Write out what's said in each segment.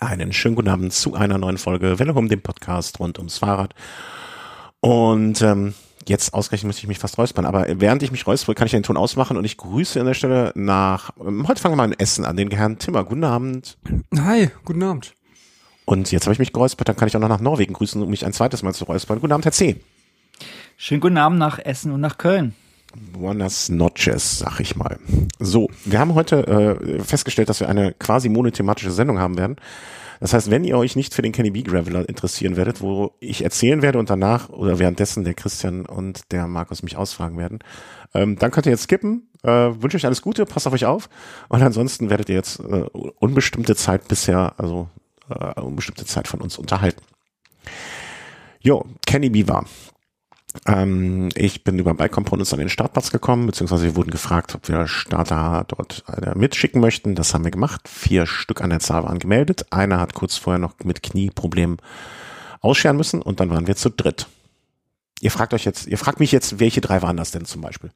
Einen schönen guten Abend zu einer neuen Folge Welle um, dem Podcast rund ums Fahrrad. Und jetzt ausgerechnet müsste ich mich fast räuspern, aber während ich mich räuspere, kann ich den Ton ausmachen und ich grüße an der Stelle heute fangen wir mal ein Essen an, den Herrn Timmer. Guten Abend. Hi, guten Abend. Und jetzt habe ich mich geräuspert, dann kann ich auch noch nach Norwegen grüßen, um mich ein zweites Mal zu räuspern. Guten Abend, Herr C. Schönen guten Abend nach Essen und nach Köln. Buenas noches, sag ich mal. So, wir haben heute festgestellt, dass wir eine quasi monothematische Sendung haben werden. Das heißt, wenn ihr euch nicht für den Kenny B. Graveler interessieren werdet, wo ich erzählen werde und danach oder währenddessen der Christian und der Markus mich ausfragen werden, dann könnt ihr jetzt skippen. Wünsche euch alles Gute, passt auf euch auf. Und ansonsten werdet ihr jetzt unbestimmte Zeit unbestimmte Zeit von uns unterhalten. Jo, Kenny B. war. Ich bin über Bike Components an den Startplatz gekommen, beziehungsweise wir wurden gefragt, ob wir Starter dort mitschicken möchten. Das haben wir gemacht. 4 Stück an der Zahl waren gemeldet. Einer hat kurz vorher noch mit Knieproblemen ausscheren müssen und dann waren wir zu dritt. Ihr fragt mich jetzt, welche 3 waren das denn zum Beispiel?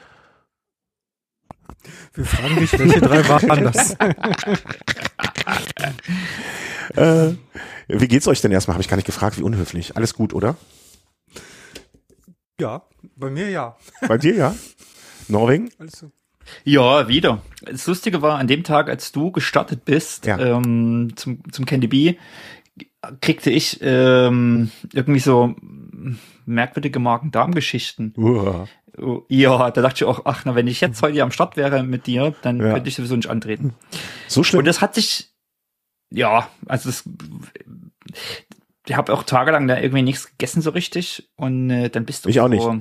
Wir fragen dich, welche 3 waren das? Wie geht's euch denn erstmal? Habe ich gar nicht gefragt, wie unhöflich. Alles gut, oder? Ja, bei mir ja. Bei dir ja? Norwegen? Alles so. Ja, wieder. Das Lustige war, an dem Tag, als du gestartet bist, Ja. zum Candy B, kriegte ich irgendwie so merkwürdige Magen-Darm-Geschichten. Ja, da dachte ich auch, ach, na, wenn ich jetzt heute hier am Start wäre mit dir, dann könnte ich sowieso nicht antreten. So schlimm? Und das hat sich, ja, also ich habe auch tagelang da irgendwie nichts gegessen so richtig und dann bist du ich auch nicht. Und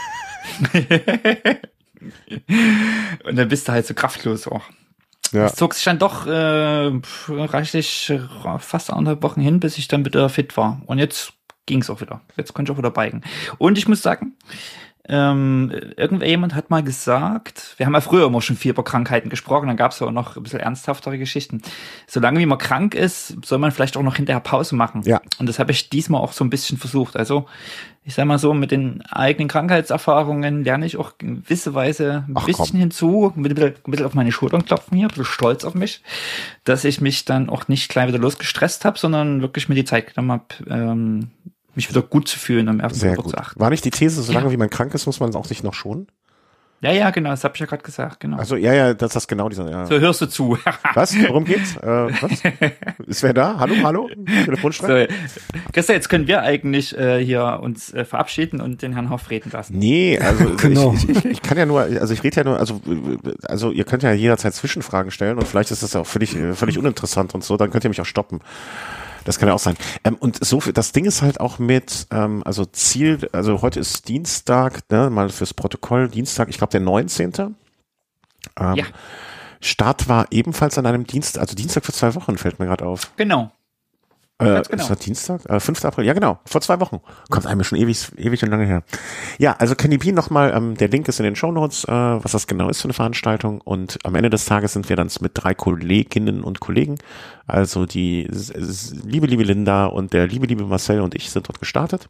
dann bist du halt so kraftlos auch. Ja. Es zog sich dann doch reichlich fast 1,5 Wochen hin, bis ich dann wieder fit war. Und jetzt ging's auch wieder. Jetzt konnte ich auch wieder biken. Und ich muss sagen, irgendjemand hat mal gesagt, wir haben ja früher immer schon viel über Krankheiten gesprochen, dann gab's ja auch noch ein bisschen ernsthaftere Geschichten. Solange wie man krank ist, soll man vielleicht auch noch hinterher Pause machen. Ja. Und das habe ich diesmal auch so ein bisschen versucht. Also ich sag mal so, mit den eigenen Krankheitserfahrungen lerne ich auch in gewisser Weise ein bisschen hinzu, ein bisschen auf meine Schultern klopfen hier, ein bisschen stolz auf mich, dass ich mich dann auch nicht gleich wieder losgestresst habe, sondern wirklich mir die Zeit genommen habe, mich wieder gut zu fühlen, um erst Sehr zu gut. achten. War nicht die These, solange wie man krank ist, muss man auch sich noch schonen? Ja, genau, das habe ich ja gerade gesagt, genau. Also, ja, das ist genau dieser, ja. So, hörst du zu. Was? Worum geht's? Was? Ist wer da? Hallo? Telefonstreit? So, Christa, jetzt können wir eigentlich hier uns verabschieden und den Herrn Hoff reden lassen. Nee, also Genau. ich kann ja nur, also ich rede ja nur, also ihr könnt ja jederzeit Zwischenfragen stellen und vielleicht ist das ja auch völlig uninteressant und so, dann könnt ihr mich auch stoppen. Das kann ja auch sein. Und so das Ding ist halt auch mit, also heute ist Dienstag, ne, mal fürs Protokoll, Dienstag, ich glaube der 19. Ja. Start war ebenfalls an einem Dienstag, also Dienstag vor 2 Wochen, fällt mir gerade auf. Genau. Ganz genau. Ist das Dienstag? 5. April, ja genau, vor 2 Wochen. Kommt einem schon ewig und lange her. Ja, also Kenny B nochmal, der Link ist in den Shownotes, was das genau ist für eine Veranstaltung. Und am Ende des Tages sind wir dann mit 3 Kolleginnen und Kollegen, also die liebe Linda und der liebe Marcel und ich sind dort gestartet.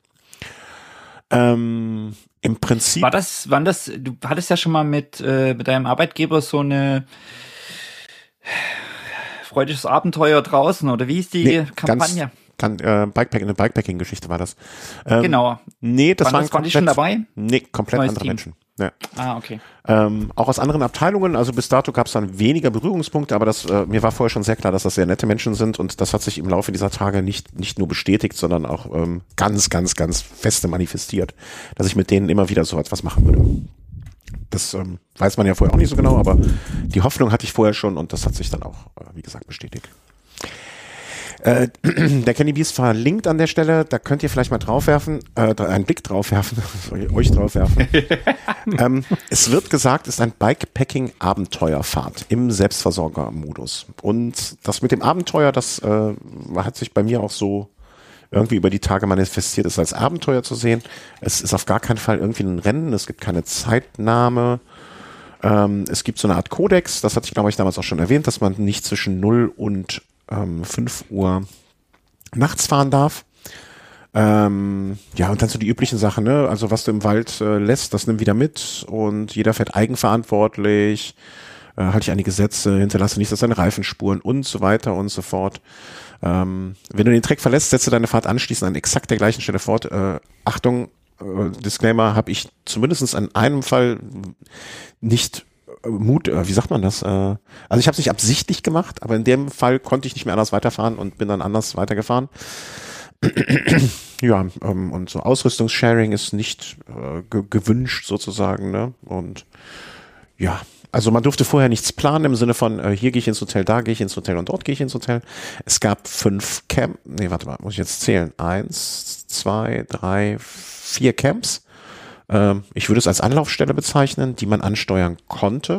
Im Prinzip. Du hattest ja schon mal mit deinem Arbeitgeber so eine freudiges Abenteuer draußen, oder wie ist die Kampagne? Eine Bikepacking-Geschichte war das. Genau. Nee, waren die schon dabei? Nee, komplett Neues andere Team. Menschen. Ja. Ah, okay. Auch aus anderen Abteilungen, also bis dato gab es dann weniger Berührungspunkte, aber mir war vorher schon sehr klar, dass das sehr nette Menschen sind und das hat sich im Laufe dieser Tage nicht nur bestätigt, sondern auch ganz feste manifestiert, dass ich mit denen immer wieder so etwas machen würde. Das weiß man ja vorher auch nicht so genau, aber die Hoffnung hatte ich vorher schon und das hat sich dann auch, wie gesagt, bestätigt. Der Kenny B ist verlinkt an der Stelle, da könnt ihr vielleicht mal einen Blick draufwerfen, euch draufwerfen. Es wird gesagt, es ist ein Bikepacking-Abenteuerfahrt im Selbstversorger-Modus. Und das mit dem Abenteuer, das hat sich bei mir auch so irgendwie über die Tage manifestiert, es als Abenteuer zu sehen. Es ist auf gar keinen Fall irgendwie ein Rennen, es gibt keine Zeitnahme. Es gibt so eine Art Kodex, das hatte ich, glaube ich, damals auch schon erwähnt, dass man nicht zwischen 0 und 5 Uhr nachts fahren darf. Ja, und dann so die üblichen Sachen, ne? Also was du im Wald lässt, das nimm wieder mit und jeder fährt eigenverantwortlich. halte ich einige Sätze, hinterlasse nicht seine Reifenspuren und so weiter und so fort. Wenn du den Track verlässt, setze deine Fahrt anschließend an exakt der gleichen Stelle fort. Achtung, Disclaimer, habe ich zumindest an einem Fall nicht wie sagt man das? Also ich habe es nicht absichtlich gemacht, aber in dem Fall konnte ich nicht mehr anders weiterfahren und bin dann anders weitergefahren. Ja, und so Ausrüstungssharing ist nicht gewünscht sozusagen, ne? Und ja, also man durfte vorher nichts planen im Sinne von, hier gehe ich ins Hotel, da gehe ich ins Hotel und dort gehe ich ins Hotel. Es gab 5 Camps, muss ich jetzt zählen. 1, 2, 3, 4 Camps. Ich würde es als Anlaufstelle bezeichnen, die man ansteuern konnte.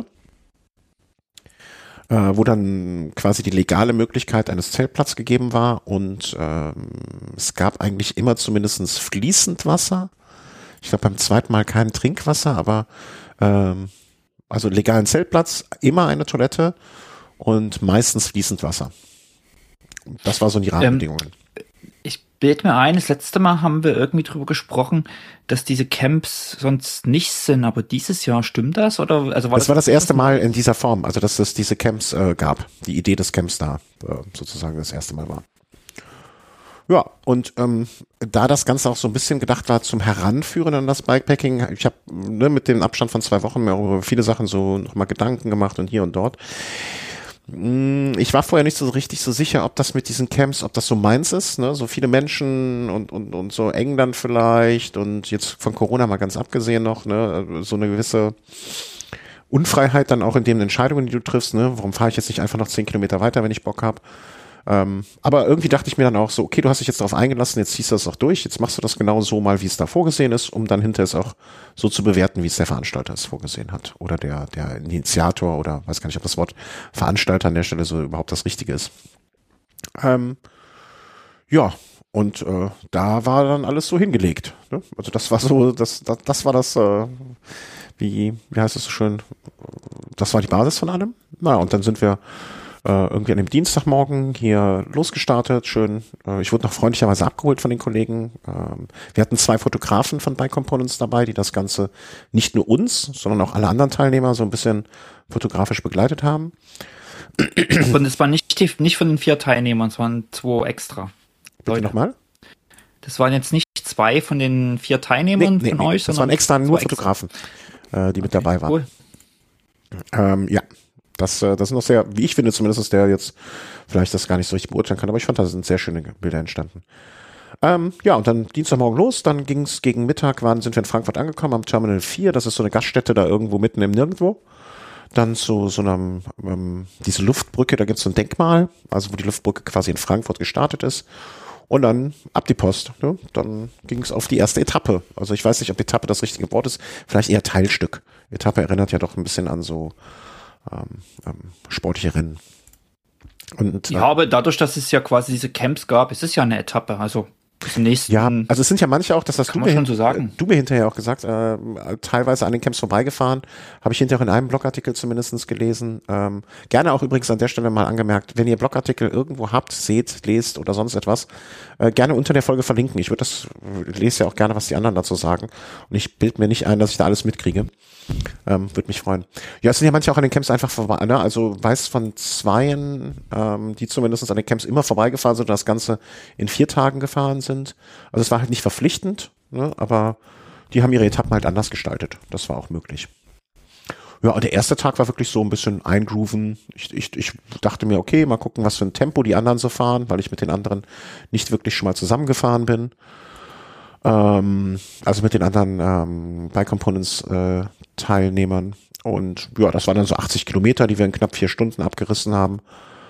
Wo dann quasi die legale Möglichkeit eines Zeltplatzes gegeben war und es gab eigentlich immer zumindest fließend Wasser. Ich glaube beim zweiten Mal kein Trinkwasser, aber also legalen Zeltplatz, immer eine Toilette und meistens fließend Wasser. Das war so die Rahmenbedingungen. Ich bilde mir ein, das letzte Mal haben wir irgendwie drüber gesprochen, dass diese Camps sonst nicht sind, aber dieses Jahr stimmt das? Oder also das war das erste Mal in dieser Form, also dass es diese Camps gab, die Idee des Camps da sozusagen das erste Mal war. Ja, und da das Ganze auch so ein bisschen gedacht war zum Heranführen an das Bikepacking, ich habe mit dem Abstand von 2 Wochen mir über viele Sachen so nochmal Gedanken gemacht und hier und dort. Ich war vorher nicht so richtig so sicher, ob das mit diesen Camps, ob das so meins ist, ne? So viele Menschen und so eng dann vielleicht und jetzt von Corona mal ganz abgesehen noch, ne? So eine gewisse Unfreiheit dann auch in den Entscheidungen, die du triffst, ne? Warum fahre ich jetzt nicht einfach noch 10 Kilometer weiter, wenn ich Bock habe? Aber irgendwie dachte ich mir dann auch so, okay, du hast dich jetzt darauf eingelassen, jetzt ziehst du das auch durch, jetzt machst du das genau so mal, wie es da vorgesehen ist, um dann hinterher es auch so zu bewerten, wie es der Veranstalter es vorgesehen hat. Oder der Initiator oder weiß gar nicht, ob das Wort Veranstalter an der Stelle so überhaupt das Richtige ist. Ja, und da war dann alles so hingelegt. Ne? Also das war so, das war das, wie heißt es so schön, das war die Basis von allem. Na, und dann sind wir irgendwie an dem Dienstagmorgen hier losgestartet, schön. Ich wurde noch freundlicherweise abgeholt von den Kollegen. Wir hatten 2 Fotografen von Bike Components dabei, die das Ganze nicht nur uns, sondern auch alle anderen Teilnehmer so ein bisschen fotografisch begleitet haben. Und es waren nicht von den 4 Teilnehmern, es waren 2 extra. Bitte nochmal? Das waren jetzt nicht 2 von den 4 Teilnehmern von euch, sondern das waren extra nur Fotografen, die mit dabei waren. Cool. Ja. Das sind noch sehr, wie ich finde zumindest, der jetzt vielleicht das gar nicht so richtig beurteilen kann, aber ich fand, da sind sehr schöne Bilder entstanden. Ja, und dann Dienstagmorgen los, dann ging's gegen Mittag, sind wir in Frankfurt angekommen, am Terminal 4, das ist so eine Gaststätte da irgendwo mitten im Nirgendwo. Dann zu so einer, diese Luftbrücke, da gibt's so ein Denkmal, also wo die Luftbrücke quasi in Frankfurt gestartet ist. Und dann ab die Post. Ne? Dann ging's auf die erste Etappe. Also ich weiß nicht, ob Etappe das richtige Wort ist, vielleicht eher Teilstück. Etappe erinnert ja doch ein bisschen an so sportliche Rennen. Und, ja, aber dadurch, dass es ja quasi diese Camps gab, ist es ja eine Etappe. Also bis nächsten. Ja, also es sind ja manche auch, dass das kann man schon so sagen. Du mir hinterher auch gesagt, teilweise an den Camps vorbeigefahren, habe ich hinterher auch in einem Blogartikel zumindest gelesen. Gerne auch übrigens an der Stelle mal angemerkt, wenn ihr Blogartikel irgendwo habt, seht, lest oder sonst etwas, gerne unter der Folge verlinken. Ich lese ja auch gerne, was die anderen dazu sagen. Und ich bilde mir nicht ein, dass ich da alles mitkriege. Würde mich freuen. Ja, es sind ja manche auch an den Camps einfach vorbei, ne? Also weiß von 2, die zumindest an den Camps immer vorbeigefahren sind und das Ganze in 4 Tagen gefahren sind. Also es war halt nicht verpflichtend, ne? Aber die haben ihre Etappen halt anders gestaltet. Das war auch möglich. Ja, und der erste Tag war wirklich so ein bisschen eingrooven. Ich dachte mir, okay, mal gucken, was für ein Tempo die anderen so fahren, weil ich mit den anderen nicht wirklich schon mal zusammengefahren bin. Also mit den anderen Bike Components Teilnehmern. Und ja, das waren dann so 80 Kilometer, die wir in knapp 4 Stunden abgerissen haben.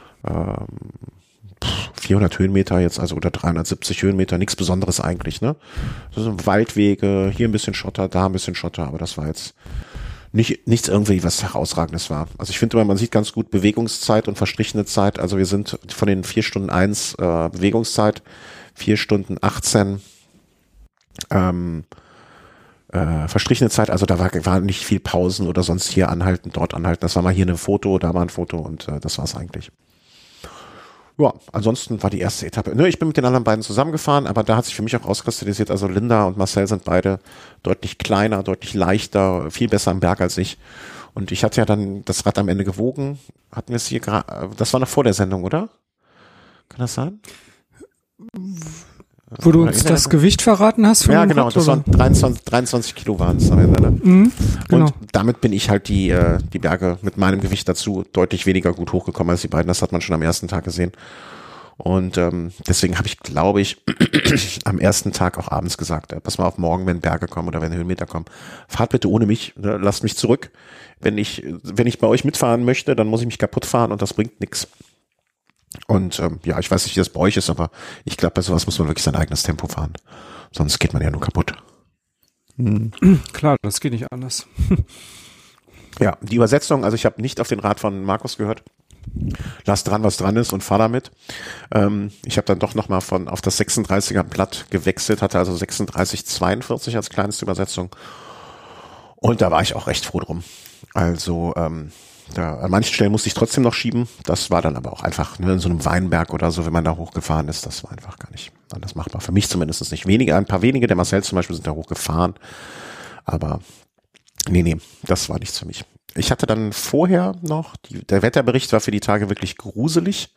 400 Höhenmeter jetzt, also oder 370 Höhenmeter, nichts Besonderes eigentlich, ne? Das sind Waldwege, hier ein bisschen Schotter, da ein bisschen Schotter, aber das war jetzt nichts irgendwie, was Herausragendes war. Also ich finde immer, man sieht ganz gut Bewegungszeit und verstrichene Zeit. Also wir sind von den 4 Stunden 1 Bewegungszeit, 4 Stunden 18 verstrichene Zeit, also da war nicht viel Pausen oder sonst hier anhalten, dort anhalten. Das war mal hier ein Foto, da mal ein Foto und das war's eigentlich. Ja, ansonsten war die erste Etappe. Ne, ich bin mit den anderen beiden zusammengefahren, aber da hat sich für mich auch rauskristallisiert, also Linda und Marcel sind beide deutlich kleiner, deutlich leichter, viel besser am Berg als ich. Und ich hatte ja dann das Rad am Ende gewogen. Hatten wir es hier gerade, das war noch vor der Sendung, oder? Kann das sein? Wo du uns das Gewicht verraten hast? Ja, genau, das waren 23 Kilo waren es am Ende. Ne? Genau. Und damit bin ich halt die Berge mit meinem Gewicht dazu deutlich weniger gut hochgekommen als die beiden. Das hat man schon am ersten Tag gesehen. Und deswegen habe ich, glaube ich, am ersten Tag auch abends gesagt, pass mal auf, morgen, wenn Berge kommen oder wenn Höhenmeter kommen, fahrt bitte ohne mich, ne, lasst mich zurück. Wenn ich bei euch mitfahren möchte, dann muss ich mich kaputt fahren und das bringt nichts. Und ja, ich weiß nicht, wie das bei euch ist, aber ich glaube, bei sowas muss man wirklich sein eigenes Tempo fahren. Sonst geht man ja nur kaputt. Klar, das geht nicht anders. Ja, die Übersetzung, also ich habe nicht auf den Rat von Markus gehört. Lass dran, was dran ist und fahr damit. Ich habe dann doch nochmal auf das 36er Blatt gewechselt, hatte also 36,42 als kleinste Übersetzung. Und da war ich auch recht froh drum. Also an manchen Stellen musste ich trotzdem noch schieben. Das war dann aber auch einfach in so einem Weinberg oder so, wenn man da hochgefahren ist. Das war einfach gar nicht anders machbar. Für mich zumindest nicht. Ein paar wenige, der Marcel zum Beispiel, sind da hochgefahren. Aber nee, das war nichts für mich. Ich hatte dann vorher noch, der Wetterbericht war für die Tage wirklich gruselig.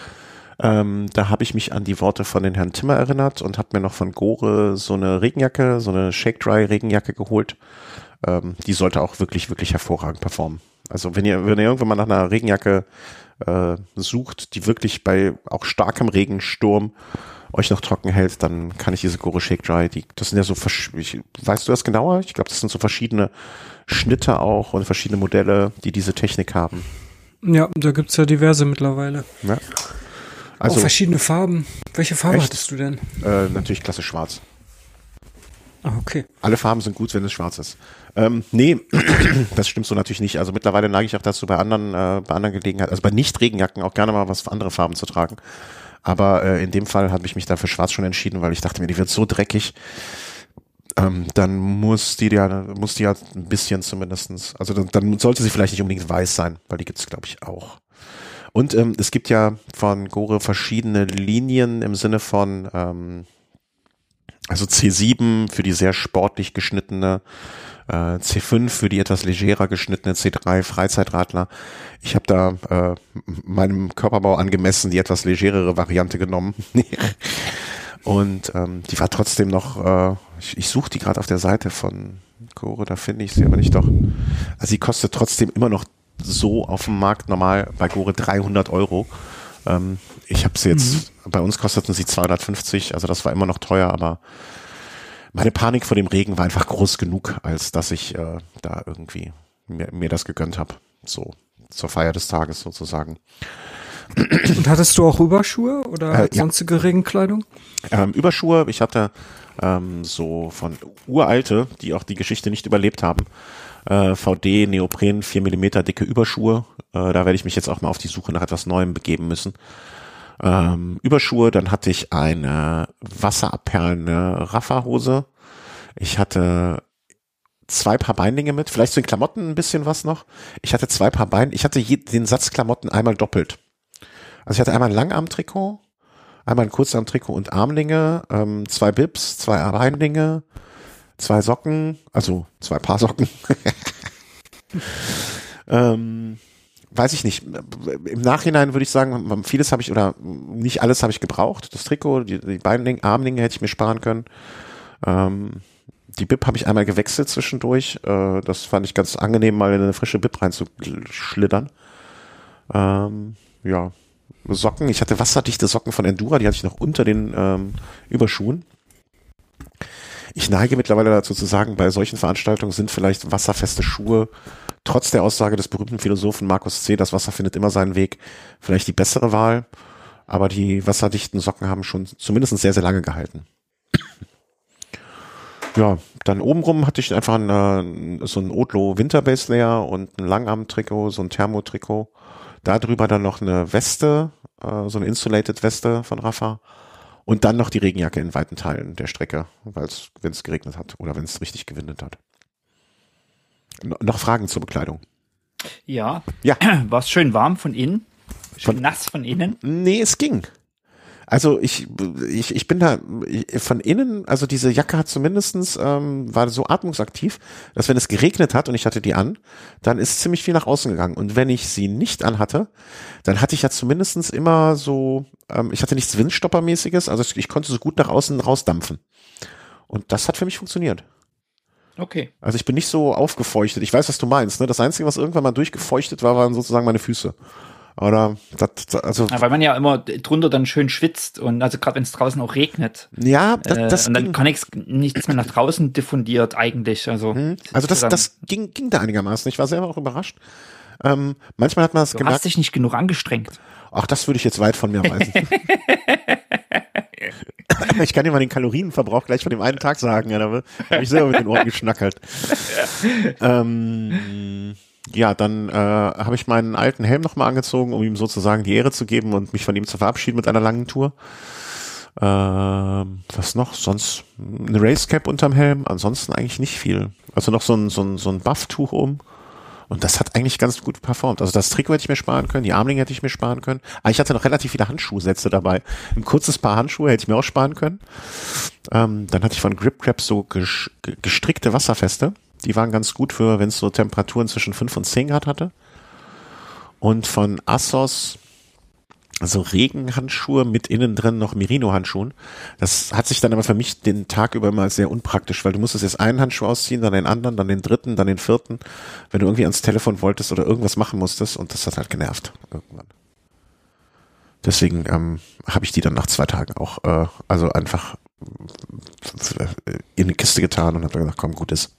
Da habe ich mich an die Worte von den Herrn Timmer erinnert und habe mir noch von Gore so eine Regenjacke, so eine Shake-Dry-Regenjacke geholt. Die sollte auch wirklich, wirklich hervorragend performen. Also wenn ihr irgendwann mal nach einer Regenjacke sucht, die wirklich bei auch starkem Regensturm euch noch trocken hält, dann kann ich diese Gore Shake Dry, das sind ja so, weißt du das genauer? Ich glaube, das sind so verschiedene Schnitte auch und verschiedene Modelle, die diese Technik haben. Ja, da gibt's ja diverse mittlerweile. Ja. Also, auch verschiedene Farben. Welche Farbe echt? hattest du denn? Natürlich klassisch schwarz. Ah, okay. Alle Farben sind gut, wenn es schwarz ist. Nee, das stimmt so natürlich nicht. Also mittlerweile neige ich auch dazu, bei anderen Gelegenheiten, also bei Nicht-Regenjacken auch gerne mal was für andere Farben zu tragen. Aber in dem Fall habe ich mich dann für schwarz schon entschieden, weil ich dachte mir, die wird so dreckig. Dann muss die ja ein bisschen zumindestens, also dann sollte sie vielleicht nicht unbedingt weiß sein, weil die gibt's glaube ich auch. Und es gibt ja von Gore verschiedene Linien im Sinne von also C7 für die sehr sportlich geschnittene, C5 für die etwas legerer geschnittene, C3 Freizeitradler. Ich habe da meinem Körperbau angemessen die etwas legerere Variante genommen. Und die war trotzdem noch, ich suche die gerade auf der Seite von Gore, da finde ich sie aber nicht doch. Also sie kostet trotzdem immer noch so auf dem Markt normal bei Gore 300 €. Ich habe sie jetzt, bei uns kosteten sie 250, also das war immer noch teuer, aber meine Panik vor dem Regen war einfach groß genug, als dass ich da irgendwie mir das gegönnt habe. So zur Feier des Tages sozusagen. Und hattest du auch Überschuhe oder sonstige Regenkleidung? Überschuhe, ich hatte so von uralte, die auch die Geschichte nicht überlebt haben, VD Neopren 4 mm dicke Überschuhe. Da werde ich mich jetzt auch mal auf die Suche nach etwas Neuem begeben müssen. Überschuhe, dann hatte ich eine wasserabperlende Raffa-Hose. Ich hatte 2 Paar Beinlinge mit, vielleicht zu den Klamotten ein bisschen was noch. Ich hatte 2 Paar ich hatte den Satz Klamotten einmal doppelt. Also ich hatte einmal ein Langarmtrikot, einmal ein Kurzarmtrikot und Armlinge, 2 Bibs, 2 Beinlinge, 2 Socken, also 2 Paar Socken. Weiß ich nicht. Im Nachhinein würde ich sagen, vieles habe ich oder nicht alles habe ich gebraucht. Das Trikot, die Beinlinge, Armlinge hätte ich mir sparen können. Die Bib habe ich einmal gewechselt zwischendurch. Das fand ich ganz angenehm, mal in eine frische Bib reinzuschlittern. Ja, Socken. Ich hatte wasserdichte Socken von Endura, die hatte ich noch unter den Überschuhen. Ich neige mittlerweile dazu zu sagen, bei solchen Veranstaltungen sind vielleicht wasserfeste Schuhe, trotz der Aussage des berühmten Philosophen Markus C., das Wasser findet immer seinen Weg, vielleicht die bessere Wahl. Aber die wasserdichten Socken haben schon zumindest sehr, sehr lange gehalten. Ja, dann obenrum hatte ich einfach so ein Odlo Winterbase Layer und ein Langarm-Trikot, so ein Thermotrikot. Da drüber dann noch eine Weste, so eine Insulated Weste von Raffa. Und dann noch die Regenjacke in weiten Teilen der Strecke, wenn es geregnet hat oder wenn es richtig gewindet hat. Noch Fragen zur Bekleidung? Ja. Ja. War es schön warm von innen? Schön nass von innen? Nee, es ging. Also ich bin da von innen, also diese Jacke hat zumindestens war so atmungsaktiv, dass wenn es geregnet hat und ich hatte die an, dann ist ziemlich viel nach außen gegangen. Und wenn ich sie nicht anhatte, dann hatte ich ja zumindestens immer so, ich hatte nichts Windstoppermäßiges, also ich konnte so gut nach außen rausdampfen. Und das hat für mich funktioniert. Okay. Also ich bin nicht so aufgefeuchtet. Ich weiß, was du meinst. Ne? Das Einzige, was irgendwann mal durchgefeuchtet war, waren sozusagen meine Füße. Oder also ja, weil man ja immer drunter dann schön schwitzt und also gerade wenn es draußen auch regnet. Ja, das und dann kann nichts mehr nach draußen diffundiert eigentlich. Also das ging da einigermaßen. Ich war selber auch überrascht. Manchmal hat man das gemerkt. Du hast dich nicht genug angestrengt. Ach, das würde ich jetzt weit von mir weisen. Ich kann dir mal den Kalorienverbrauch gleich von dem einen Tag sagen. Ja, da habe ich selber mit den Ohren geschnackelt. Ja, dann habe ich meinen alten Helm nochmal angezogen, um ihm sozusagen die Ehre zu geben und mich von ihm zu verabschieden mit einer langen Tour. Was noch? Sonst eine Racecap unterm Helm, ansonsten eigentlich nicht viel. Also noch so ein Bufftuch um. Und das hat eigentlich ganz gut performt. Also das Trikot hätte ich mir sparen können, die Armlinge hätte ich mir sparen können. Aber ich hatte noch relativ viele Handschuhsätze dabei. Ein kurzes Paar Handschuhe hätte ich mir auch sparen können. Dann hatte ich von Grip Crab so gestrickte Wasserfeste. Die waren ganz gut für, wenn es so Temperaturen zwischen 5 und 10 Grad hatte. Und von Assos also Regenhandschuhe mit innen drin noch Merino-Handschuhen. Das hat sich dann aber für mich den Tag über mal sehr unpraktisch, weil du musstest jetzt einen Handschuh ausziehen, dann den anderen, dann den dritten, dann den vierten, wenn du irgendwie ans Telefon wolltest oder irgendwas machen musstest, und das hat halt genervt irgendwann. Deswegen habe ich die dann nach 2 Tagen auch also einfach in eine Kiste getan und habe dann gesagt, komm, gut ist.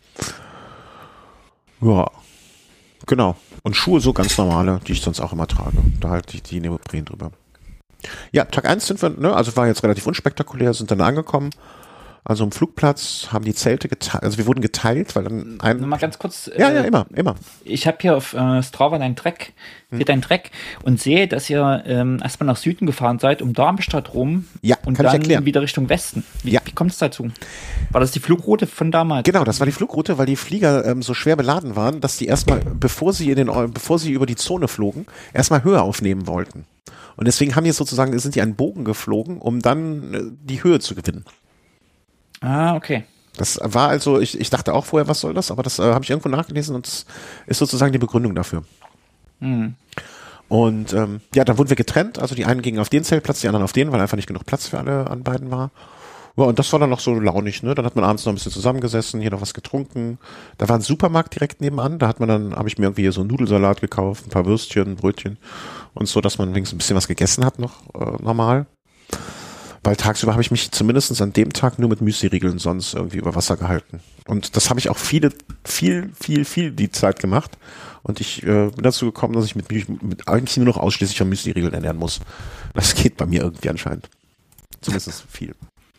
Ja, genau. Und Schuhe so ganz normale, die ich sonst auch immer trage. Da halte ich die Neopren drüber. Ja, Tag 1 sind wir, ne, also war jetzt relativ unspektakulär, sind dann angekommen. Also am Flugplatz haben die Zelte geteilt, also wir wurden geteilt, weil dann mal ganz kurz. Ja, immer. Ich habe hier auf Strava deinen Track und sehe, dass ihr erstmal nach Süden gefahren seid, um Darmstadt rum. Ja, und kann dann ich erklären. Wieder Richtung Westen. Wie kommt es dazu? War das die Flugroute von damals? Genau, das war die Flugroute, weil die Flieger so schwer beladen waren, dass die erstmal, bevor sie über die Zone flogen, erstmal Höhe aufnehmen wollten. Und deswegen sind die einen Bogen geflogen, um dann die Höhe zu gewinnen. Ah, okay. Das war also, ich dachte auch vorher, was soll das? Aber das habe ich irgendwo nachgelesen und das ist sozusagen die Begründung dafür. Mhm. Und dann wurden wir getrennt. Also die einen gingen auf den Zeltplatz, die anderen auf den, weil einfach nicht genug Platz für alle an beiden war. Ja, und das war dann noch so launig, ne? Dann hat man abends noch ein bisschen zusammengesessen, hier noch was getrunken. Da war ein Supermarkt direkt nebenan. Da habe ich mir irgendwie hier so einen Nudelsalat gekauft, ein paar Würstchen, Brötchen und so, dass man wenigstens ein bisschen was gegessen hat noch normal. Weil tagsüber habe ich mich zumindest an dem Tag nur mit Müsli-Riegeln sonst irgendwie über Wasser gehalten. Und das habe ich auch viel die Zeit gemacht. Und ich bin dazu gekommen, dass ich mit eigentlich nur noch ausschließlich von Müsli-Riegeln ernähren muss. Das geht bei mir irgendwie anscheinend. Zumindest viel.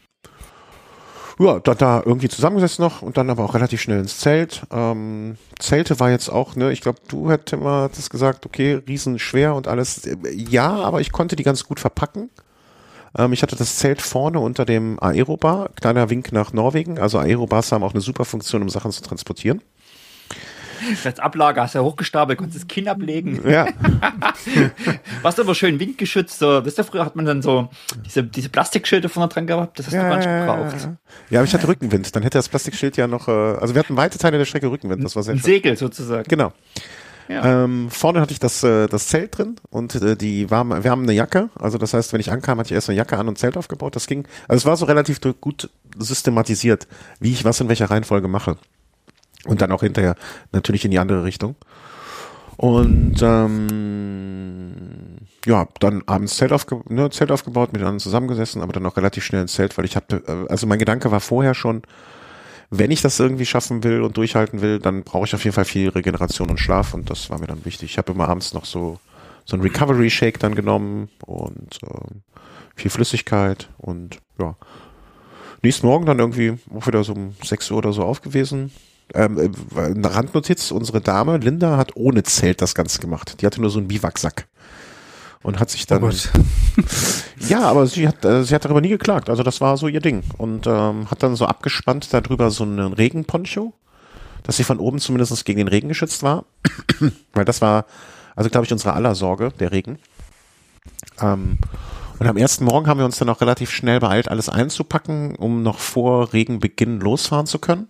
Ja, da irgendwie zusammengesetzt noch und dann aber auch relativ schnell ins Zelt. Zelte war jetzt auch, ne, ich glaube, du hättest immer das gesagt, okay, riesenschwer und alles. Ja, aber ich konnte die ganz gut verpacken. Ich hatte das Zelt vorne unter dem Aerobar, kleiner Wink nach Norwegen. Also Aerobars haben auch eine super Funktion, um Sachen zu transportieren. Als Ablage hast du ja hochgestapelt, konntest das Kinn ablegen. Ja. Warst aber schön windgeschützt. So. Wisst ihr, früher hat man dann so diese Plastikschilde vorne dran gehabt, das hast du gar nicht gebraucht. Ja, aber ich hatte Rückenwind. Dann hätte das Plastikschild ja noch, also wir hatten weite Teile der Strecke Rückenwind. Das war sehr schön. Ein Segel sozusagen. Genau. Ja. Vorne hatte ich das Zelt drin und wir haben eine Jacke, also das heißt, wenn ich ankam, hatte ich erst eine Jacke an und Zelt aufgebaut, das ging, also es war so relativ gut systematisiert, wie ich was in welcher Reihenfolge mache und dann auch hinterher natürlich in die andere Richtung und dann abends Zelt aufgebaut, mit den anderen zusammengesessen, aber dann auch relativ schnell ins Zelt, weil ich also mein Gedanke war vorher schon, wenn ich das irgendwie schaffen will und durchhalten will, dann brauche ich auf jeden Fall viel Regeneration und Schlaf und das war mir dann wichtig. Ich habe immer abends noch so einen Recovery-Shake dann genommen und viel Flüssigkeit und ja. Nächsten Morgen dann irgendwie auch wieder so um 6 Uhr oder so aufgewesen. Eine Randnotiz, unsere Dame, Linda, hat ohne Zelt das Ganze gemacht. Die hatte nur so einen Biwaksack. Und hat sich dann, ja, aber sie hat darüber nie geklagt. Also das war so ihr Ding. Und hat dann so abgespannt darüber so einen Regenponcho, dass sie von oben zumindest gegen den Regen geschützt war. Weil das war, also glaube ich, unsere aller Sorge, der Regen. Und am ersten Morgen haben wir uns dann auch relativ schnell beeilt, alles einzupacken, um noch vor Regenbeginn losfahren zu können.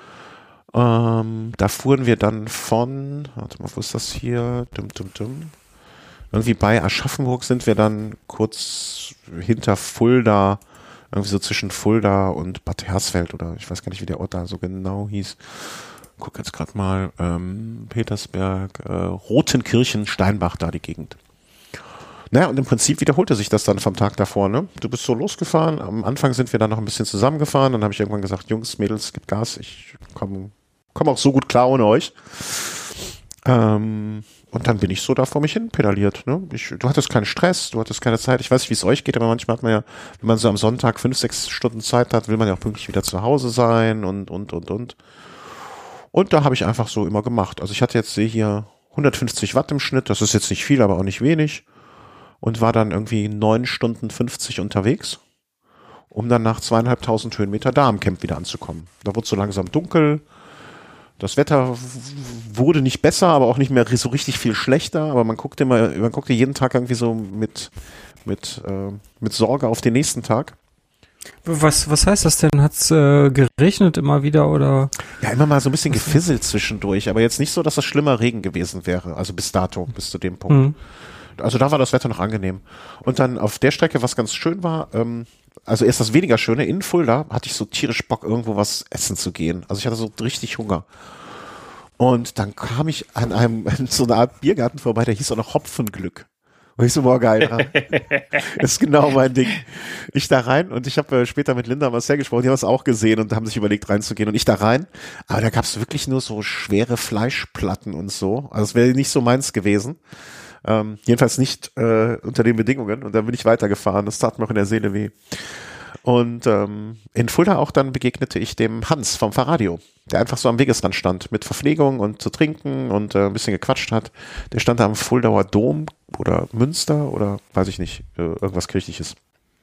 Da fuhren wir dann warte mal, wo ist das hier? Irgendwie bei Aschaffenburg sind wir dann kurz hinter Fulda, irgendwie so zwischen Fulda und Bad Hersfeld oder ich weiß gar nicht, wie der Ort da so genau hieß. Guck jetzt gerade mal, Petersberg, Rotenkirchen, Steinbach, da die Gegend. Naja, und im Prinzip wiederholte sich das dann vom Tag davor, ne? Du bist so losgefahren, am Anfang sind wir dann noch ein bisschen zusammengefahren, dann habe ich irgendwann gesagt, Jungs, Mädels, gib Gas, ich komm auch so gut klar ohne euch. Und dann bin ich so da vor mich hin pedaliert, ne? Du hattest keinen Stress, du hattest keine Zeit, ich weiß nicht, wie es euch geht, aber manchmal hat man ja, wenn man so am Sonntag 5-6 Stunden Zeit hat, will man ja auch pünktlich wieder zu Hause sein und. Und da habe ich einfach so immer gemacht. Also ich hatte jetzt, sehe hier 150 Watt im Schnitt, das ist jetzt nicht viel, aber auch nicht wenig. Und war dann irgendwie 9 Stunden 50 unterwegs, um dann nach 2500 Höhenmeter da am Camp wieder anzukommen. Da wurde so langsam dunkel. Das Wetter wurde nicht besser, aber auch nicht mehr so richtig viel schlechter. Aber man guckte jeden Tag irgendwie so mit Sorge auf den nächsten Tag. Was heißt das denn? Hat's geregnet immer wieder oder? Ja, immer mal so ein bisschen gefisselt zwischendurch, aber jetzt nicht so, dass das schlimmer Regen gewesen wäre. Also bis zu dem Punkt. Mhm. Also da war das Wetter noch angenehm. Und dann auf der Strecke, was ganz schön war, also erst das weniger Schöne, in Fulda hatte ich so tierisch Bock, irgendwo was essen zu gehen. Also ich hatte so richtig Hunger. Und dann kam ich an so einer Art Biergarten vorbei, der hieß auch noch Hopfenglück. Und ich so, boah, geil. Das ist genau mein Ding. Ich da rein und ich habe später mit Linda und Marcel gesprochen, die haben es auch gesehen und haben sich überlegt reinzugehen und ich da rein. Aber da gab es wirklich nur so schwere Fleischplatten und so. Also es wäre nicht so meins gewesen. Jedenfalls nicht unter den Bedingungen. Und dann bin ich weitergefahren. Das tat mir auch in der Seele weh. Und in Fulda auch dann begegnete ich dem Hans vom Fahrradio, der einfach so am Wegesrand stand mit Verpflegung und zu trinken und ein bisschen gequatscht hat. Der stand da am Fuldauer Dom oder Münster oder weiß ich nicht, irgendwas Kirchliches.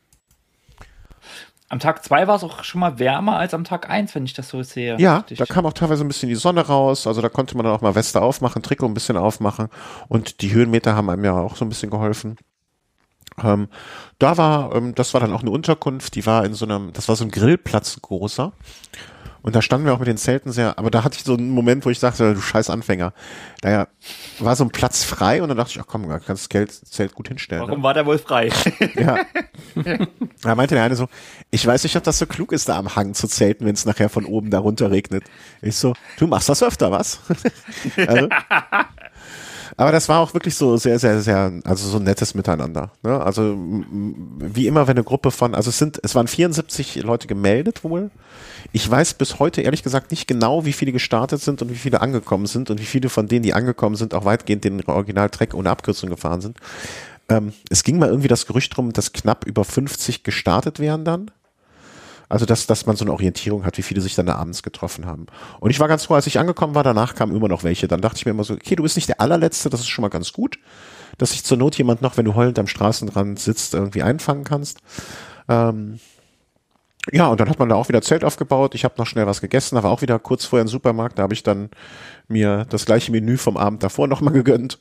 Am Tag 2 war es auch schon mal wärmer als am Tag 1, wenn ich das so sehe. Ja, da kam auch teilweise ein bisschen die Sonne raus, also da konnte man dann auch mal Weste aufmachen, Trikot ein bisschen aufmachen und die Höhenmeter haben einem ja auch so ein bisschen geholfen. Das war dann auch eine Unterkunft, das war so ein Grillplatz großer. Und da standen wir auch mit den Zelten aber da hatte ich so einen Moment, wo ich dachte, du scheiß Anfänger. Daher war so ein Platz frei und dann dachte ich, ach komm, da kannst du das Zelt gut hinstellen. Warum war der wohl frei? Ja. Da meinte der eine so, ich weiß nicht, ob das so klug ist, da am Hang zu zelten, wenn es nachher von oben da runter regnet. Ich so, du machst das öfter, was? Also, aber das war auch wirklich so sehr, sehr, sehr, also so ein nettes Miteinander. Ne? Also wie immer, wenn eine Gruppe es waren 74 Leute gemeldet wohl. Ich weiß bis heute ehrlich gesagt nicht genau, wie viele gestartet sind und wie viele angekommen sind und wie viele von denen, die angekommen sind, auch weitgehend den Original-Track ohne Abkürzung gefahren sind. Es ging mal irgendwie das Gerücht drum, dass knapp über 50 gestartet wären dann. Also, dass man so eine Orientierung hat, wie viele sich dann da abends getroffen haben. Und ich war ganz froh, als ich angekommen war, danach kamen immer noch welche. Dann dachte ich mir immer so, okay, du bist nicht der allerletzte, das ist schon mal ganz gut, dass sich zur Not jemand noch, wenn du heulend am Straßenrand sitzt, irgendwie einfangen kannst. Ja, und dann hat man da auch wieder Zelt aufgebaut. Ich habe noch schnell was gegessen, da war auch wieder kurz vorher im Supermarkt. Da habe ich dann mir das gleiche Menü vom Abend davor nochmal gegönnt.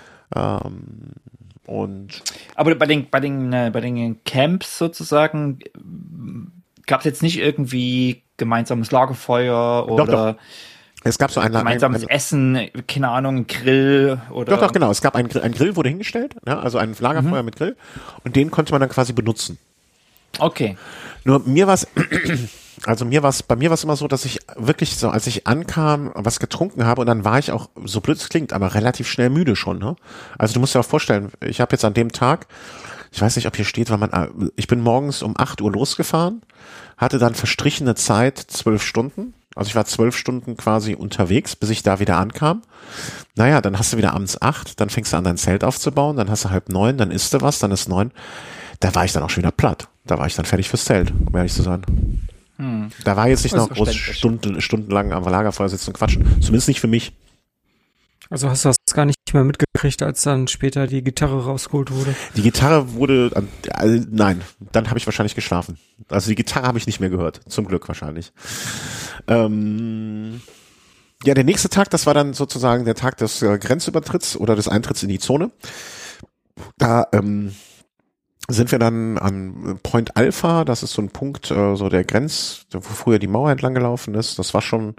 Aber bei den Camps sozusagen gab es jetzt nicht irgendwie gemeinsames Lagerfeuer oder doch. Es gab so ein gemeinsames Essen, keine Ahnung, Grill oder. Doch, genau. Es gab ein Grill wurde hingestellt, ja, also ein Lagerfeuer mit Grill und den konnte man dann quasi benutzen. Okay. Nur bei mir war es immer so, dass ich wirklich so, als ich ankam, was getrunken habe und dann war ich auch, so blöd es klingt, aber relativ schnell müde schon, ne? Also du musst dir auch vorstellen, ich habe jetzt an dem Tag, ich weiß nicht, ob hier steht, ich bin morgens um 8 Uhr losgefahren, hatte dann verstrichene Zeit 12 Stunden. Also ich war 12 Stunden quasi unterwegs, bis ich da wieder ankam. Naja, dann hast du wieder abends 8, dann fängst du an, dein Zelt aufzubauen, dann hast du 8:30, dann isst du was, dann ist 9. Da war ich dann auch schon wieder platt. Da war ich dann fertig fürs Zelt, um ehrlich zu sein. Da war jetzt nicht noch groß stundenlang am Lagerfeuer sitzen und quatschen. Zumindest nicht für mich. Also hast du das gar nicht mehr mitgekriegt, als dann später die Gitarre rausgeholt wurde? Die Gitarre wurde, nein, dann habe ich wahrscheinlich geschlafen. Also die Gitarre habe ich nicht mehr gehört. Zum Glück wahrscheinlich. Ja, der nächste Tag, das war dann sozusagen der Tag des Grenzübertritts oder des Eintritts in die Zone. Da sind wir dann an Point Alpha, das ist so ein Punkt, so der wo früher die Mauer entlang gelaufen ist. Das war schon,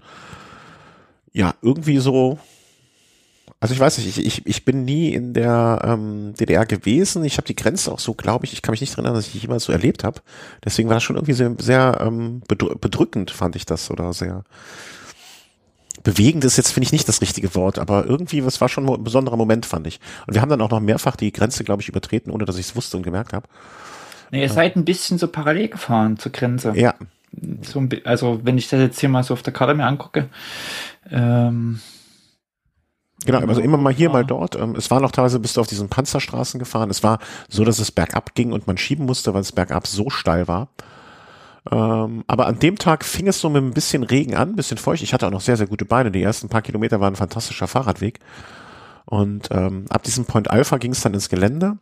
ja, irgendwie so, also ich weiß nicht, ich bin nie in der DDR gewesen. Ich habe die Grenze auch so, glaube ich kann mich nicht erinnern, dass ich die jemals so erlebt habe. Deswegen war das schon irgendwie sehr bedrückend, fand ich das, oder sehr bewegend ist jetzt, finde ich, nicht das richtige Wort, aber irgendwie, es war schon ein besonderer Moment, fand ich. Und wir haben dann auch noch mehrfach die Grenze, glaube ich, übertreten, ohne dass ich es wusste und gemerkt habe. Nee, ihr seid ein bisschen so parallel gefahren zur Grenze. Ja. So, also, wenn ich das jetzt hier mal so auf der Karte mir angucke. Genau, also immer mal hier, mal dort. Es war noch teilweise, bist du auf diesen Panzerstraßen gefahren. Es war so, dass es bergab ging und man schieben musste, weil es bergab so steil war. Aber an dem Tag fing es so mit ein bisschen Regen an, ein bisschen feucht. Ich hatte auch noch sehr, sehr gute Beine. Die ersten paar Kilometer waren ein fantastischer Fahrradweg. Und ab diesem Point Alpha ging es dann ins Gelände.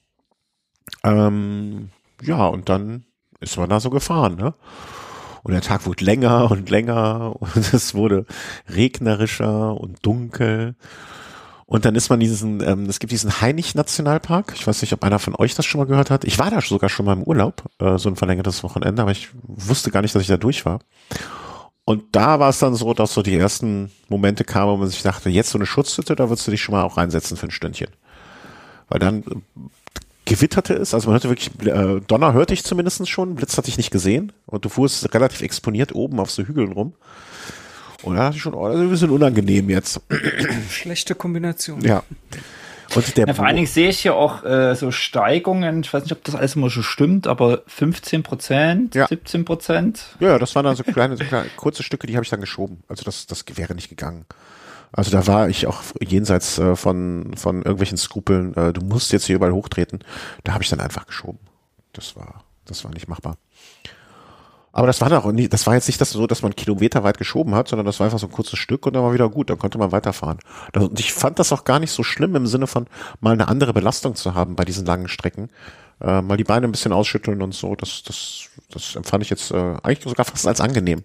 Ja, und dann ist man da so gefahren, ne? Und der Tag wurde länger und länger und es wurde regnerischer und dunkel. Und dann ist man es gibt diesen Hainich-Nationalpark. Ich weiß nicht, ob einer von euch das schon mal gehört hat. Ich war da sogar schon mal im Urlaub, so ein verlängertes Wochenende, aber ich wusste gar nicht, dass ich da durch war. Und da war es dann so, dass so die ersten Momente kamen, wo man sich dachte, jetzt so eine Schutzhütte, da würdest du dich schon mal auch reinsetzen für ein Stündchen. Weil dann gewitterte es, also man hörte wirklich, Donner hörte ich zumindest schon, Blitz hatte ich nicht gesehen. Und du fuhrst relativ exponiert oben auf so Hügeln rum. Und da dachte ich schon, das ist ein bisschen unangenehm jetzt. Schlechte Kombination. Ja. Und vor allen Dingen sehe ich hier auch so Steigungen, ich weiß nicht, ob das alles immer so stimmt, aber 15%, ja. 17%. Ja, das waren dann so kleine, kurze Stücke, die habe ich dann geschoben. Also das wäre nicht gegangen. Also da war ich auch jenseits von irgendwelchen Skrupeln, du musst jetzt hier überall hochtreten. Da habe ich dann einfach geschoben. Das war nicht machbar. Aber das war jetzt nicht so, dass man kilometerweit geschoben hat, sondern das war einfach so ein kurzes Stück und dann war wieder gut, dann konnte man weiterfahren. Und ich fand das auch gar nicht so schlimm im Sinne von mal eine andere Belastung zu haben bei diesen langen Strecken. Mal die Beine ein bisschen ausschütteln und so, das empfand ich jetzt eigentlich sogar fast als angenehm.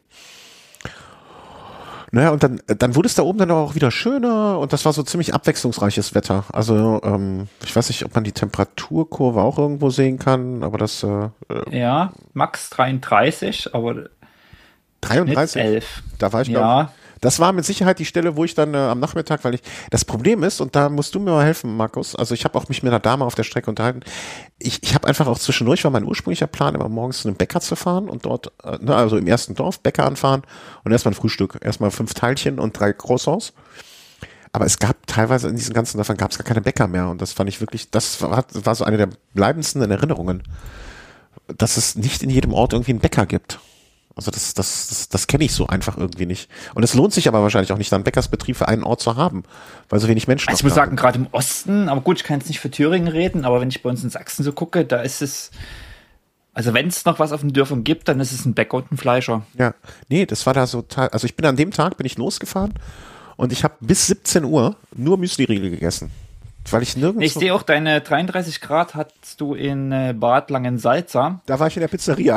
Naja, und dann wurde es da oben dann auch wieder schöner und das war so ziemlich abwechslungsreiches Wetter. Also ich weiß nicht, ob man die Temperaturkurve auch irgendwo sehen kann, aber das ja, max 33, aber 33? 11. Da war ich, ja. Das war mit Sicherheit die Stelle, wo ich dann am Nachmittag, das Problem ist, und da musst du mir mal helfen, Markus, also ich habe auch mich mit einer Dame auf der Strecke unterhalten, ich habe einfach auch zwischendurch, war mein ursprünglicher Plan, immer morgens zu einem Bäcker zu fahren und dort, also im ersten Dorf, Bäcker anfahren und erstmal ein Frühstück, erstmal 5 Teilchen und 3 Croissants. Aber es gab teilweise in diesen ganzen Dörfern gab es gar keine Bäcker mehr und das fand ich wirklich, das war so eine der bleibendsten Erinnerungen, dass es nicht in jedem Ort irgendwie einen Bäcker gibt. Also das kenne ich so einfach irgendwie nicht. Und es lohnt sich aber wahrscheinlich auch nicht, dann einen Bäckersbetrieb für einen Ort zu haben, weil so wenig Menschen. Also ich muss sagen, gerade im Osten, aber gut, ich kann jetzt nicht für Thüringen reden, aber wenn ich bei uns in Sachsen so gucke, da ist es, also wenn es noch was auf den Dörfern gibt, dann ist es ein Bäcker und ein Fleischer. Ja, nee, das war da so, also ich bin an dem Tag, bin ich losgefahren und ich habe bis 17 Uhr nur Müsli-Riegel gegessen. Weil ich nirgends. Ich sehe auch, deine 33 Grad hattest du in Bad Langensalza. Da war ich in der Pizzeria.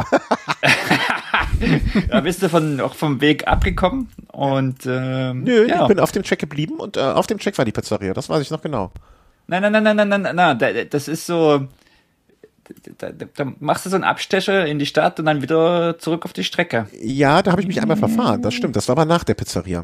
Da bist du auch vom Weg abgekommen und nö, ja. Ich bin auf dem Check geblieben und auf dem Check war die Pizzeria, das weiß ich noch genau. Nein, das ist so, da machst du so einen Abstecher in die Stadt und dann wieder zurück auf die Strecke. Ja, da habe ich mich einmal verfahren, das stimmt, das war aber nach der Pizzeria.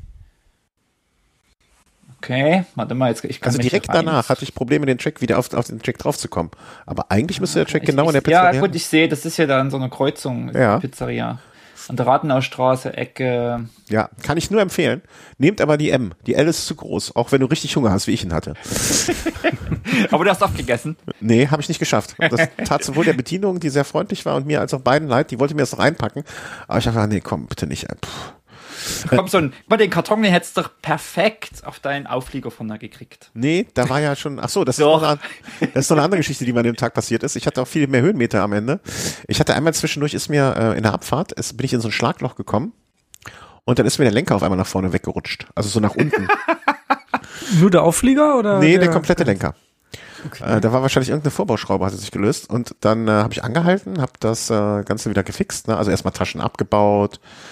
Okay, warte mal, jetzt ich kann also direkt danach hatte ich Probleme, den Track wieder auf den Track draufzukommen. Aber eigentlich müsste der Track genau in der Pizzeria. Ja, gut, ich sehe, das ist ja dann so eine Kreuzung, ja. Pizzeria. An der Rathenaustraße, Ecke. Ja, kann ich nur empfehlen. Nehmt aber die M. Die L ist zu groß, auch wenn du richtig Hunger hast, wie ich ihn hatte. Aber du hast aufgegessen? Nee, habe ich nicht geschafft. Das tat sowohl der Bedienung, die sehr freundlich war, und mir als auch beiden leid. Die wollte mir das noch einpacken. Aber ich dachte, nee, komm, bitte nicht. Komm, den Karton, den hättest du doch perfekt auf deinen Auflieger von da gekriegt. Nee, da war ja schon, ach so, das ist noch eine andere Geschichte, die mir an dem Tag passiert ist. Ich hatte auch viel mehr Höhenmeter am Ende. Ich hatte einmal zwischendurch, ist mir in der Abfahrt, bin ich in so ein Schlagloch gekommen und dann ist mir der Lenker auf einmal nach vorne weggerutscht. Also so nach unten. Nur der Auflieger oder? Nee, der komplette Lenker. Okay. Da war wahrscheinlich irgendeine Vorbauschraube, hatte sich gelöst und dann habe ich angehalten, habe das Ganze wieder gefixt, ne? Also erstmal Taschen abgebaut,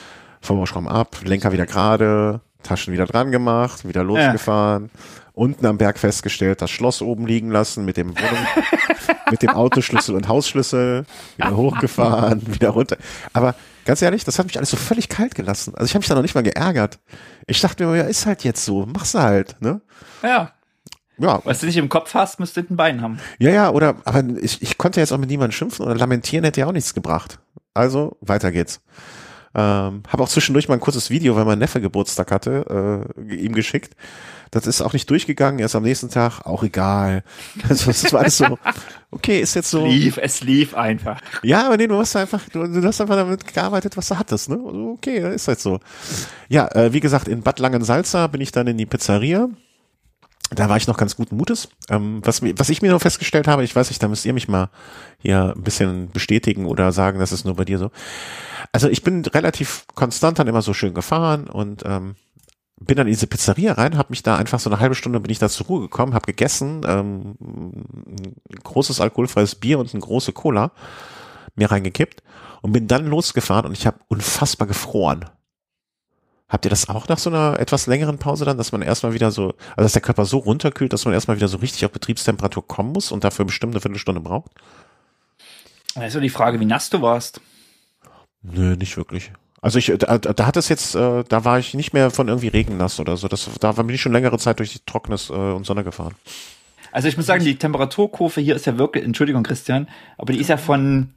Vorwärtsschraube ab, Lenker wieder gerade, Taschen wieder dran gemacht, wieder losgefahren, unten am Berg festgestellt, das Schloss oben liegen lassen mit dem mit dem Autoschlüssel und Hausschlüssel, wieder hochgefahren, wieder runter. Aber ganz ehrlich, das hat mich alles so völlig kalt gelassen. Also ich habe mich da noch nicht mal geärgert. Ich dachte mir, ja, ist halt jetzt so, mach's halt, ne? Ja. Ja. Was du nicht im Kopf hast, musst du ein Bein haben. Ja, aber ich konnte jetzt auch mit niemandem schimpfen oder lamentieren, hätte ja auch nichts gebracht. Also, weiter geht's. Habe auch zwischendurch mal ein kurzes Video, weil mein Neffe Geburtstag hatte, ihm geschickt. Das ist auch nicht durchgegangen, erst am nächsten Tag, auch egal. Also, das war alles so, okay, ist jetzt so. Es lief einfach. Ja, aber nee, du hast einfach damit gearbeitet, was du hattest, ne? Also, okay, ist halt so. Ja, wie gesagt, in Bad Langensalza bin ich dann in die Pizzeria. Da war ich noch ganz guten Mutes. Was ich mir noch festgestellt habe, ich weiß nicht, da müsst ihr mich mal hier ein bisschen bestätigen oder sagen, das ist nur bei dir so. Also ich bin relativ konstant dann immer so schön gefahren und bin dann in diese Pizzeria rein, habe mich da einfach so eine halbe Stunde bin ich da zur Ruhe gekommen, habe gegessen, ein großes alkoholfreies Bier und eine große Cola mir reingekippt und bin dann losgefahren und ich habe unfassbar gefroren. Habt ihr das auch nach so einer etwas längeren Pause dann, dass man erstmal wieder so, also dass der Körper so runterkühlt, dass man erstmal wieder so richtig auf Betriebstemperatur kommen muss und dafür bestimmt eine Viertelstunde braucht? Also die Frage, wie nass du warst. Nö, nicht wirklich. Also da hat es jetzt, da war ich nicht mehr von irgendwie regennass oder so. Da bin ich schon längere Zeit durch die Trocknis und Sonne gefahren. Also ich muss sagen, die Temperaturkurve hier ist ja wirklich, Entschuldigung Christian, aber die ist ja von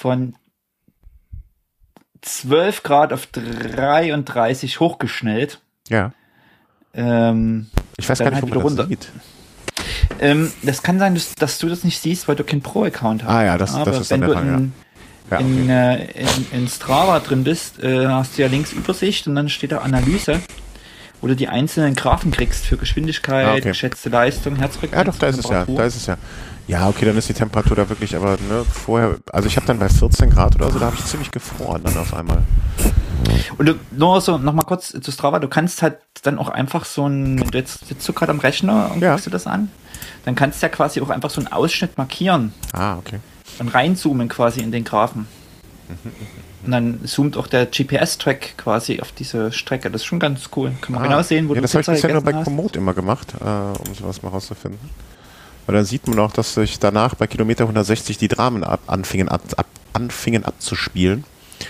12 Grad auf 33 hochgeschnellt. Ja. Ich weiß gar nicht, wo man das sieht. Das kann sein, dass du das nicht siehst, weil du keinen Pro-Account hast. Ah ja, das ist dann der Fall, ja. In Strava drin bist, hast du ja links Übersicht und dann steht da Analyse, wo du die einzelnen Graphen kriegst für Geschwindigkeit, geschätzte Leistung, Herzfrequenz. Ja doch, da ist es ja. Ja, okay, dann ist die Temperatur da wirklich, aber ne, vorher, also ich habe dann bei 14 Grad oder so, da habe ich ziemlich gefroren dann auf einmal. Und du, nur so, nochmal kurz zu Strava, du kannst halt dann auch einfach jetzt sitzt du gerade am Rechner und guckst dir das an, dann kannst du ja quasi auch einfach so einen Ausschnitt markieren. Ah, okay. Und reinzoomen quasi in den Graphen. Und dann zoomt auch der GPS-Track quasi auf diese Strecke. Das ist schon ganz cool. Kann man genau sehen, wo du das habe ich bisher nur bei Komoot immer gemacht, um sowas mal rauszufinden. Weil dann sieht man auch, dass sich danach bei Kilometer 160 die Dramen anfingen abzuspielen.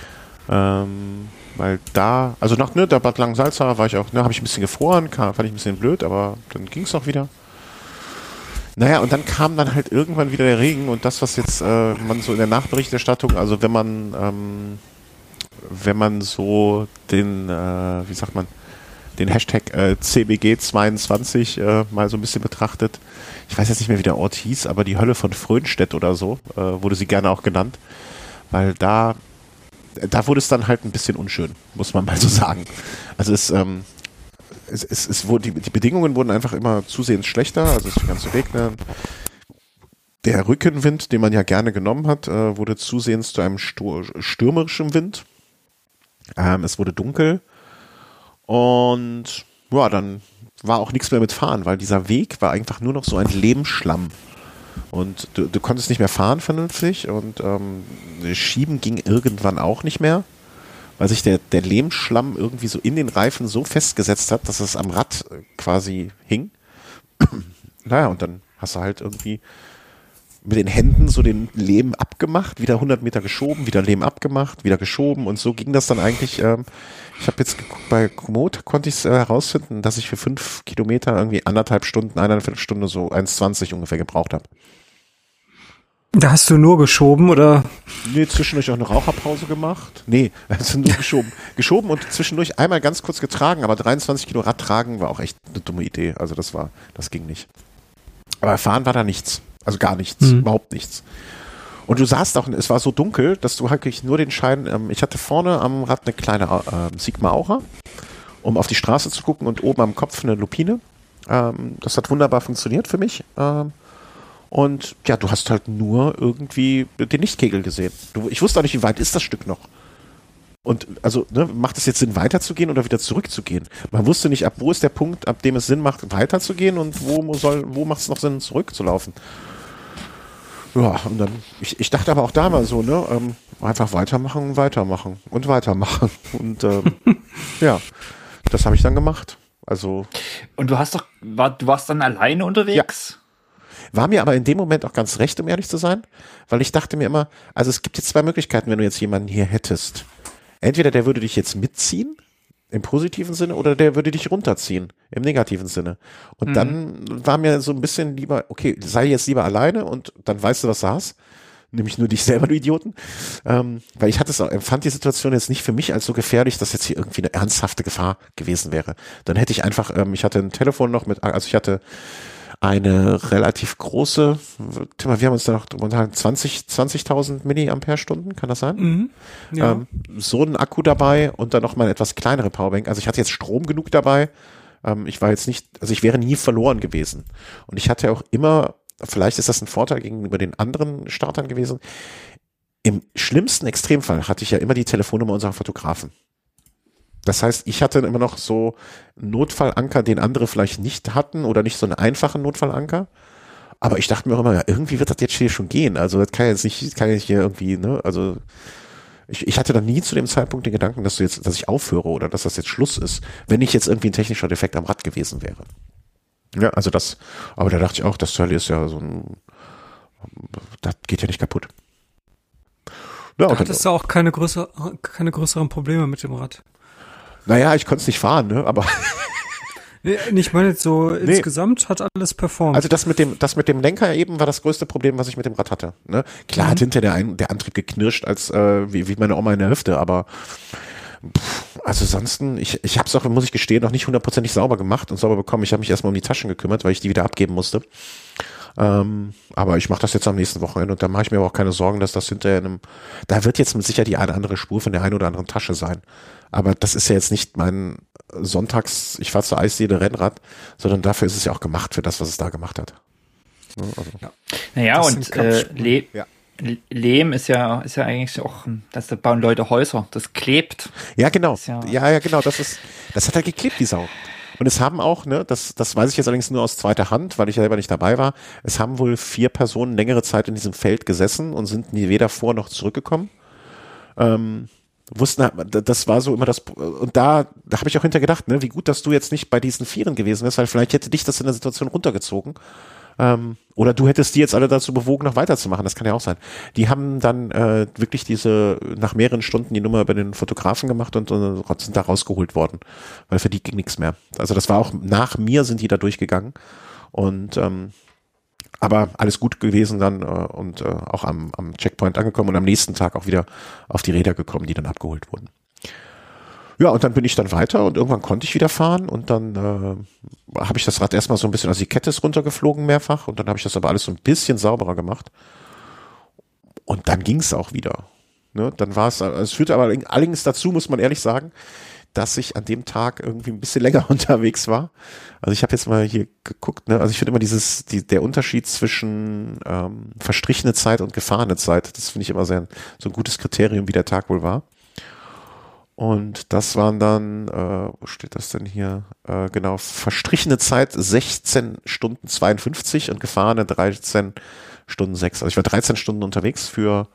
Weil da, also nach der Bad Langensalza war ich auch, habe ich ein bisschen gefroren, fand ich ein bisschen blöd, aber dann ging es auch wieder. Naja, und dann kam dann halt irgendwann wieder der Regen und das, was jetzt man so in der Nachberichterstattung, also wenn man so den, wie sagt man, den Hashtag CBG22 mal so ein bisschen betrachtet. Ich weiß jetzt nicht mehr, wie der Ort hieß, aber die Hölle von Frönstedt oder so, wurde sie gerne auch genannt, weil da wurde es dann halt ein bisschen unschön, muss man mal so sagen. Also es wurde, die Bedingungen wurden einfach immer zusehends schlechter, also es begann zu regnen. Der Rückenwind, den man ja gerne genommen hat, wurde zusehends zu einem stürmerischen Wind. Es wurde dunkel und ja, dann war auch nichts mehr mit Fahren, weil dieser Weg war einfach nur noch so ein Lehmschlamm. Und du konntest nicht mehr fahren vernünftig und Schieben ging irgendwann auch nicht mehr, weil sich der Lehmschlamm irgendwie so in den Reifen so festgesetzt hat, dass es am Rad quasi hing. Naja, und dann hast du halt irgendwie mit den Händen so den Lehm abgemacht, wieder 100 Meter geschoben, wieder Lehm abgemacht, wieder geschoben und so ging das dann eigentlich. Ich habe jetzt geguckt, bei Komoot konnte ich es herausfinden, dass ich für 5 Kilometer irgendwie 1,5 Stunden, 1,25 Stunden so 1,20 ungefähr gebraucht habe. Da hast du nur geschoben, oder? Nee, zwischendurch auch eine Raucherpause gemacht. Nee, also nur geschoben. Geschoben und zwischendurch einmal ganz kurz getragen, aber 23 Kilo Rad tragen war auch echt eine dumme Idee. Also das ging nicht. Aber fahren war da nichts. Also gar nichts, überhaupt nichts. Und du saßt auch, es war so dunkel, dass du wirklich nur den Schein, ich hatte vorne am Rad eine kleine Sigma Aura, um auf die Straße zu gucken und oben am Kopf eine Lupine. Das hat wunderbar funktioniert für mich. Und ja, du hast halt nur irgendwie den Lichtkegel gesehen. Ich wusste auch nicht, wie weit ist das Stück noch. Und also, macht es jetzt Sinn, weiterzugehen oder wieder zurückzugehen? Man wusste nicht, ab wo ist der Punkt, ab dem es Sinn macht, weiterzugehen und wo macht es noch Sinn, zurückzulaufen. Ja, und dann, ich dachte aber auch da mal so, Einfach weitermachen und weitermachen und weitermachen. Und ja, das habe ich dann gemacht. Also. Und du warst dann alleine unterwegs? Ja. War mir aber in dem Moment auch ganz recht, um ehrlich zu sein, weil ich dachte mir immer, also es gibt jetzt zwei Möglichkeiten, wenn du jetzt jemanden hier hättest. Entweder der würde dich jetzt mitziehen, im positiven Sinne, oder der würde dich runterziehen, im negativen Sinne. Und dann war mir so ein bisschen lieber, okay, sei jetzt lieber alleine und dann weißt du, was du hast. Nämlich nur dich selber, du Idioten. Weil ich empfand die Situation jetzt nicht für mich als so gefährlich, dass jetzt hier irgendwie eine ernsthafte Gefahr gewesen wäre. Dann hätte ich einfach, ich hatte ein Telefon noch also ich hatte eine relativ große, wir haben uns da noch momentan 20.000 Milliampere-Stunden, kann das sein? Mhm. Ja. So ein Akku dabei und dann noch mal eine etwas kleinere Powerbank. Also ich hatte jetzt Strom genug dabei. Ich wäre nie verloren gewesen. Und ich hatte auch immer, vielleicht ist das ein Vorteil gegenüber den anderen Startern gewesen, im schlimmsten Extremfall hatte ich ja immer die Telefonnummer unserer Fotografen. Das heißt, ich hatte immer noch so einen Notfallanker, den andere vielleicht nicht hatten oder nicht so einen einfachen Notfallanker. Aber ich dachte mir auch immer, ja, irgendwie wird das jetzt hier schon gehen. Also das kann jetzt hier irgendwie, ne, also ich hatte dann nie zu dem Zeitpunkt den Gedanken, dass ich aufhöre oder dass das jetzt Schluss ist, wenn nicht jetzt irgendwie ein technischer Defekt am Rad gewesen wäre. Ja, also aber da dachte ich auch, das Teil ist ja das geht ja nicht kaputt. Ja, da hattest du auch keine größeren Probleme mit dem Rad. Naja, ich konnte es nicht fahren, ne, aber. Nee, ich meine jetzt so insgesamt hat alles performt. Also das mit dem Lenker eben war das größte Problem, was ich mit dem Rad hatte, ne. Klar hat hinterher der Antrieb geknirscht als, wie meine Oma in der Hüfte, aber, also ansonsten, ich hab's auch, muss ich gestehen, noch nicht 100% sauber gemacht und sauber bekommen. Ich habe mich erstmal um die Taschen gekümmert, weil ich die wieder abgeben musste. Aber ich mache das jetzt am nächsten Wochenende und da mache ich mir aber auch keine Sorgen, dass das hinterher da wird jetzt mit Sicherheit die eine oder andere Spur von der einen oder anderen Tasche sein. Aber das ist ja jetzt nicht mein ich fahre zur Eisdiele Rennrad, sondern dafür ist es ja auch gemacht für das, was es da gemacht hat. Also. Ja. Naja, und Lehm ist ja eigentlich auch, da bauen Leute Häuser, das klebt. Ja, genau. Ja, genau, das hat halt geklebt, die Sau. Und es haben auch, ne, das weiß ich jetzt allerdings nur aus zweiter Hand, weil ich ja selber nicht dabei war, es haben wohl 4 Personen längere Zeit in diesem Feld gesessen und sind nie weder vor noch zurückgekommen. Wussten, das war so immer das, und da habe ich auch hinterher gedacht, ne, wie gut, dass du jetzt nicht bei diesen Vieren gewesen wärst, weil vielleicht hätte dich das in der Situation runtergezogen. Oder du hättest die jetzt alle dazu bewogen, noch weiterzumachen. Das kann ja auch sein. Die haben dann wirklich nach mehreren Stunden die Nummer über den Fotografen gemacht und sind da rausgeholt worden, weil für die ging nichts mehr. Also das war auch nach mir sind die da durchgegangen und aber alles gut gewesen dann und auch am Checkpoint angekommen und am nächsten Tag auch wieder auf die Räder gekommen, die dann abgeholt wurden. Ja, und dann bin ich dann weiter und irgendwann konnte ich wieder fahren und dann habe ich das Rad erstmal so ein bisschen, also die Kette ist runtergeflogen mehrfach und dann habe ich das aber alles so ein bisschen sauberer gemacht und dann ging es auch wieder. Ne? Dann war es führte aber allerdings dazu, muss man ehrlich sagen, dass ich an dem Tag irgendwie ein bisschen länger unterwegs war. Also ich habe jetzt mal hier geguckt, ne? Also ich finde immer der Unterschied zwischen verstrichene Zeit und gefahrene Zeit, das finde ich immer so ein gutes Kriterium, wie der Tag wohl war. Und das waren dann, wo steht das denn hier? Genau, verstrichene Zeit 16 Stunden 52 und gefahrene 13 Stunden 6. Also ich war 13 Stunden unterwegs für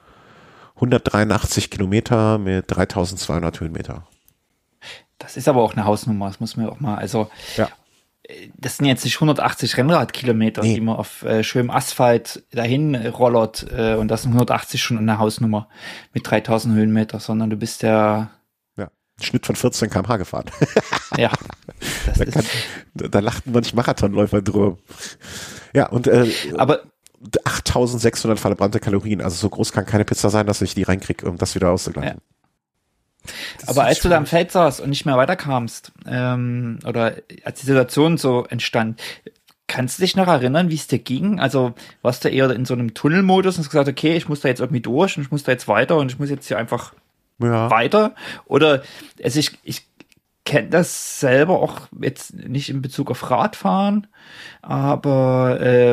183 Kilometer mit 3200 Höhenmeter. Das ist aber auch eine Hausnummer, das muss man auch mal, also ja. Das sind jetzt nicht 180 Rennradkilometer, die man auf schönem Asphalt dahin rollert und das sind 180 schon eine Hausnummer mit 3000 Höhenmeter, sondern du bist ja Schnitt von 14 km/h gefahren. Ja. Da lachten manche Marathonläufer drüber. Ja, und aber 8600 verbrannte Kalorien, also so groß kann keine Pizza sein, dass ich die reinkriege, um das wieder auszugleichen. Ja. Aber als du da am Feld saßt und nicht mehr weiterkamst, oder als die Situation so entstand, kannst du dich noch erinnern, wie es dir ging? Also warst du eher in so einem Tunnelmodus und hast gesagt, okay, ich muss da jetzt irgendwie durch und ich muss da jetzt weiter und ich muss jetzt hier einfach weiter? Oder also ich kenne das selber auch jetzt nicht in Bezug auf Radfahren, aber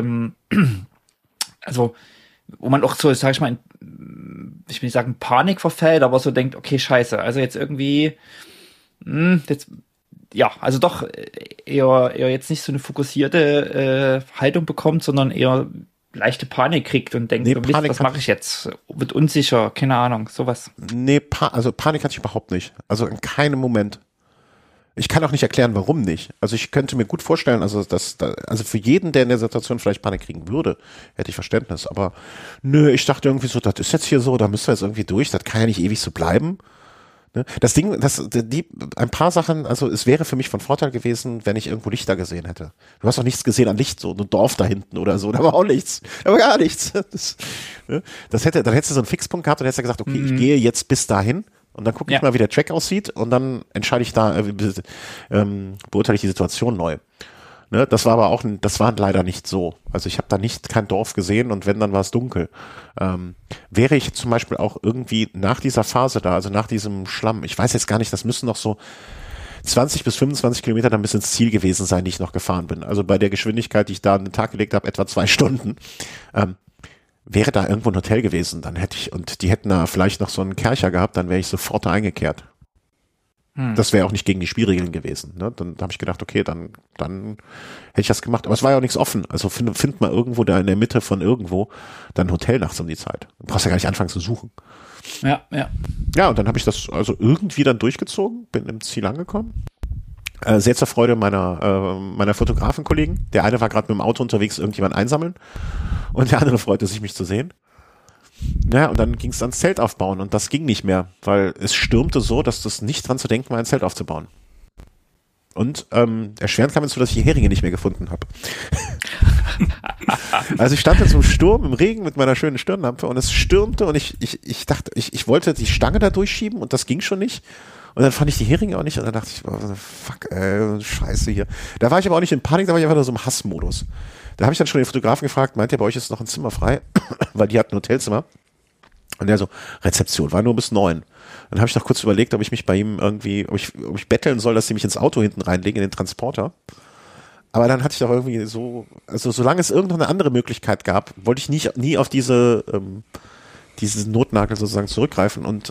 also wo man auch so, sag ich mal, ich will nicht sagen Panik verfällt, aber so denkt, okay, scheiße, also jetzt irgendwie jetzt also doch eher jetzt nicht so eine fokussierte Haltung bekommt, sondern eher leichte Panik kriegt und denkt, was mache ich jetzt? Wird unsicher, keine Ahnung, sowas. Nee, also Panik hatte ich überhaupt nicht. Also in keinem Moment. Ich kann auch nicht erklären, warum nicht. Also ich könnte mir gut vorstellen, also für jeden, der in der Situation vielleicht Panik kriegen würde, hätte ich Verständnis. Aber nö, ich dachte irgendwie so, das ist jetzt hier so, da müssen wir jetzt irgendwie durch, das kann ja nicht ewig so bleiben. Das Ding, ein paar Sachen, also es wäre für mich von Vorteil gewesen, wenn ich irgendwo Lichter gesehen hätte. Du hast doch nichts gesehen an Licht, so ein Dorf da hinten oder so, da war auch nichts, da war gar nichts. Dann hättest du so einen Fixpunkt gehabt und hättest gesagt, okay, ich gehe jetzt bis dahin und dann gucke ich mal, wie der Track aussieht und dann entscheide ich beurteile ich die Situation neu. Ne, das war leider nicht so. Also ich habe da kein Dorf gesehen und wenn, dann war es dunkel. Wäre ich zum Beispiel auch irgendwie nach dieser Phase da, also nach diesem Schlamm, ich weiß jetzt gar nicht, das müssen noch so 20 bis 25 Kilometer dann bis ins Ziel gewesen sein, die ich noch gefahren bin. Also bei der Geschwindigkeit, die ich da an den Tag gelegt habe, etwa 2 Stunden. Wäre da irgendwo ein Hotel gewesen, und die hätten da vielleicht noch so einen Kercher gehabt, dann wäre ich sofort da eingekehrt. Das wäre auch nicht gegen die Spielregeln gewesen. Ne? Dann habe ich gedacht, okay, dann hätte ich das gemacht. Aber es war ja auch nichts offen. Also find mal irgendwo da in der Mitte von irgendwo dann ein Hotel nachts um die Zeit. Du brauchst ja gar nicht anfangen zu suchen. Ja. Ja, und dann habe ich das also irgendwie dann durchgezogen, bin im Ziel angekommen. Sehr zur Freude meiner Fotografenkollegen. Der eine war gerade mit dem Auto unterwegs, irgendjemand einsammeln. Und der andere freute sich, mich zu sehen. Ja, und dann ging es ans Zelt aufbauen und das ging nicht mehr, weil es stürmte so, dass das nicht dran zu denken war, ein Zelt aufzubauen. Und erschwerend kam hinzu, dass ich die Heringe nicht mehr gefunden habe. Also ich stand jetzt im Sturm, im Regen mit meiner schönen Stirnlampe und es stürmte und ich dachte, ich wollte die Stange da durchschieben und das ging schon nicht. Und dann fand ich die Heringe auch nicht und dann dachte ich, fuck, scheiße hier. Da war ich aber auch nicht in Panik, da war ich einfach nur so im Hassmodus. Da habe ich dann schon den Fotografen gefragt, meint ihr, bei euch ist noch ein Zimmer frei? Weil die hatten ein Hotelzimmer. Und der so, Rezeption, war nur bis 9. Dann habe ich noch kurz überlegt, ob ich mich bei ihm irgendwie, ob ich betteln soll, dass sie mich ins Auto hinten reinlegen, in den Transporter. Aber dann hatte ich doch irgendwie so, also solange es irgendeine andere Möglichkeit gab, wollte ich nie auf diesen Notnagel sozusagen zurückgreifen. Und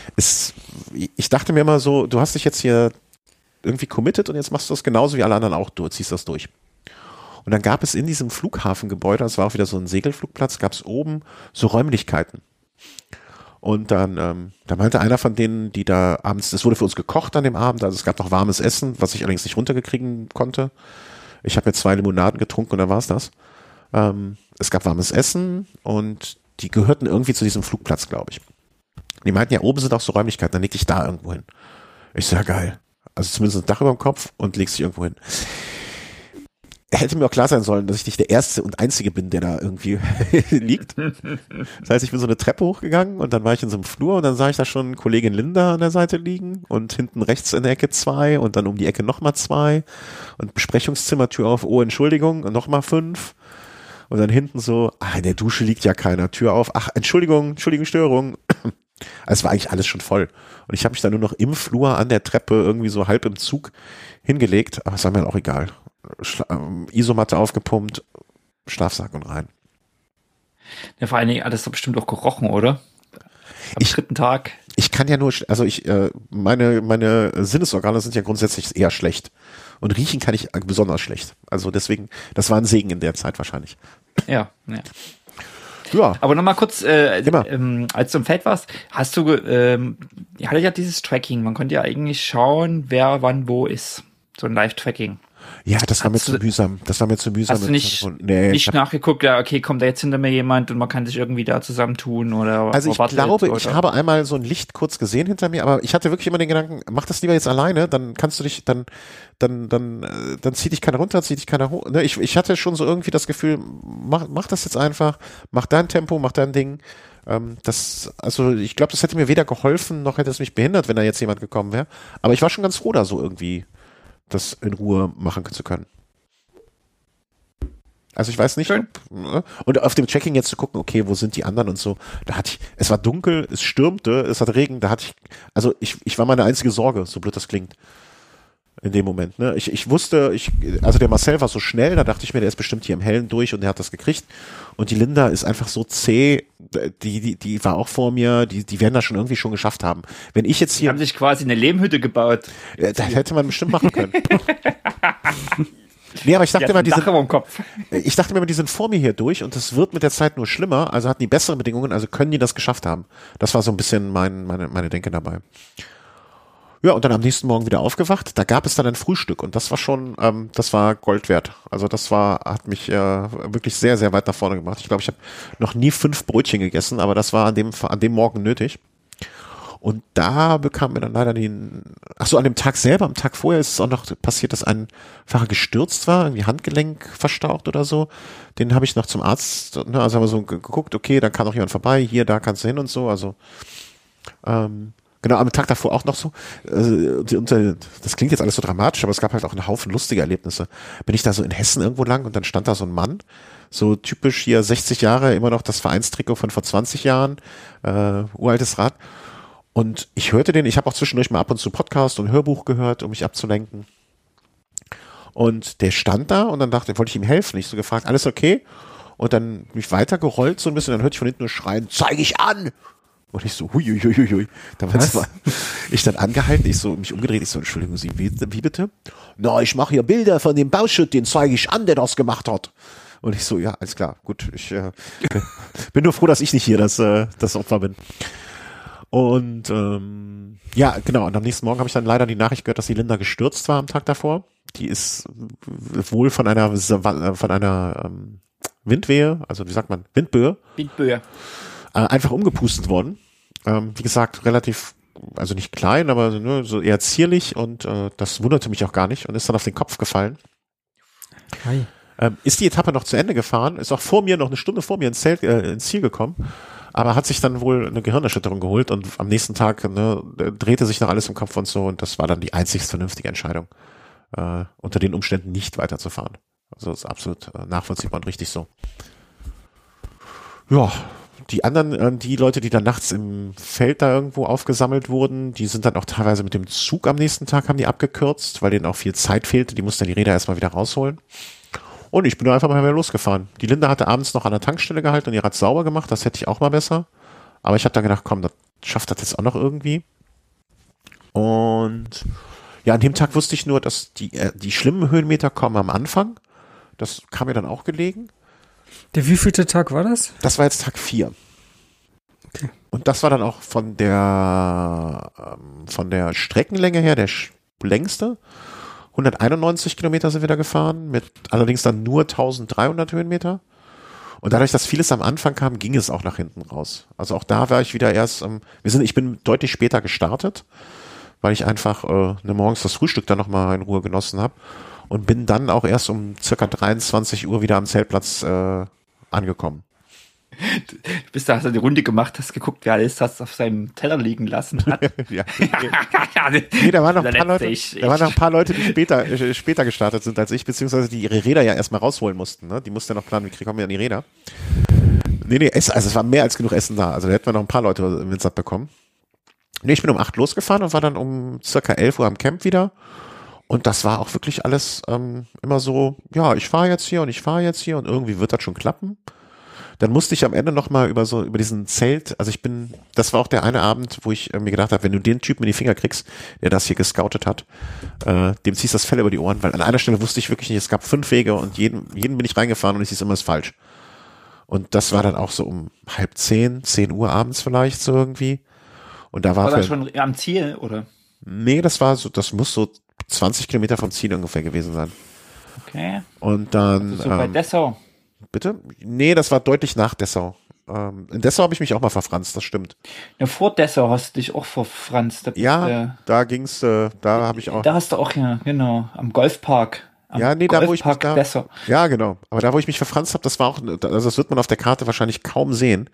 ich dachte mir immer so, du hast dich jetzt hier irgendwie committed und jetzt machst du das genauso wie alle anderen auch, du ziehst das durch. Und dann gab es in diesem Flughafengebäude, das war auch wieder so ein Segelflugplatz, gab es oben so Räumlichkeiten. Und dann, da meinte einer von denen, die da abends, es wurde für uns gekocht an dem Abend, also es gab noch warmes Essen, was ich allerdings nicht runtergekriegen konnte. Ich habe mir 2 Limonaden getrunken und dann war es das. Es gab warmes Essen und die gehörten irgendwie zu diesem Flugplatz, glaube ich. Die meinten, ja, oben sind auch so Räumlichkeiten, dann leg dich da irgendwo hin. Ich so, ja geil. Also zumindest ein Dach über dem Kopf und legst dich irgendwo hin. Hätte mir auch klar sein sollen, dass ich nicht der Erste und Einzige bin, der da irgendwie liegt. Das heißt, ich bin so eine Treppe hochgegangen und dann war ich in so einem Flur und dann sah ich da schon Kollegin Linda an der Seite liegen und hinten rechts in der Ecke 2 und dann um die Ecke nochmal 2 und Besprechungszimmertür auf, oh Entschuldigung, und nochmal 5 und dann hinten so, in der Dusche liegt ja keiner, Tür auf, Entschuldigung, Störung. Also es war eigentlich alles schon voll und ich habe mich dann nur noch im Flur an der Treppe irgendwie so halb im Zug hingelegt, aber es war mir auch egal. Isomatte aufgepumpt, Schlafsack und rein. Ja, vor allen Dingen hat das doch bestimmt auch gerochen, oder? Am 3. Tag. Ich kann ja nur, also meine Sinnesorgane sind ja grundsätzlich eher schlecht. Und riechen kann ich besonders schlecht. Also deswegen, das war ein Segen in der Zeit wahrscheinlich. Ja. Ja. Aber nochmal kurz, als du im Feld warst, hattet ja dieses Tracking. Man konnte ja eigentlich schauen, wer wann wo ist. So ein Live-Tracking. Ja, das war mir zu mühsam. Hast du nicht nachgeguckt, ja, okay, kommt da jetzt hinter mir jemand und man kann sich irgendwie da zusammentun oder also ich glaube, ich habe einmal so ein Licht kurz gesehen hinter mir, aber ich hatte wirklich immer den Gedanken, mach das lieber jetzt alleine, dann kannst du dich, dann zieht dich keiner runter, zieht dich keiner hoch. Ne? Ich hatte schon so irgendwie das Gefühl, mach das jetzt einfach, mach dein Tempo, mach dein Ding. Also ich glaube, das hätte mir weder geholfen, noch hätte es mich behindert, wenn da jetzt jemand gekommen wäre. Aber ich war schon ganz froh, da so irgendwie das in Ruhe machen zu können. Also ich weiß nicht, und auf dem Tracking jetzt zu gucken, okay, wo sind die anderen und so, es war dunkel, es stürmte, es hat Regen, ich war meine einzige Sorge, so blöd das klingt, in dem Moment, ne? Ich wusste, also der Marcel war so schnell, da dachte ich mir, der ist bestimmt hier im Hellen durch und der hat das gekriegt und die Linda ist einfach so zäh, die war auch vor mir, die werden das schon irgendwie schon geschafft haben. Wenn ich jetzt hier... Die haben sich quasi eine Lehmhütte gebaut. Das hätte man bestimmt machen können. Nee, aber ich dachte immer, die sind vor mir hier durch und es wird mit der Zeit nur schlimmer, also hatten die bessere Bedingungen, also können die das geschafft haben. Das war so ein bisschen meine Denke dabei. Ja, und dann am nächsten Morgen wieder aufgewacht, da gab es dann ein Frühstück und das war schon, das war Gold wert. Also hat mich wirklich sehr, sehr weit nach vorne gebracht. Ich glaube, ich habe noch nie 5 Brötchen gegessen, aber das war an dem Morgen nötig. Und da bekam mir dann leider an dem Tag selber, am Tag vorher ist es auch noch passiert, dass ein Fahrer gestürzt war, irgendwie Handgelenk verstaucht oder so. Den habe ich noch zum Arzt, also haben wir so geguckt, okay, dann kann auch jemand vorbei, hier, da kannst du hin und so, also, genau, am Tag davor auch noch so, das klingt jetzt alles so dramatisch, aber es gab halt auch einen Haufen lustiger Erlebnisse. Bin ich da so in Hessen irgendwo lang und dann stand da so ein Mann, so typisch hier 60 Jahre, immer noch das Vereinstrikot von vor 20 Jahren, uraltes Rad. Und ich hörte ich habe auch zwischendurch mal ab und zu Podcast und Hörbuch gehört, um mich abzulenken. Und der stand da und dann wollte ich ihm helfen. Ich so gefragt, alles okay? Und dann mich weitergerollt so ein bisschen, dann hörte ich von hinten nur schreien, zeig ich an! Und ich so, hui. Da war ich dann angehalten, ich so mich umgedreht, ich so, Entschuldigung, Sie, wie bitte? Na, ich mache hier Bilder von dem Bauschutt, den zeige ich an, der das gemacht hat. Und ich so, ja, alles klar, gut, ich bin nur froh, dass ich nicht hier das Opfer bin. Und ja, genau, und am nächsten Morgen habe ich dann leider die Nachricht gehört, dass die Linda gestürzt war am Tag davor. Die ist wohl von einer Windwehe, also wie sagt man, Windböe, einfach umgepustet worden. Wie gesagt, relativ, also nicht klein, aber so eher zierlich und das wunderte mich auch gar nicht und ist dann auf den Kopf gefallen. Hi. Ist die Etappe noch zu Ende gefahren, ist auch noch eine Stunde vor mir ins Ziel gekommen, aber hat sich dann wohl eine Gehirnerschütterung geholt und am nächsten Tag drehte sich noch alles im Kopf und so und das war dann die einzigst vernünftige Entscheidung, unter den Umständen nicht weiterzufahren. Also das ist absolut nachvollziehbar und richtig so. Ja, die anderen, die Leute, die dann nachts im Feld da irgendwo aufgesammelt wurden, die sind dann auch teilweise mit dem Zug am nächsten Tag, haben die abgekürzt, weil denen auch viel Zeit fehlte, die mussten dann die Räder erstmal wieder rausholen. Und ich bin da einfach mal wieder losgefahren. Die Linda hatte abends noch an der Tankstelle gehalten und ihr Rad sauber gemacht. Das hätte ich auch mal besser. Aber ich habe dann gedacht, komm, das schafft das jetzt auch noch irgendwie. Und ja, an dem Tag wusste ich nur, dass die schlimmen Höhenmeter kommen am Anfang. Das kam mir dann auch gelegen. Der wievielte Tag war das? Das war jetzt Tag 4. Okay. Und das war dann auch von der Streckenlänge her der längste. 191 Kilometer sind wir da gefahren, mit allerdings dann nur 1300 Höhenmeter. Und dadurch, dass vieles am Anfang kam, ging es auch nach hinten raus. Also auch da war ich wieder erst, ich bin deutlich später gestartet, weil ich einfach morgens das Frühstück dann nochmal in Ruhe genossen habe und bin dann auch erst um circa 23 Uhr wieder am Zeltplatz angekommen. Du bist da, hast du die Runde gemacht, hast geguckt, wer alles das auf seinem Teller liegen lassen hat. Ja. Nee, da waren noch ein paar Leute, die später gestartet sind als ich, beziehungsweise die ihre Räder ja erstmal rausholen mussten. Ne? Die mussten ja noch planen, wie kommen wir an die Räder. Nee, es war mehr als genug Essen da. Also da hätten wir noch ein paar Leute im Windsat bekommen. Nee, ich bin um 8 losgefahren und war dann um circa 11 Uhr am Camp wieder. Und das war auch wirklich alles immer so, ja, ich fahre jetzt hier und irgendwie wird das schon klappen. Dann musste ich am Ende nochmal über diesen Zelt, also das war auch der eine Abend, wo ich mir gedacht habe, wenn du den Typen in die Finger kriegst, der das hier gescoutet hat, dem ziehst das Fell über die Ohren, weil an einer Stelle wusste ich wirklich nicht, es gab 5 Wege und jeden bin ich reingefahren und ich hieß immer, ist falsch. Und das war dann auch so um 9:30, 10 Uhr abends vielleicht so irgendwie. Und da war das schon am Ziel, oder? Nee, das muss so 20 Kilometer vom Ziel ungefähr gewesen sein. Okay. Und dann. Also so bei Dessau. Bitte? Nee, das war deutlich nach Dessau. In Dessau habe ich mich auch mal verfranst, das stimmt. Ja, vor Dessau hast du dich auch verfranst. Da ging's, da habe ich auch. Da hast du auch, ja, genau, am Golfpark. Da wo ich mich Dessau. Ja, genau. Aber da, wo ich mich verfranst habe, das war auch, also das wird man auf der Karte wahrscheinlich kaum sehen.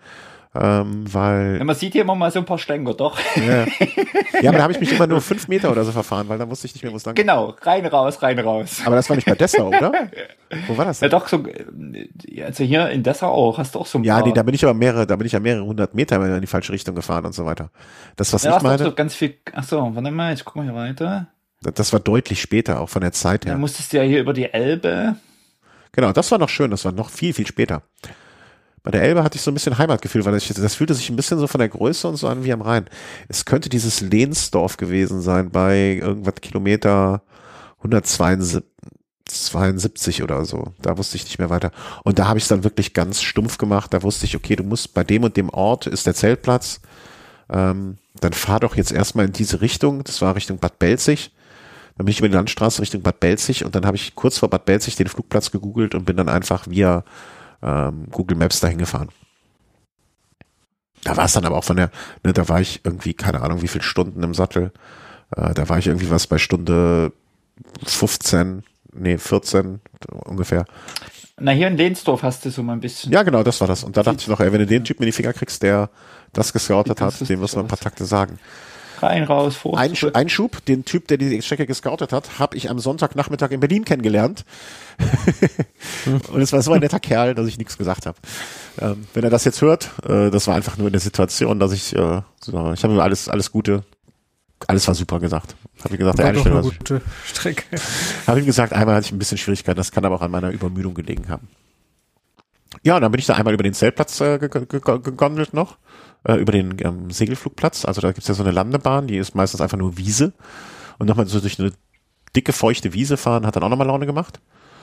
Weil. Ja, man sieht hier immer mal so ein paar Schlenker, doch. Ja, aber da habe ich mich immer nur 5 Meter oder so verfahren, weil da wusste ich nicht mehr, wo es lang geht. Genau, rein, raus. Aber das war nicht bei Dessau, oder? Wo war das denn? Ja, doch, so, also hier in Dessau auch, hast du auch so ein paar. Ja, nee, da bin ich ja mehrere 100 Meter in die falsche Richtung gefahren und so weiter. Das, was ich meine. So ganz viel, warte mal, ich guck mal hier weiter. Das war deutlich später, auch von der Zeit her. Dann musstest du ja hier über die Elbe. Genau, das war noch schön, das war noch viel, viel später. Bei der Elbe hatte ich so ein bisschen Heimatgefühl, weil das fühlte sich ein bisschen so von der Größe und so an wie am Rhein. Es könnte dieses Lehnsdorf gewesen sein bei irgendwas Kilometer 172 72 oder so. Da wusste ich nicht mehr weiter. Und da habe ich es dann wirklich ganz stumpf gemacht. Da wusste ich, okay, du musst bei dem und dem Ort ist der Zeltplatz. Dann fahr doch jetzt erstmal in diese Richtung. Das war Richtung Bad Belzig. Dann bin ich über die Landstraße Richtung Bad Belzig und dann habe ich kurz vor Bad Belzig den Flugplatz gegoogelt und bin dann einfach via Google Maps dahin gefahren. Da war es dann aber auch da war ich irgendwie, keine Ahnung, wie viele Stunden im Sattel. Da war ich irgendwie was bei Stunde 14 ungefähr. Na, hier in Lehnsdorf hast du so mal ein bisschen. Ja, genau, das war das. Und da dachte ich noch, ey, wenn du den Typen in die Finger kriegst, der das gescoutet hat, dem wirst du ein paar Takte sagen. Rein, raus, vor. Einschub, den Typ, der die Strecke gescoutet hat, habe ich am Sonntagnachmittag in Berlin kennengelernt. Und es war so ein netter Kerl, dass ich nichts gesagt habe. Wenn er das jetzt hört, das war einfach nur in der Situation, dass ich habe ihm alles Gute, alles war super gesagt. Habe ich gesagt, der War doch eine gute Strecke. Habe ihm gesagt, einmal hatte ich ein bisschen Schwierigkeiten, das kann aber auch an meiner Übermüdung gelegen haben. Ja, und dann bin ich da einmal über den Zeltplatz gegondelt noch, über den Segelflugplatz. Also da gibt's ja so eine Landebahn, die ist meistens einfach nur Wiese. Und nochmal so durch eine dicke, feuchte Wiese fahren, hat dann auch nochmal Laune gemacht.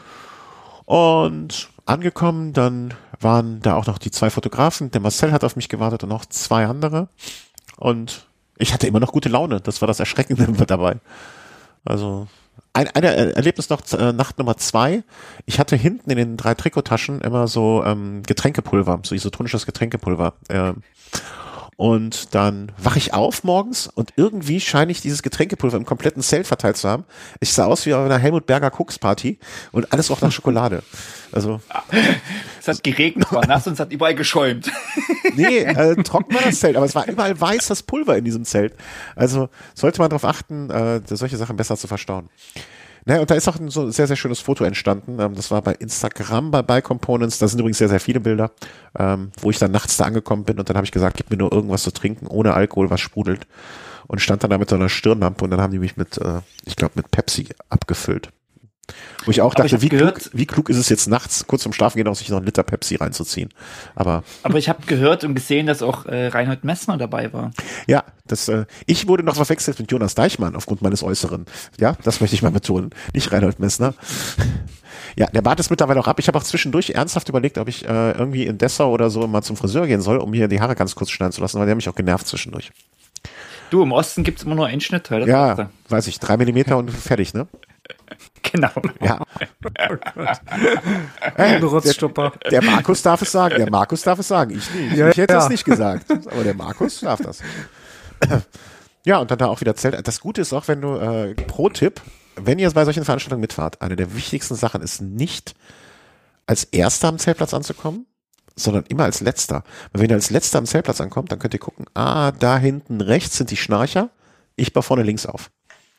Und angekommen, dann waren da auch noch die 2 Fotografen. Der Marcel hat auf mich gewartet und noch 2 andere. Und ich hatte immer noch gute Laune. Das war das Erschreckende dabei. Also ein Erlebnis noch, Nacht Nummer 2. Ich hatte hinten in den 3 Trikottaschen immer so Getränkepulver, so isotonisches Getränkepulver. Und dann wache ich auf morgens und irgendwie scheine ich dieses Getränkepulver im kompletten Zelt verteilt zu haben. Ich sah aus wie auf einer Helmut Berger Koksparty und alles roch nach Schokolade. Also es hat geregnet, war nass und es hat überall geschäumt. Nee, trocken war das Zelt, aber es war überall weißes Pulver in diesem Zelt. Also sollte man darauf achten, solche Sachen besser zu verstauen. Naja, und da ist auch so ein sehr, sehr schönes Foto entstanden. Das war bei Instagram, bei Bike Components. Da sind übrigens sehr, sehr viele Bilder, wo ich dann nachts da angekommen bin und dann habe ich gesagt, gib mir nur irgendwas zu trinken, ohne Alkohol, was sprudelt. Und stand dann da mit so einer Stirnlampe und dann haben die mich mit Pepsi abgefüllt. Wo ich auch dachte, wie klug ist es jetzt nachts, kurz vorm Schlafen gehen, auch sich noch einen Liter Pepsi reinzuziehen. Aber ich habe gehört und gesehen, dass auch Reinhold Messner dabei war. Ja, ich wurde noch verwechselt mit Jonas Deichmann aufgrund meines Äußeren. Ja, das möchte ich mal betonen. Nicht Reinhold Messner. Ja, der Bart ist mittlerweile auch ab. Ich habe auch zwischendurch ernsthaft überlegt, ob ich irgendwie in Dessau oder so mal zum Friseur gehen soll, um mir die Haare ganz kurz schneiden zu lassen, weil der hat mich auch genervt zwischendurch. Du, im Osten gibt's immer nur einen Schnitt. Ja, weiß ich, 3 Millimeter und fertig, ne? Genau. Ja. Oh Gott. Der Markus darf es sagen. Ich nicht. Ja, ich hätte es nicht gesagt. Aber der Markus darf das. Ja, und dann da auch wieder Zelt. Das Gute ist auch, wenn du, Pro-Tipp, wenn ihr bei solchen Veranstaltungen mitfahrt, eine der wichtigsten Sachen ist nicht als Erster am Zeltplatz anzukommen, sondern immer als Letzter. Weil wenn ihr als Letzter am Zeltplatz ankommt, dann könnt ihr gucken, da hinten rechts sind die Schnarcher, ich baue vorne links auf.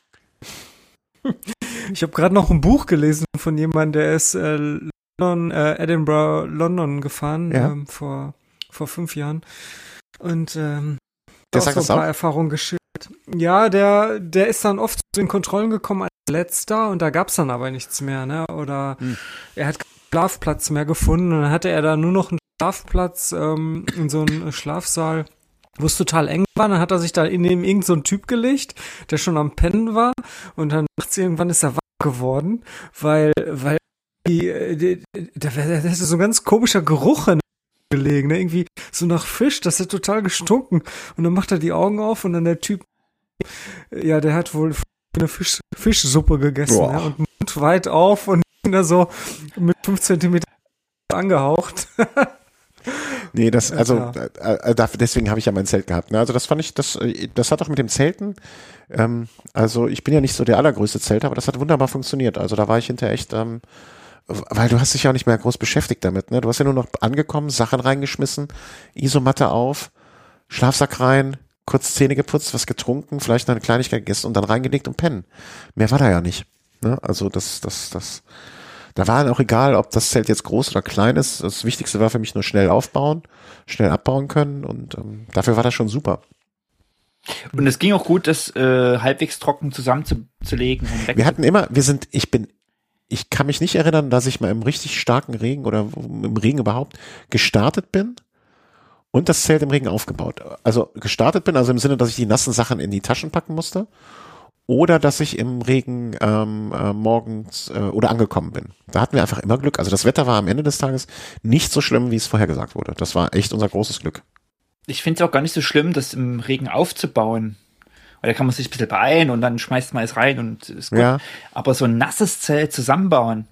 Ich habe gerade noch ein Buch gelesen von jemandem, der ist Edinburgh, London gefahren, ja. vor 5 Jahren. Und der hat sagt so ein das paar auch? Erfahrungen geschildert. Ja, der ist dann oft zu den Kontrollen gekommen als Letzter und da gab's dann aber nichts mehr, ne? Oder er hat keinen Schlafplatz mehr gefunden und dann hatte er da nur noch einen Schlafplatz in so einem Schlafsaal, wo es total eng war. Dann hat er sich da neben irgend so einen Typ gelegt, der schon am Pennen war und dann nachts irgendwann ist er wach geworden, weil da ist so ein ganz komischer Geruch in gelegen, ne? Irgendwie so nach Fisch, das hat total gestunken und dann macht er die Augen auf und dann der Typ, ja, der hat wohl eine Fischsuppe gegessen, ne? Und Mund weit auf und da so mit 5 Zentimeter angehaucht. Nee, deswegen habe ich ja mein Zelt gehabt. Ne? Also das fand ich, das hat auch mit dem Zelten, also ich bin ja nicht so der allergrößte Zelter, aber das hat wunderbar funktioniert. Also da war ich hinterher echt, weil du hast dich ja auch nicht mehr groß beschäftigt damit. Ne? Du hast ja nur noch angekommen, Sachen reingeschmissen, Isomatte auf, Schlafsack rein, kurz Zähne geputzt, was getrunken, vielleicht noch eine Kleinigkeit gegessen und dann reingelegt und pennen. Mehr war da ja nicht. Ne? Also da war dann auch egal, ob das Zelt jetzt groß oder klein ist. Das Wichtigste war für mich nur schnell aufbauen, schnell abbauen können und dafür war das schon super. Und es ging auch gut, das halbwegs trocken zusammenzulegen. Wir hatten immer, ich kann mich nicht erinnern, dass ich mal im richtig starken Regen oder im Regen überhaupt gestartet bin und das Zelt im Regen aufgebaut. Also gestartet bin, also im Sinne, dass ich die nassen Sachen in die Taschen packen musste oder dass ich im Regen morgens oder angekommen bin. Da hatten wir einfach immer Glück. Also das Wetter war am Ende des Tages nicht so schlimm, wie es vorher gesagt wurde. Das war echt unser großes Glück. Ich finde es auch gar nicht so schlimm, das im Regen aufzubauen. Weil da kann man sich ein bisschen beeilen und dann schmeißt man es rein und ist gut. Ja. Aber so ein nasses Zelt zusammenbauen,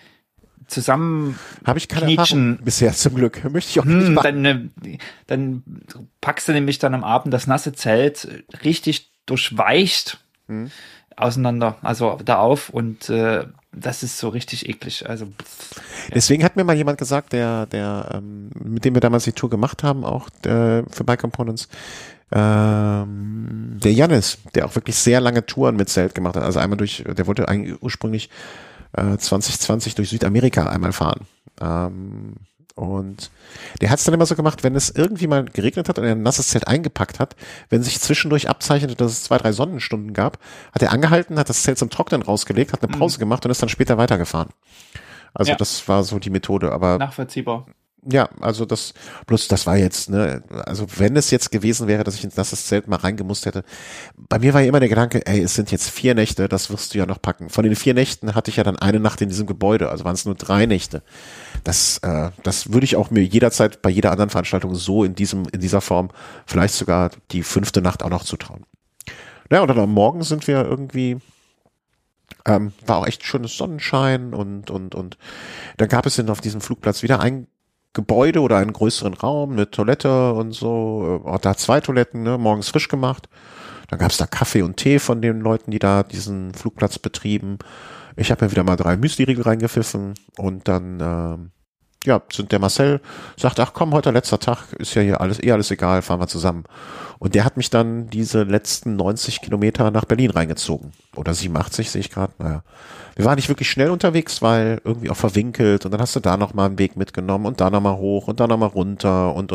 habe ich keine Erfahrung bisher zum Glück. Möchte ich auch nicht machen. Dann packst du nämlich dann am Abend das nasse Zelt richtig durchweicht auseinander, also da auf und das ist so richtig eklig. Also deswegen hat mir mal jemand gesagt, der mit dem wir damals die Tour gemacht haben, auch für Bike Components, der Jannis, der auch wirklich sehr lange Touren mit Zelt gemacht hat. Also einmal der wollte eigentlich ursprünglich 2020 durch Südamerika einmal fahren. Und der hat es dann immer so gemacht, wenn es irgendwie mal geregnet hat und er ein nasses Zelt eingepackt hat, wenn sich zwischendurch abzeichnete, dass es 2-3 Sonnenstunden gab, hat er angehalten, hat das Zelt zum Trocknen rausgelegt, hat eine Pause gemacht und ist dann später weitergefahren. Also das war so die Methode, aber nachvollziehbar. Ja, also das war jetzt, ne, also wenn es jetzt gewesen wäre, dass ich ins nasses Zelt mal reingemusst hätte, bei mir war ja immer der Gedanke, es sind jetzt 4 Nächte, das wirst du ja noch packen. Von den 4 Nächten hatte ich ja dann eine Nacht in diesem Gebäude, also waren es nur 3 Nächte. Das würde ich auch mir jederzeit bei jeder anderen Veranstaltung so in dieser Form vielleicht sogar die 5. Nacht auch noch zutrauen. Naja, und dann am Morgen sind wir irgendwie, war auch echt schönes Sonnenschein und dann gab es dann auf diesem Flugplatz wieder ein Gebäude oder einen größeren Raum mit Toilette und so, da 2 Toiletten, ne, morgens frisch gemacht. Dann gab es da Kaffee und Tee von den Leuten, die da diesen Flugplatz betrieben. Ich habe mir wieder mal 3 Müsli-Riegel reingepfiffen und dann, der Marcel sagt, ach komm, heute letzter Tag, ist ja hier alles egal, fahren wir zusammen. Und der hat mich dann diese letzten 90 Kilometer nach Berlin reingezogen. Oder 87, sehe ich gerade, naja. Wir waren nicht wirklich schnell unterwegs, weil irgendwie auch verwinkelt und dann hast du da nochmal einen Weg mitgenommen und da nochmal hoch und da nochmal runter und.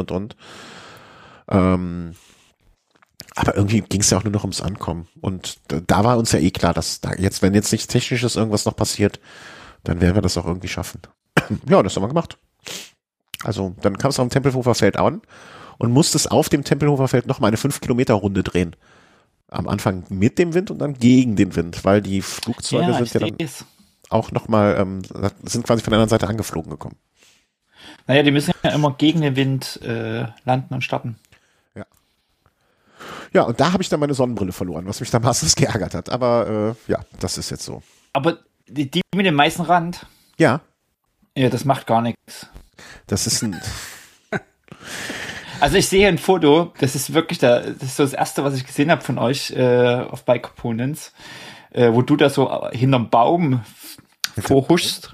Aber irgendwie ging es ja auch nur noch ums Ankommen. Und da war uns ja eh klar, dass da jetzt, wenn jetzt nichts Technisches irgendwas noch passiert, dann werden wir das auch irgendwie schaffen. Ja, das haben wir gemacht. Also dann kam es am Tempelhofer Feld an und musstest auf dem Tempelhofer Feld nochmal eine 5-Kilometer-Runde drehen. Am Anfang mit dem Wind und dann gegen den Wind, weil die Flugzeuge sind ja dann auch nochmal, sind quasi von der anderen Seite angeflogen gekommen. Naja, die müssen ja immer gegen den Wind landen und starten. Ja. Ja, und da habe ich dann meine Sonnenbrille verloren, was mich dann maßlos geärgert hat. Aber das ist jetzt so. Aber die mit dem weißen Rand? Ja. Ja, das macht gar nichts. Das ist ein... Also ich sehe ein Foto, das ist wirklich das ist so das erste, was ich gesehen habe von euch auf Bike Components, wo du da so hinterm Baum vorhuschst.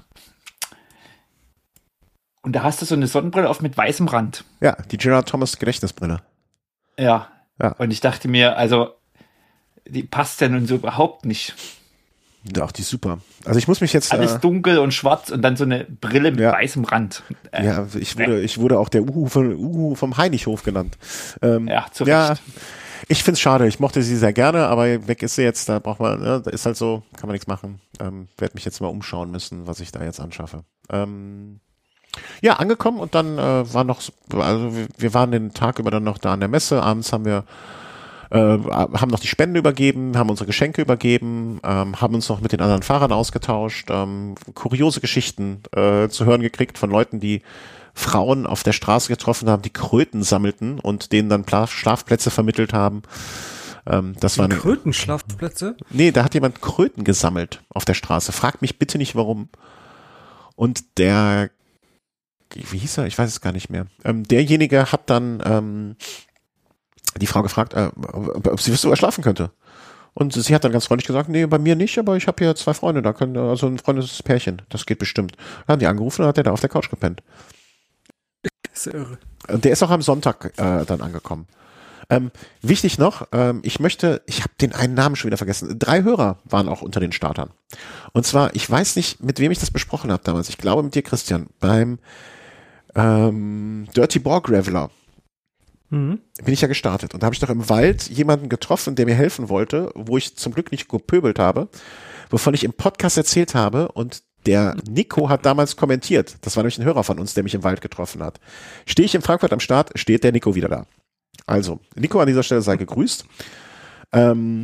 Und da hast du so eine Sonnenbrille auf mit weißem Rand. Ja, die Gerard Thomas Gedächtnisbrille. Ja. Und ich dachte mir, also die passt ja nun so überhaupt nicht. Doch, die ist super. Also ich muss mich jetzt... Alles dunkel und schwarz und dann so eine Brille mit weißem Rand. Ich wurde auch der Uhu vom Heinighof genannt. Zu Recht. Ja, ich find's schade. Ich mochte sie sehr gerne, aber weg ist sie jetzt. Da braucht man, da ist halt so, kann man nichts machen. Werde mich jetzt mal umschauen müssen, was ich da jetzt anschaffe. Angekommen und dann wir waren den Tag über dann noch da an der Messe. Abends haben wir haben noch die Spenden übergeben, haben unsere Geschenke übergeben, haben uns noch mit den anderen Fahrern ausgetauscht, kuriose Geschichten zu hören gekriegt von Leuten, die Frauen auf der Straße getroffen haben, die Kröten sammelten und denen dann Schlafplätze vermittelt haben. Das waren Krötenschlafplätze? Nee, da hat jemand Kröten gesammelt auf der Straße. Frag mich bitte nicht, warum. Und wie hieß er? Ich weiß es gar nicht mehr. Derjenige hat dann die Frau gefragt, ob sie so erschlafen könnte. Und sie hat dann ganz freundlich gesagt, nee, bei mir nicht, aber ich habe hier 2 Freunde, also ein freundliches Pärchen, das geht bestimmt. Dann haben die angerufen und hat der da auf der Couch gepennt. Das ist irre. Und der ist auch am Sonntag dann angekommen. Wichtig noch, ich habe den einen Namen schon wieder vergessen. 3 Hörer waren auch unter den Startern. Und zwar, ich weiß nicht, mit wem ich das besprochen habe damals. Ich glaube mit dir, Christian, beim Dirty Boar Graveler. Bin ich ja gestartet und da habe ich doch im Wald jemanden getroffen, der mir helfen wollte, wo ich zum Glück nicht gepöbelt habe, wovon ich im Podcast erzählt habe und der Nico hat damals kommentiert, das war nämlich ein Hörer von uns, der mich im Wald getroffen hat. Stehe ich in Frankfurt am Start, steht der Nico wieder da. Also, Nico an dieser Stelle sei gegrüßt.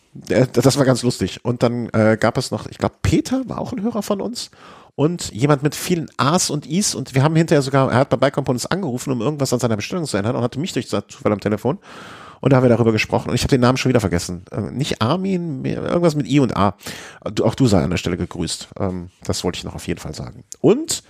Das war ganz lustig. Und dann gab es noch, ich glaube, Peter war auch ein Hörer von uns und jemand mit vielen A's und I's und wir haben hinterher sogar, er hat bei Bike-Components angerufen, um irgendwas an seiner Bestellung zu ändern und hatte mich durch Zufall am Telefon und da haben wir darüber gesprochen und ich habe den Namen schon wieder vergessen. Nicht Armin, irgendwas mit I und A. Auch du sei an der Stelle gegrüßt. Das wollte ich noch auf jeden Fall sagen. Und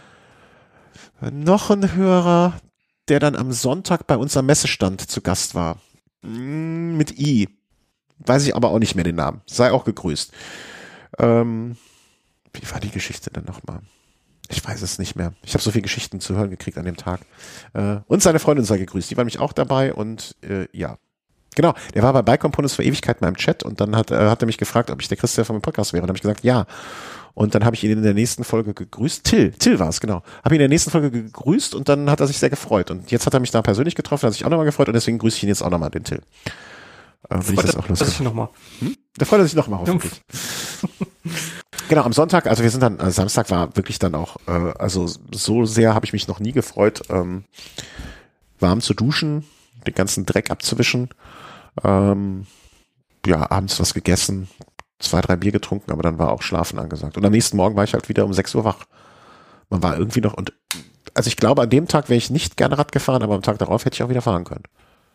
noch ein Hörer, der dann am Sonntag bei uns am Messestand zu Gast war. Mit I. Weiß ich aber auch nicht mehr den Namen. Sei auch gegrüßt. Wie war die Geschichte denn nochmal? Ich weiß es nicht mehr. Ich habe so viele Geschichten zu hören gekriegt an dem Tag. Und seine Freundin sei gegrüßt. Die war nämlich auch dabei und ja. Genau, der war bei Bike Components vor Ewigkeit mal im Chat und dann hat er mich gefragt, ob ich der Christian von dem Podcast wäre. Und dann habe ich gesagt, ja. Und dann habe ich ihn in der nächsten Folge gegrüßt. Till war es, genau. Habe ihn in der nächsten Folge gegrüßt und dann hat er sich sehr gefreut. Und jetzt hat er mich da persönlich getroffen, hat sich auch nochmal gefreut und deswegen grüße ich ihn jetzt auch nochmal, den Till. Will ich das auch lustig nochmal. Da freut er sich nochmal, hoffentlich. Genau, am Sonntag, also wir sind dann, Samstag war wirklich dann auch, also so sehr habe ich mich noch nie gefreut, warm zu duschen, den ganzen Dreck abzuwischen, ja, abends was gegessen, 2, 3 Bier getrunken, aber dann war auch Schlafen angesagt. Und am nächsten Morgen war ich halt wieder um 6 Uhr wach. Man war irgendwie noch, und also ich glaube, an dem Tag wäre ich nicht gerne Rad gefahren, aber am Tag darauf hätte ich auch wieder fahren können.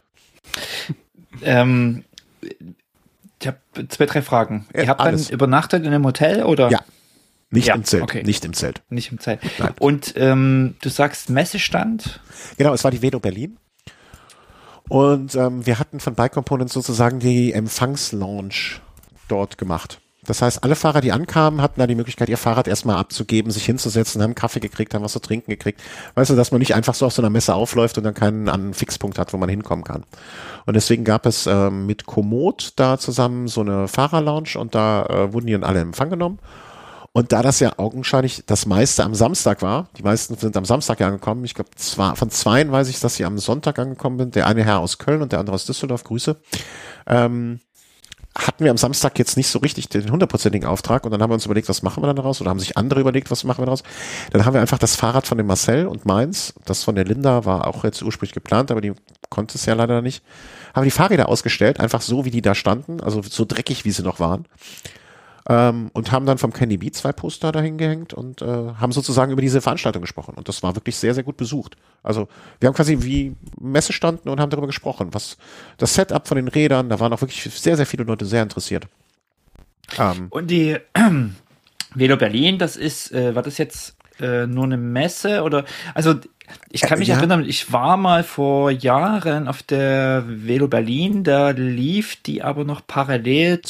Ich habe 2, 3 Fragen. Ja, Ihr habt alles. dann übernachtet in einem Hotel oder? Ja. Nicht Ja, im Zelt. okay. Nicht im Zelt. Nicht im Zelt. Nein. Und du sagst Messestand? Genau, es war die Velo Berlin. Und wir hatten von Bike Components sozusagen die Empfangslounge dort gemacht. Das heißt, alle Fahrer, die ankamen, hatten da die Möglichkeit, ihr Fahrrad erstmal abzugeben, sich hinzusetzen, haben Kaffee gekriegt, haben was zu trinken gekriegt. Weißt du, dass man nicht einfach so auf so einer Messe aufläuft und dann keinen Fixpunkt hat, wo man hinkommen kann. Und deswegen gab es mit Komoot da zusammen so eine Fahrerlounge und da wurden die dann alle in Empfang genommen. Und da das ja augenscheinlich das meiste am Samstag war, die meisten sind am Samstag ja angekommen, ich glaube, von 2 weiß ich, dass sie am Sonntag angekommen sind, der eine Herr aus Köln und der andere aus Düsseldorf, Grüße, hatten wir am Samstag jetzt nicht so richtig den 100%igen Auftrag und dann haben wir uns überlegt, was machen wir dann daraus oder haben sich andere überlegt, was machen wir daraus. Dann haben wir einfach das Fahrrad von dem Marcel und meins, das von der Linda war auch jetzt ursprünglich geplant, aber die konnte es ja leider nicht, haben die Fahrräder ausgestellt, einfach so, wie die da standen, also so dreckig, wie sie noch waren. Und haben dann vom Candy Bee 2 Poster dahin gehängt und haben sozusagen über diese Veranstaltung gesprochen. Und das war wirklich sehr, sehr gut besucht. Also wir haben quasi wie Messe standen und haben darüber gesprochen, was das Setup von den Rädern, da waren auch wirklich sehr, sehr viele Leute sehr interessiert. Und die Velo Berlin, das ist, war das jetzt nur eine Messe oder, also ich kann mich erinnern, ich war mal vor Jahren auf der Velo Berlin, da lief die aber noch parallel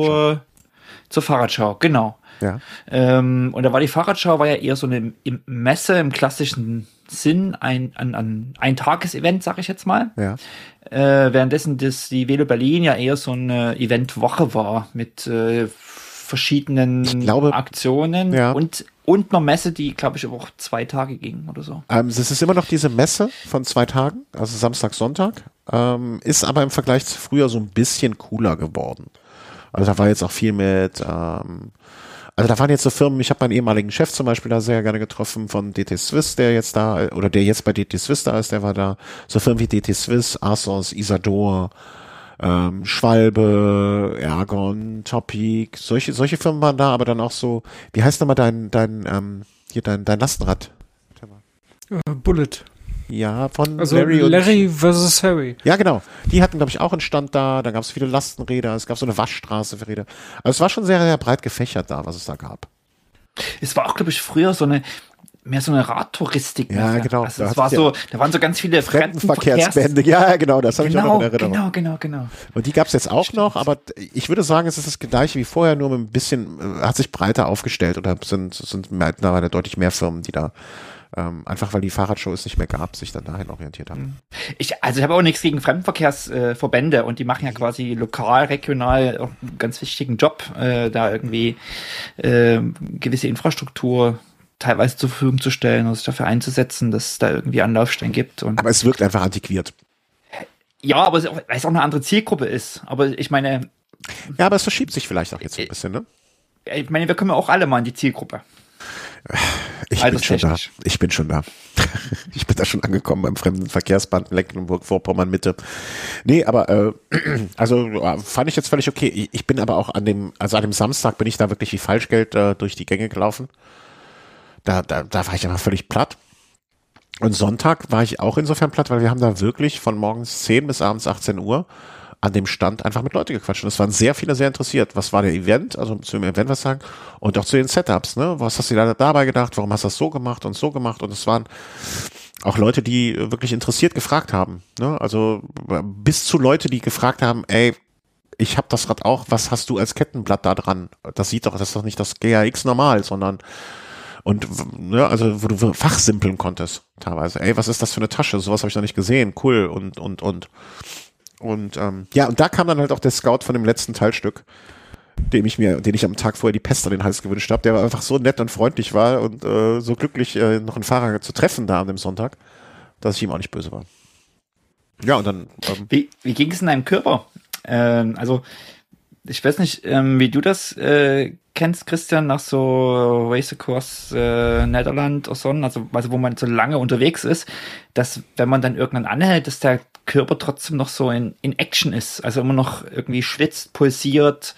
zur Fahrradschau, genau. Ja. Und da war die Fahrradschau war ja eher so eine Messe im klassischen Sinn, ein Tagesevent, sag ich jetzt mal. Ja. Währenddessen die Velo Berlin ja eher so eine Eventwoche war mit verschiedenen Aktionen und einer Messe, die, glaube ich, auch 2 Tage ging oder so. Es ist immer noch diese Messe von 2 Tagen, also Samstag, Sonntag, ist aber im Vergleich zu früher so ein bisschen cooler geworden. Also da war jetzt auch viel mit, also da waren jetzt so Firmen, ich habe meinen ehemaligen Chef zum Beispiel da sehr gerne getroffen von DT Swiss, der jetzt da, oder der jetzt bei DT Swiss da ist, der war da, so Firmen wie DT Swiss, Asos, Isador, Schwalbe, Ergon, Topic, solche Firmen waren da, aber dann auch so, wie heißt nochmal dein Lastenrad? Bullet. Ja, von also Larry versus Harry. Ja, genau. Die hatten, glaube ich, auch einen Stand da. Da gab es viele Lastenräder. Es gab so eine Waschstraße für Räder. Also es war schon sehr, sehr breit gefächert da, was es da gab. Es war auch, glaube ich, früher mehr so eine Radtouristik. Ja, genau. Also es war so, da waren so ganz viele Fremdenverkehrsbände. Ja, genau. Das habe ich auch noch in Erinnerung. Genau. Und die gab es jetzt auch noch, aber ich würde sagen, es ist das gleiche wie vorher, nur mit ein bisschen, hat sich breiter aufgestellt oder sind mittlerweile deutlich mehr Firmen, die da einfach weil die Fahrradshow es nicht mehr gab, sich dann dahin orientiert haben. Ich habe auch nichts gegen Fremdenverkehrsverbände und die machen ja quasi lokal, regional auch einen ganz wichtigen Job, da irgendwie gewisse Infrastruktur teilweise zur Verfügung zu stellen und sich dafür einzusetzen, dass es da irgendwie Anlaufstellen gibt. Aber es wirkt einfach antiquiert. Ja, aber weil es auch eine andere Zielgruppe ist. Aber ich meine... Ja, aber es verschiebt sich vielleicht auch jetzt ein bisschen, ne? Ich meine, wir kommen ja auch alle mal in die Zielgruppe. Ich bin schon da. Ich bin schon da. Ich bin da schon angekommen beim Fremdenverkehrsband Mecklenburg-Vorpommern Mitte. Nee, aber also fand ich jetzt völlig okay. Ich bin aber auch an dem Samstag bin ich da wirklich wie Falschgeld durch die Gänge gelaufen. Da war ich einfach völlig platt. Und Sonntag war ich auch insofern platt, weil wir haben da wirklich von morgens 10 bis abends 18 Uhr an dem Stand einfach mit Leuten gequatscht. Und es waren sehr viele sehr interessiert. Was war der Event? Also zu dem Event was sagen. Und auch zu den Setups, ne? Was hast du da dabei gedacht? Warum hast du das so gemacht und so gemacht? Und es waren auch Leute, die wirklich interessiert gefragt haben, ne? Also bis zu Leute, die gefragt haben, ey, ich habe das Rad auch, was hast du als Kettenblatt da dran? Das ist doch nicht das GRX normal, sondern und ja, also wo du fachsimpeln konntest teilweise. Ey, was ist das für eine Tasche? Sowas habe ich noch nicht gesehen. Cool und ja, und da kam dann halt auch der Scout von dem letzten Teilstück, den ich am Tag vorher die Pest an den Hals gewünscht habe, der einfach so nett und freundlich war und so glücklich, noch einen Fahrer zu treffen da an dem Sonntag, dass ich ihm auch nicht böse war. Ja, und dann Wie ging es in deinem Körper? Also ich weiß nicht, wie du das kennst, Christian, nach so Race Across Netherland oder so, also wo man so lange unterwegs ist, dass wenn man dann irgendwann anhält, dass der Körper trotzdem noch so in Action ist, also immer noch irgendwie schwitzt, pulsiert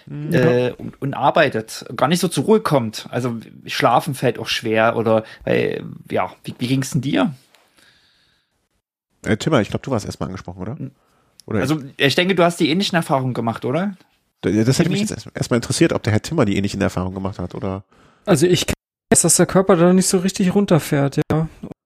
und arbeitet, gar nicht so zur Ruhe kommt. Also Schlafen fällt auch schwer oder ja, wie ging es denn dir? Timmer, ich glaube, du warst erstmal angesprochen, oder? Also ich denke, du hast die ähnlichen Erfahrungen gemacht, oder? Das hätte mich jetzt erstmal interessiert, ob der Herr Timmer die ähnlichen Erfahrungen gemacht hat, oder? Also ich weiß, dass der Körper da nicht so richtig runterfährt, ja.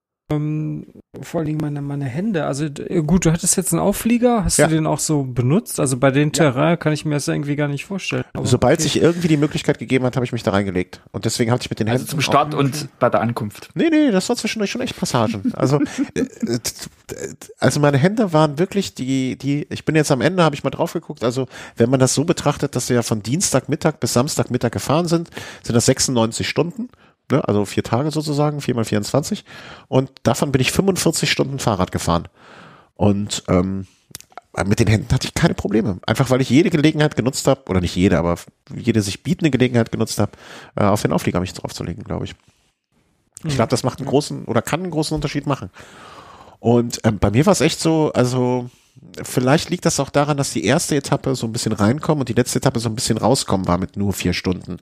Vor allen Dingen meine Hände. Also gut, du hattest jetzt einen Auflieger, hast du den auch so benutzt? Also bei den Terrain kann ich mir das irgendwie gar nicht vorstellen. Aber sobald sich irgendwie die Möglichkeit gegeben hat, habe ich mich da reingelegt. Und deswegen hatte ich mit den Händen... Also zum Start und bei der Ankunft. Nee, das war zwischendurch schon echt Passagen. Also meine Hände waren wirklich ich bin jetzt am Ende, habe ich mal drauf geguckt, also wenn man das so betrachtet, dass wir ja von Dienstagmittag bis Samstagmittag gefahren sind das 96 Stunden. Ne, also 4 Tage sozusagen, 4 mal 24. Und davon bin ich 45 Stunden Fahrrad gefahren. Und mit den Händen hatte ich keine Probleme. Einfach weil ich jede Gelegenheit genutzt habe, oder nicht jede, aber jede sich bietende Gelegenheit genutzt habe, auf den Auflieger mich draufzulegen, glaube ich. Ich glaube, das macht einen großen, oder kann einen großen Unterschied machen. Und bei mir war es echt so, also vielleicht liegt das auch daran, dass die erste Etappe so ein bisschen reinkommen und die letzte Etappe so ein bisschen rauskommen war mit nur 4 Stunden.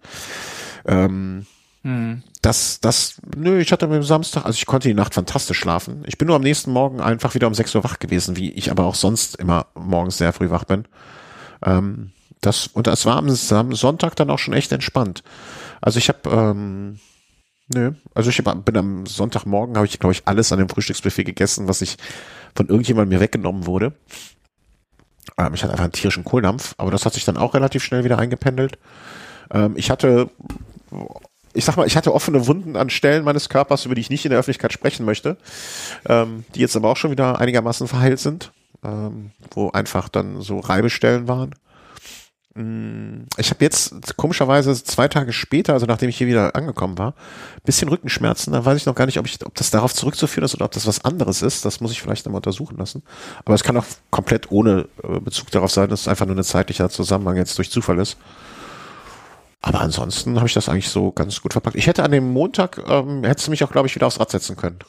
Ich hatte am Samstag, also ich konnte die Nacht fantastisch schlafen. Ich bin nur am nächsten Morgen einfach wieder um 6 Uhr wach gewesen, wie ich aber auch sonst immer morgens sehr früh wach bin. Das war am Sonntag dann auch schon echt entspannt. Also ich habe, bin am Sonntagmorgen, habe ich, glaube ich, alles an dem Frühstücksbuffet gegessen, was ich von irgendjemandem mir weggenommen wurde. Ich hatte einfach einen tierischen Kohldampf, aber das hat sich dann auch relativ schnell wieder eingependelt. Ich hatte offene Wunden an Stellen meines Körpers, über die ich nicht in der Öffentlichkeit sprechen möchte, die jetzt aber auch schon wieder einigermaßen verheilt sind, wo einfach dann so Reibestellen waren. Ich habe jetzt komischerweise 2 Tage später, also nachdem ich hier wieder angekommen war, ein bisschen Rückenschmerzen. Da weiß ich noch gar nicht, ob das darauf zurückzuführen ist oder ob das was anderes ist. Das muss ich vielleicht einmal untersuchen lassen. Aber es kann auch komplett ohne Bezug darauf sein, dass es einfach nur ein zeitlicher Zusammenhang jetzt durch Zufall ist. Aber ansonsten habe ich das eigentlich so ganz gut verpackt. Ich hätte an dem Montag, hättest du mich auch, glaube ich, wieder aufs Rad setzen können.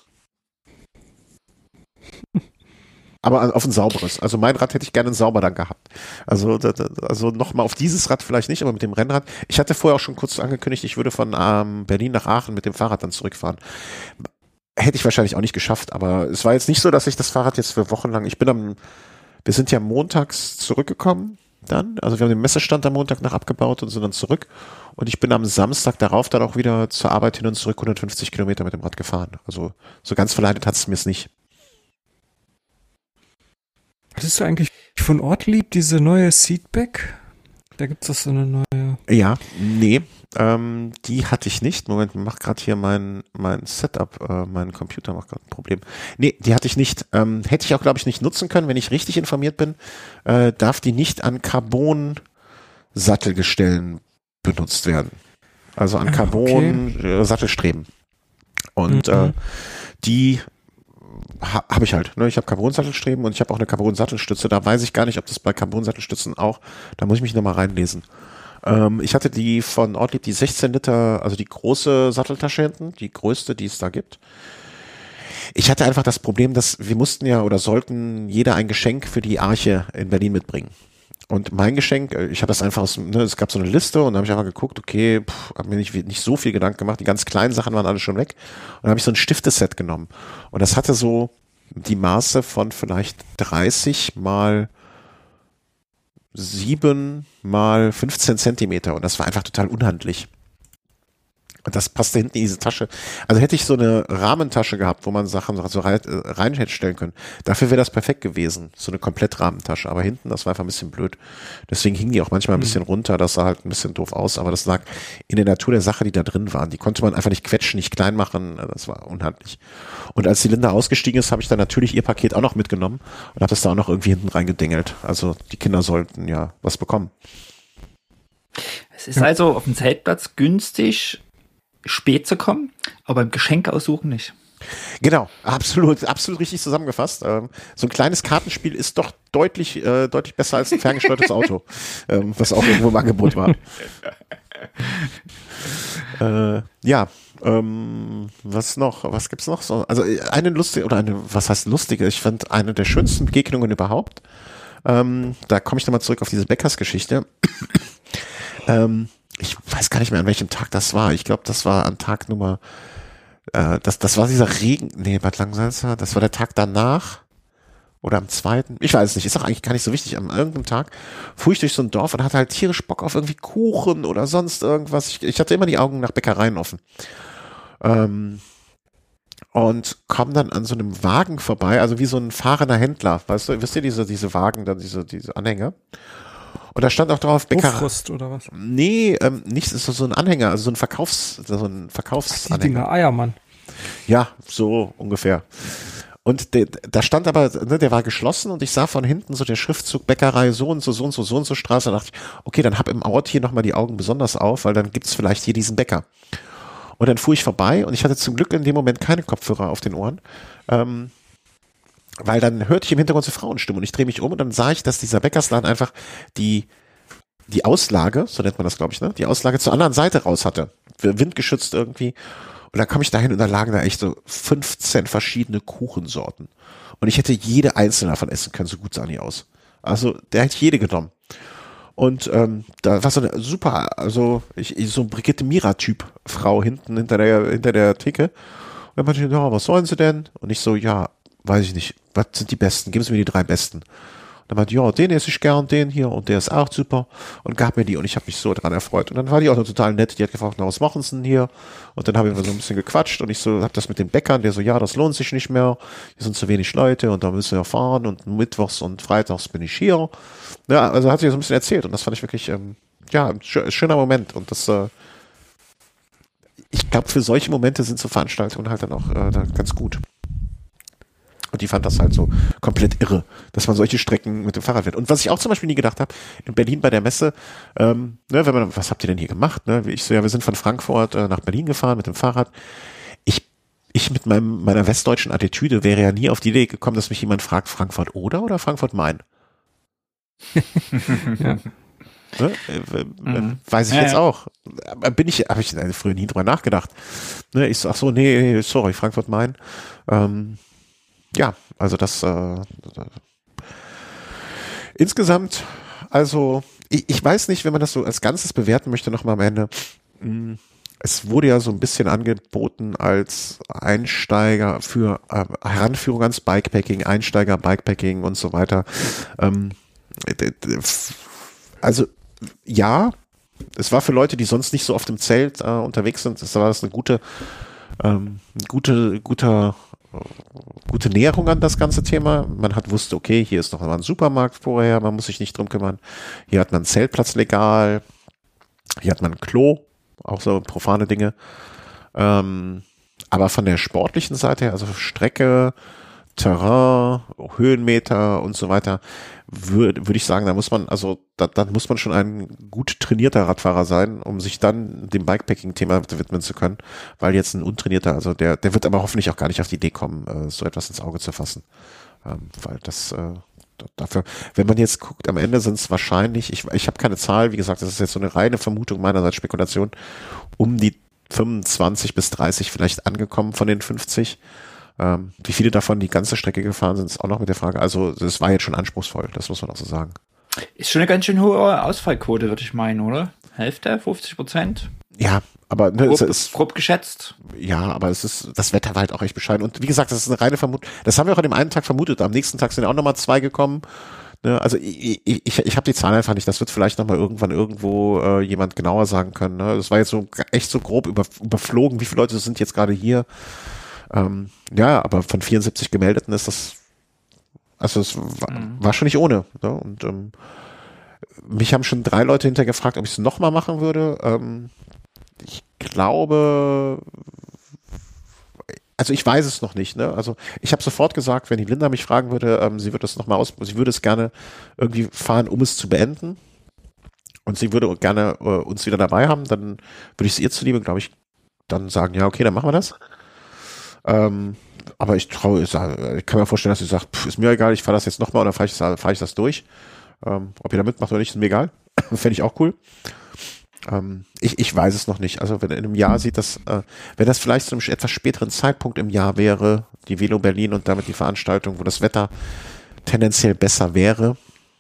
Aber auf ein sauberes. Also mein Rad hätte ich gerne sauber dann gehabt. Also nochmal auf dieses Rad vielleicht nicht, aber mit dem Rennrad. Ich hatte vorher auch schon kurz angekündigt, ich würde von Berlin nach Aachen mit dem Fahrrad dann zurückfahren. Hätte ich wahrscheinlich auch nicht geschafft, aber es war jetzt nicht so, dass ich das Fahrrad jetzt für Wochen lang, wir sind ja montags zurückgekommen dann, also wir haben den Messestand am Montag noch abgebaut und sind dann zurück und ich bin am Samstag darauf dann auch wieder zur Arbeit hin und zurück 150 Kilometer mit dem Rad gefahren. Also so ganz verleidet hat es mir es nicht. Hattest du eigentlich von Ortlieb diese neue Seatback? Da gibt es doch so eine neue. Ja, nee, die hatte ich nicht. Moment, macht gerade hier mein Setup, mein Computer macht gerade ein Problem. Nee, die hatte ich nicht. Hätte ich auch, glaube ich, nicht nutzen können, wenn ich richtig informiert bin. Darf die nicht an Carbon-Sattelgestellen benutzt werden. Also an Carbon-Sattelstreben. Und die habe ich halt. Ne? Ich habe Carbon-Sattelstreben und ich habe auch eine Carbon-Sattelstütze. Da weiß ich gar nicht, ob das bei Carbon-Sattelstützen auch, da muss ich mich nochmal reinlesen. Ich hatte die von Ortlieb, die 16 Liter, also die große Satteltasche hinten, die größte, die es da gibt. Ich hatte einfach das Problem, dass wir mussten ja oder sollten jeder ein Geschenk für die Arche in Berlin mitbringen. Und mein Geschenk, ich hatte das einfach es gab so eine Liste und da habe ich einfach geguckt, okay, habe mir nicht so viel Gedanken gemacht, die ganz kleinen Sachen waren alle schon weg. Und dann habe ich so ein Stifteset genommen. Und das hatte so die Maße von vielleicht 30 mal 7 mal 15 Zentimeter. Und das war einfach total unhandlich. Und das passte hinten in diese Tasche. Also hätte ich so eine Rahmentasche gehabt, wo man Sachen so rein hätte stellen können. Dafür wäre das perfekt gewesen. So eine Komplettrahmentasche. Aber hinten, das war einfach ein bisschen blöd. Deswegen hing die auch manchmal ein bisschen runter. Das sah halt ein bisschen doof aus. Aber das lag in der Natur der Sache, die da drin waren. Die konnte man einfach nicht quetschen, nicht klein machen. Das war unhandlich. Und als die Linda ausgestiegen ist, habe ich dann natürlich ihr Paket auch noch mitgenommen und habe das da auch noch irgendwie hinten reingedengelt. Also die Kinder sollten ja was bekommen. Es ist also auf dem Zeltplatz günstig, spät zu kommen, aber beim Geschenk aussuchen nicht. Genau, absolut richtig zusammengefasst. So ein kleines Kartenspiel ist doch deutlich besser als ein ferngesteuertes Auto, was auch irgendwo im Angebot war. Was noch? Was gibt's noch so? Also was heißt lustige? Ich fand eine der schönsten Begegnungen überhaupt. Da komme ich nochmal zurück auf diese Bäckers-Geschichte. Ich weiß gar nicht mehr, an welchem Tag das war. Ich glaube, das war an Tag Nummer, das war dieser Regen, Bad Langensalza, das war der Tag danach oder am zweiten, ich weiß es nicht, ist auch eigentlich gar nicht so wichtig. An irgendeinem Tag fuhr ich durch so ein Dorf und hatte halt tierisch Bock auf irgendwie Kuchen oder sonst irgendwas. Ich hatte immer die Augen nach Bäckereien offen. Und komme dann an so einem Wagen vorbei, also wie so ein fahrender Händler, weißt du, wisst ihr, diese Wagen, dann diese Anhänger? Und da stand auch drauf Bäckerei. Hofrust oder was? Nee, nichts, ist so ein Anhänger, also so ein Verkaufsanhänger. Die Dinger Eiermann. Ja, so ungefähr. Und da stand aber, der war geschlossen und ich sah von hinten so der Schriftzug Bäckerei so und so Straße. Da dachte ich, okay, dann hab im Ort hier nochmal die Augen besonders auf, weil dann gibt's vielleicht hier diesen Bäcker. Und dann fuhr ich vorbei und ich hatte zum Glück in dem Moment keine Kopfhörer auf den Ohren, weil dann hörte ich im Hintergrund so Frauenstimmen und ich drehe mich um und dann sah ich, dass dieser Bäckersladen einfach die Auslage, so nennt man das, glaube ich, ne, die Auslage zur anderen Seite raus hatte. Windgeschützt irgendwie. Und dann komme ich dahin und da lagen da echt so 15 verschiedene Kuchensorten. Und ich hätte jede einzelne davon essen können, so gut sahen die aus. Also, der hätte jede genommen. Und da war so eine super, also so ein Brigitte Mira-Typ Frau hinter der Theke. Und dann meinte ich, ja, was sollen sie denn? Und ich so, ja, weiß ich nicht, was sind die besten? Geben Sie mir die 3 besten. Und dann meinte, ja, den esse ich gern, den hier und der ist auch super und gab mir die und ich habe mich so dran erfreut. Und dann war die auch noch total nett, die hat gefragt, na, was machen Sie denn hier? Und dann haben wir so ein bisschen gequatscht und ich so, hab das mit den Bäckern, der so, ja, das lohnt sich nicht mehr, hier sind zu wenig Leute und da müssen wir fahren und mittwochs und freitags bin ich hier. Ja, also hat sie so ein bisschen erzählt und das fand ich wirklich, ein schöner Moment und das, ich glaube, für solche Momente sind so Veranstaltungen halt dann auch ganz gut. Und die fand das halt so komplett irre, dass man solche Strecken mit dem Fahrrad fährt. Und was ich auch zum Beispiel nie gedacht habe, in Berlin bei der Messe, was habt ihr denn hier gemacht? Ne? Ich so, ja, wir sind von Frankfurt nach Berlin gefahren mit dem Fahrrad. Ich mit meiner westdeutschen Attitüde wäre ja nie auf die Idee gekommen, dass mich jemand fragt, Frankfurt oder Frankfurt Main? Ja. Ne? Weiß ich jetzt auch. Habe ich früher nie drüber nachgedacht. Ne? Ich so, ach so, nee, sorry, Frankfurt Main. Ja, also das insgesamt, also ich weiß nicht, wenn man das so als Ganzes bewerten möchte, nochmal am Ende. Es wurde ja so ein bisschen angeboten als Einsteiger für Heranführung ans Bikepacking, Einsteiger Bikepacking und so weiter. Also ja, es war für Leute, die sonst nicht so oft im Zelt unterwegs sind, war das eine gute Näherung an das ganze Thema. Man wusste, okay, hier ist noch mal ein Supermarkt vorher, man muss sich nicht drum kümmern. Hier hat man einen Zeltplatz legal, hier hat man ein Klo, auch so profane Dinge. Aber von der sportlichen Seite her, also Strecke, Terrain, Höhenmeter und so weiter, würde ich sagen, da muss man schon ein gut trainierter Radfahrer sein, um sich dann dem Bikepacking-Thema widmen zu können, weil jetzt ein untrainierter, also der wird aber hoffentlich auch gar nicht auf die Idee kommen, so etwas ins Auge zu fassen, weil das dafür, wenn man jetzt guckt, am Ende sind es wahrscheinlich, ich habe keine Zahl, wie gesagt, das ist jetzt so eine reine Vermutung meinerseits, Spekulation, um die 25 bis 30 vielleicht angekommen von den 50. Wie viele davon die ganze Strecke gefahren sind, ist auch noch mit der Frage. Also es war jetzt schon anspruchsvoll, das muss man auch so sagen. Ist schon eine ganz schön hohe Ausfallquote, würde ich meinen, oder? Hälfte, 50%? Ja, aber ne, grob geschätzt. Ja, aber das Wetter war halt auch echt bescheiden. Und wie gesagt, das ist eine reine Vermutung. Das haben wir auch an dem einen Tag vermutet. Am nächsten Tag sind ja auch nochmal 2 gekommen. Ne, also ich habe die Zahlen einfach nicht. Das wird vielleicht nochmal irgendwann irgendwo jemand genauer sagen können. Ne? Das war jetzt so echt so grob überflogen. Wie viele Leute sind jetzt gerade hier? Ja, aber von 74 Gemeldeten ist das, also es war schon nicht ohne. Ne? Und mich haben schon 3 Leute hinterher gefragt, ob ich es nochmal machen würde. Ich glaube, also ich weiß es noch nicht. Ne? Also ich habe sofort gesagt, wenn die Linda mich fragen würde, sie würde es gerne irgendwie fahren, um es zu beenden. Und sie würde gerne uns wieder dabei haben, dann würde ich es ihr zuliebe, glaube ich, dann sagen, ja, okay, dann machen wir das. Aber ich kann mir vorstellen, dass sie sagt, ist mir egal, ich fahre das jetzt nochmal oder fahre ich das durch. Ob ihr da mitmacht oder nicht, ist mir egal. Fände ich auch cool. Ich weiß es noch nicht. Also wenn in einem Jahr sieht das, wenn das vielleicht zu einem etwas späteren Zeitpunkt im Jahr wäre, die Velo Berlin und damit die Veranstaltung, wo das Wetter tendenziell besser wäre,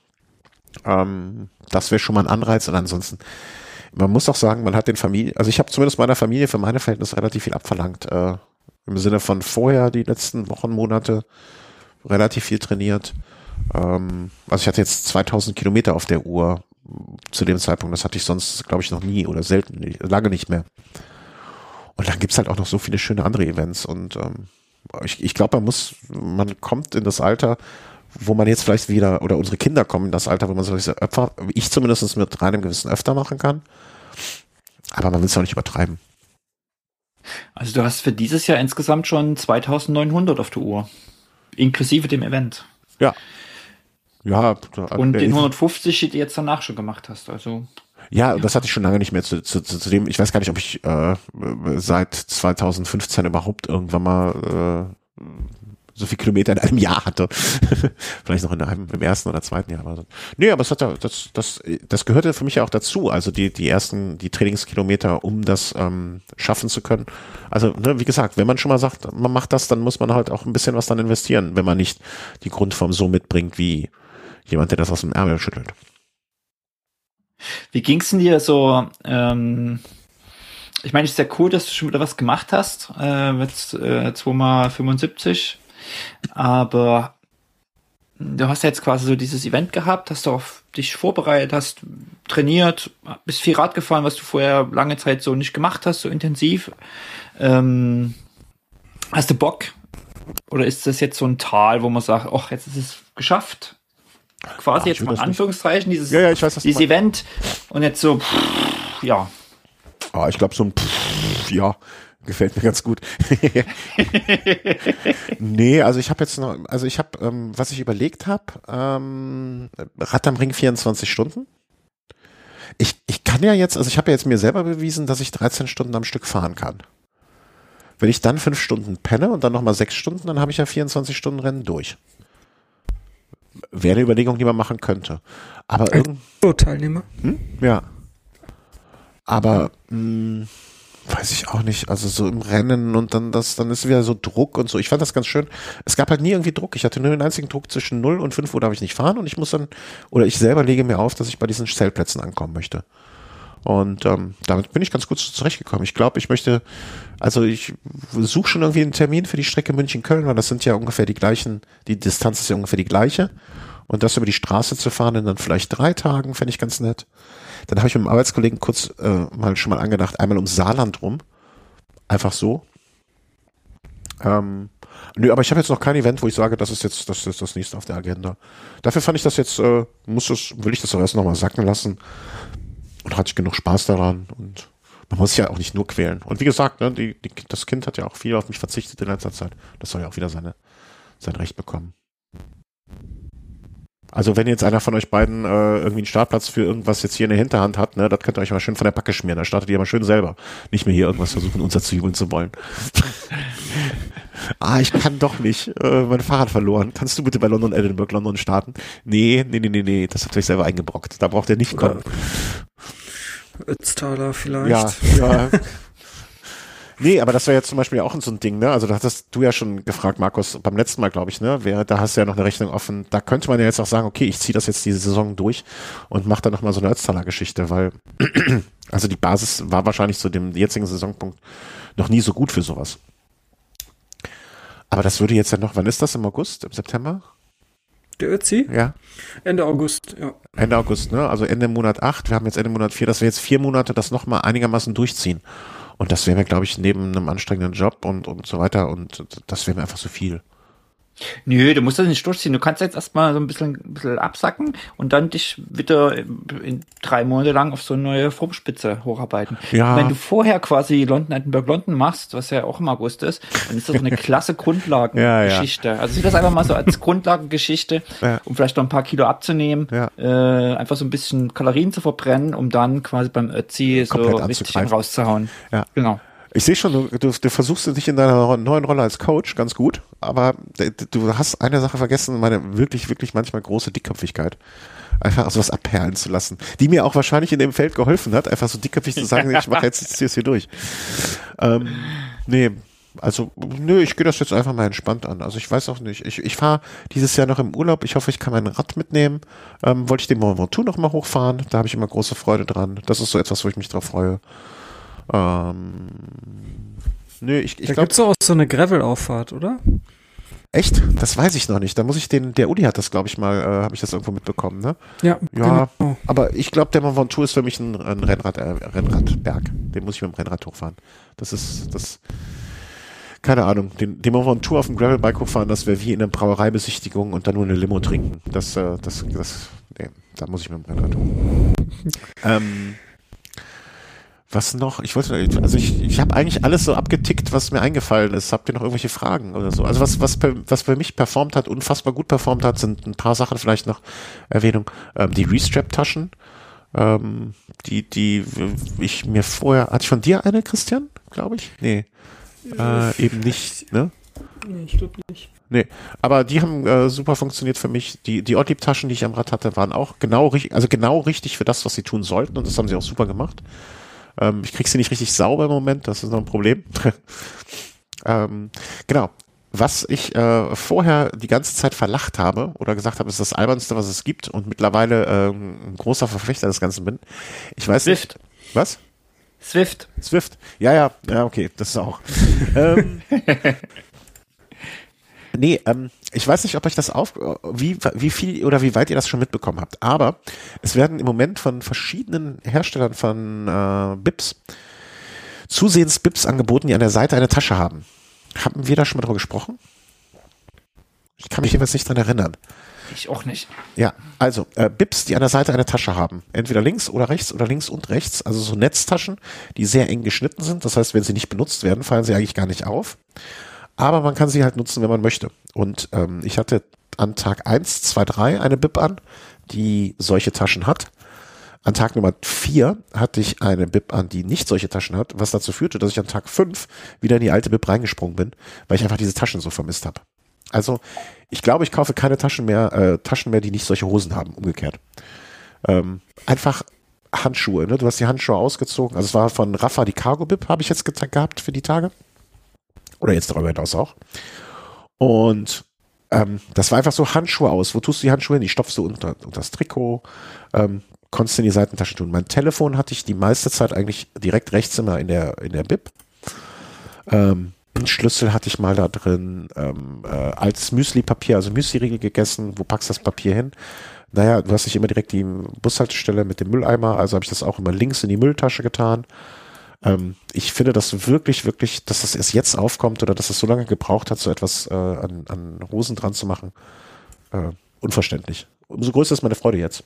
das wäre schon mal ein Anreiz. Und ansonsten, man muss auch sagen, man hat also ich habe zumindest meiner Familie für meine Verhältnisse relativ viel abverlangt. Im Sinne von vorher, die letzten Wochen, Monate, relativ viel trainiert. Also ich hatte jetzt 2000 Kilometer auf der Uhr zu dem Zeitpunkt. Das hatte ich sonst, glaube ich, noch nie oder selten, lange nicht mehr. Und dann gibt's halt auch noch so viele schöne andere Events. Und ich glaube, man kommt in das Alter, wo man jetzt vielleicht wieder, oder unsere Kinder kommen in das Alter, wo man solche Opfer, ich zumindest mit reinem Gewissen öfter machen kann. Aber man will es auch nicht übertreiben. Also du hast für dieses Jahr insgesamt schon 2900 auf der Uhr. Inklusive dem Event. Ja. Ja. Und den 150, die du jetzt danach schon gemacht hast. Also. Ja, das hatte ich schon lange nicht mehr zu dem. Ich weiß gar nicht, ob ich seit 2015 überhaupt irgendwann mal so viele Kilometer in einem Jahr hatte. Vielleicht noch im ersten oder zweiten Jahr. Aber nee, aber es hat ja, das gehörte für mich ja auch dazu. Also die Trainingskilometer, um das schaffen zu können. Also ne, wie gesagt, wenn man schon mal sagt, man macht das, dann muss man halt auch ein bisschen was dann investieren, wenn man nicht die Grundform so mitbringt wie jemand, der das aus dem Ärmel schüttelt. Wie ging's denn dir so? Ich meine, es ist ja cool, dass du schon wieder was gemacht hast mit 2x75. Aber du hast ja jetzt quasi so dieses Event gehabt, hast du auf dich vorbereitet, hast trainiert, bist viel Rad gefahren, was du vorher lange Zeit so nicht gemacht hast, so intensiv. Hast du Bock? Oder ist das jetzt so ein Tal, wo man sagt, ach, jetzt ist es geschafft? Quasi jetzt mal in Anführungszeichen, dieses Event und jetzt so, ja. Ich glaube so ein ja, gefällt mir ganz gut. Nee, also ich habe jetzt noch, was ich überlegt habe, Rad am Ring 24 Stunden. Ich kann ja jetzt, also ich habe ja jetzt mir selber bewiesen, dass ich 13 Stunden am Stück fahren kann. Wenn ich dann 5 Stunden penne und dann nochmal 6 Stunden, dann habe ich ja 24 Stunden Rennen durch. Wäre eine Überlegung, die man machen könnte. Aber Teilnehmer? Ja. Aber weiß ich auch nicht. Also so im Rennen und dann ist wieder so Druck und so. Ich fand das ganz schön. Es gab halt nie irgendwie Druck. Ich hatte nur den einzigen Druck zwischen 0 und 5 Uhr darf ich nicht fahren und ich muss dann, oder ich selber lege mir auf, dass ich bei diesen Zeltplätzen ankommen möchte. Und damit bin ich ganz gut zurechtgekommen. Ich glaube, ich suche schon irgendwie einen Termin für die Strecke München-Köln, weil das sind ja ungefähr die gleichen, die Distanz ist ja ungefähr die gleiche. Und das über die Straße zu fahren in dann vielleicht 3 Tagen, fände ich ganz nett. Dann habe ich mit dem Arbeitskollegen kurz schon mal angedacht, einmal ums Saarland rum. Einfach so. Nö, aber ich habe jetzt noch kein Event, wo ich sage, das ist das nächste auf der Agenda. Dafür fand ich das jetzt, will ich das auch erst nochmal sacken lassen. Und hatte ich genug Spaß daran und man muss sich ja auch nicht nur quälen. Und wie gesagt, ne, das Kind hat ja auch viel auf mich verzichtet in letzter Zeit. Das soll ja auch wieder sein Recht bekommen. Also wenn jetzt einer von euch beiden irgendwie einen Startplatz für irgendwas jetzt hier in der Hinterhand hat, ne, das könnt ihr euch mal schön von der Backe schmieren. Da startet ihr mal schön selber. Nicht mehr hier irgendwas versuchen, unterzujubeln zu wollen. Ich kann doch nicht. Mein Fahrrad verloren. Kannst du bitte bei London starten? Nee. Das habt ihr euch selber eingebrockt. Da braucht ihr nicht kommen. Ötztaler vielleicht. Ja. Nee, aber das wäre jetzt zum Beispiel auch so ein Ding, ne? Also da hattest du ja schon gefragt, Markus, beim letzten Mal, glaube ich, ne? Da hast du ja noch eine Rechnung offen. Da könnte man ja jetzt auch sagen, okay, ich ziehe das jetzt diese Saison durch und mache dann nochmal so eine Ötztaler Geschichte, weil also die Basis war wahrscheinlich zu dem jetzigen Saisonpunkt noch nie so gut für sowas. Aber das würde jetzt ja noch, wann ist das? Im August? Im September? Der Ötzi? Ja. Ende August, ja. Ende August, ne? Also Ende Monat 8, wir haben jetzt Ende Monat 4, dass wir jetzt 4 Monate das nochmal einigermaßen durchziehen. Und das wäre mir, glaube ich, neben einem anstrengenden Job und so weiter und das wäre mir einfach zu viel. Nö, du musst das nicht durchziehen. Du kannst jetzt erstmal so ein bisschen absacken und dann dich wieder in 3 Monate lang auf so eine neue Formspitze hocharbeiten. Ja. Wenn du vorher quasi Edinburgh-London machst, was ja auch im August ist, dann ist das eine klasse Grundlagengeschichte. Ja. Also sieh das einfach mal so als Grundlagengeschichte, um vielleicht noch ein paar Kilo abzunehmen, einfach so ein bisschen Kalorien zu verbrennen, um dann quasi beim Ötzi so richtig rauszuhauen. Ja. Genau. Ich sehe schon, du versuchst dich in deiner neuen Rolle als Coach ganz gut, aber du hast eine Sache vergessen, meine wirklich, wirklich manchmal große Dickköpfigkeit. Einfach sowas abperlen zu lassen, die mir auch wahrscheinlich in dem Feld geholfen hat, einfach so dickköpfig zu sagen, ich mache jetzt hier durch. Ich gehe das jetzt einfach mal entspannt an. Also ich weiß auch nicht, ich fahre dieses Jahr noch im Urlaub, ich hoffe, ich kann mein Rad mitnehmen. Wollte ich den Mont Ventoux noch mal hochfahren, da habe ich immer große Freude dran. Das ist so etwas, wo ich mich drauf freue. Ich da glaube. Gibt's auch so eine Gravel-Auffahrt, oder? Echt? Das weiß ich noch nicht. Da muss ich der Uli hat das, glaube ich mal, habe ich das irgendwo mitbekommen, ne? Ja, genau. Genau. Aber ich glaube, der Mont Ventoux ist für mich ein Rennradberg. Den muss ich mit dem Rennrad hochfahren. Keine Ahnung. Den Mont Ventoux auf dem Gravelbike hochfahren, das wäre wie in einer Brauereibesichtigung und dann nur eine Limo trinken. Da muss ich mit dem Rennrad hoch. Was noch? Ich habe eigentlich alles so abgetickt, was mir eingefallen ist. Habt ihr noch irgendwelche Fragen oder so? Also was für mich performt hat, unfassbar gut performt hat, sind ein paar Sachen vielleicht noch Erwähnung. Die Restrap-Taschen, die ich mir vorher, hatte ich von dir eine, Christian? Glaube ich? Nee. Eben nicht, ne? Nee, ich glaube nicht. Nee, aber die haben super funktioniert für mich. Die Ortlieb-Taschen, die ich am Rad hatte, waren auch genau richtig für das, was sie tun sollten und das haben sie auch super gemacht. Ich krieg sie nicht richtig sauber im Moment, das ist noch ein Problem. Genau. Was ich vorher die ganze Zeit verlacht habe oder gesagt habe, ist das Albernste, was es gibt und mittlerweile ein großer Verfechter des Ganzen bin. Ich weiß Swift. nicht. Was? Swift. Ja, okay, das ist auch. Nee, ich weiß nicht, ob euch das wie viel oder wie weit ihr das schon mitbekommen habt, aber es werden im Moment von verschiedenen Herstellern von Bips zusehends Bips angeboten, die an der Seite eine Tasche haben. Haben wir da schon mal drüber gesprochen? Ich kann mich jedenfalls nicht dran erinnern. Ich auch nicht. Ja, also Bips, die an der Seite eine Tasche haben. Entweder links oder links und rechts. Also so Netztaschen, die sehr eng geschnitten sind. Das heißt, wenn sie nicht benutzt werden, fallen sie eigentlich gar nicht auf. Aber man kann sie halt nutzen, wenn man möchte. Und ich hatte an Tag 1, 2, 3 eine Bip an, die solche Taschen hat. An Tag Nummer 4 hatte ich eine Bip an, die nicht solche Taschen hat, was dazu führte, dass ich an Tag 5 wieder in die alte Bip reingesprungen bin, weil ich einfach diese Taschen so vermisst habe. Also ich glaube, ich kaufe keine Taschen mehr, die nicht solche Hosen haben, umgekehrt. Einfach Handschuhe, ne? Du hast die Handschuhe ausgezogen. Also es war von Rafa die Cargo Bip, habe ich jetzt gehabt für die Tage. Oder jetzt darüber hinaus auch. Und das war einfach so Handschuhe aus. Wo tust du die Handschuhe hin? Die stopfst du unter das Trikot, konntest in die Seitentasche tun. Mein Telefon hatte ich die meiste Zeit eigentlich direkt rechts immer in der Bib. Einen Schlüssel hatte ich mal da drin, als Müsli-Papier, also Müsli-Riegel gegessen. Wo packst du das Papier hin? Naja, du hast nicht immer direkt die Bushaltestelle mit dem Mülleimer, also habe ich das auch immer links in die Mülltasche getan. Ich finde das wirklich, wirklich, dass das erst jetzt aufkommt oder dass es so lange gebraucht hat, so etwas an Hosen dran zu machen, unverständlich. Umso größer ist meine Freude jetzt.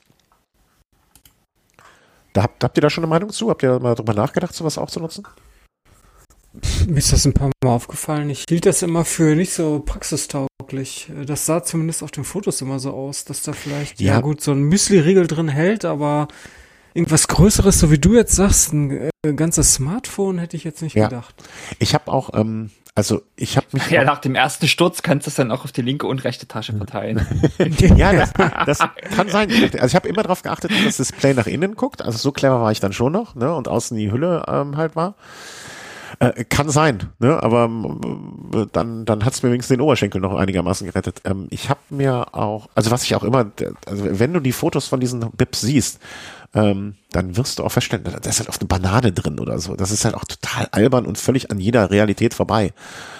Habt ihr da schon eine Meinung zu? Habt ihr mal drüber nachgedacht, sowas auch zu nutzen? Mir ist das ein paar Mal aufgefallen. Ich hielt das immer für nicht so praxistauglich. Das sah zumindest auf den Fotos immer so aus, dass da vielleicht, ja gut, so ein Müsli-Riegel drin hält, aber irgendwas Größeres, so wie du jetzt sagst, ein ganzes Smartphone hätte ich jetzt nicht gedacht. Ich habe auch Also ich habe mich... Ja, nach dem ersten Sturz kannst du es dann auch auf die linke und rechte Tasche verteilen. Ja, das kann sein. Also ich habe immer darauf geachtet, dass das Display nach innen guckt. Also so clever war ich dann schon noch, ne? Und außen die Hülle halt war. Kann sein, ne? Aber dann hat es mir wenigstens den Oberschenkel noch einigermaßen gerettet. Ich habe mir auch, also was ich auch immer, also wenn du die Fotos von diesen Bips siehst, dann wirst du auch feststellen, da ist halt oft eine Banane drin oder so. Das ist halt auch total albern und völlig an jeder Realität vorbei.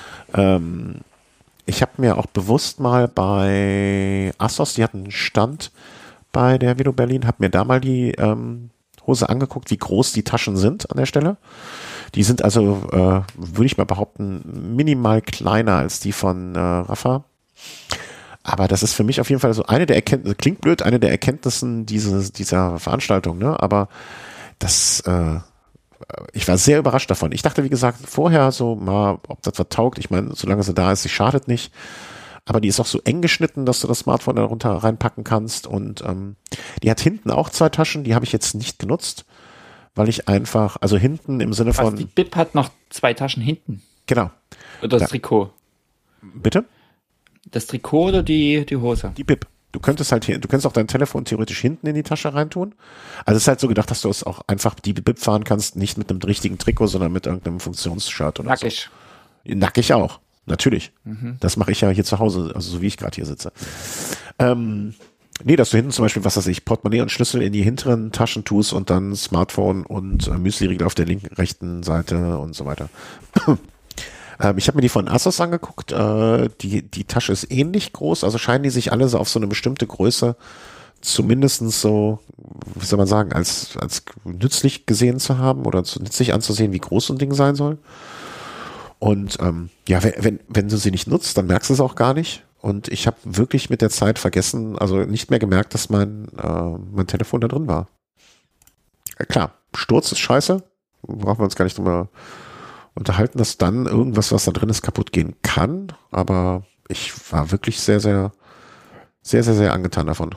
Ich habe mir auch bewusst mal bei ASOS, die hatten einen Stand bei der Velo Berlin, habe mir da mal die Hose angeguckt, wie groß die Taschen sind an der Stelle. Die sind also, würde ich mal behaupten, minimal kleiner als die von Rafa. Aber das ist für mich auf jeden Fall so eine der Erkenntnisse, klingt blöd, eine der Erkenntnissen dieser Veranstaltung, ne? Aber das, ich war sehr überrascht davon. Ich dachte, wie gesagt, vorher so mal, ob das was taugt. Ich meine, solange sie da ist, sie schadet nicht. Aber die ist auch so eng geschnitten, dass du das Smartphone da runter reinpacken kannst. Und die hat hinten auch 2 Taschen, die habe ich jetzt nicht genutzt, weil ich einfach, also hinten im Sinne von... Die Bip hat noch 2 Taschen hinten. Genau. Oder das Trikot. Bitte? Das Trikot oder die Hose? Die Bip. Du könntest auch dein Telefon theoretisch hinten in die Tasche reintun. Also es ist halt so gedacht, dass du es auch einfach die Bip fahren kannst, nicht mit einem richtigen Trikot, sondern mit irgendeinem Funktionsshirt oder Nackig. so. Nackig auch. Natürlich. Das mache ich ja hier zu Hause, also so wie ich gerade hier sitze. Nee, dass du hinten zum Beispiel, was weiß ich, Portemonnaie und Schlüssel in die hinteren Taschen tust und dann Smartphone und Müsli-Riegel auf der rechten Seite und so weiter. Ich habe mir die von ASOS angeguckt. Die Tasche ist ähnlich groß, also scheinen die sich alle so auf so eine bestimmte Größe zumindestens so, wie soll man sagen, als nützlich gesehen zu haben oder nützlich anzusehen, wie groß so ein Ding sein soll. Und ja, wenn du sie nicht nutzt, dann merkst du es auch gar nicht. Und ich habe wirklich mit der Zeit vergessen, also nicht mehr gemerkt, dass mein Telefon da drin war. Klar, Sturz ist scheiße. Brauchen wir uns gar nicht drüber unterhalten, dass dann irgendwas, was da drin ist, kaputt gehen kann. Aber ich war wirklich sehr, sehr, sehr, sehr, sehr angetan davon.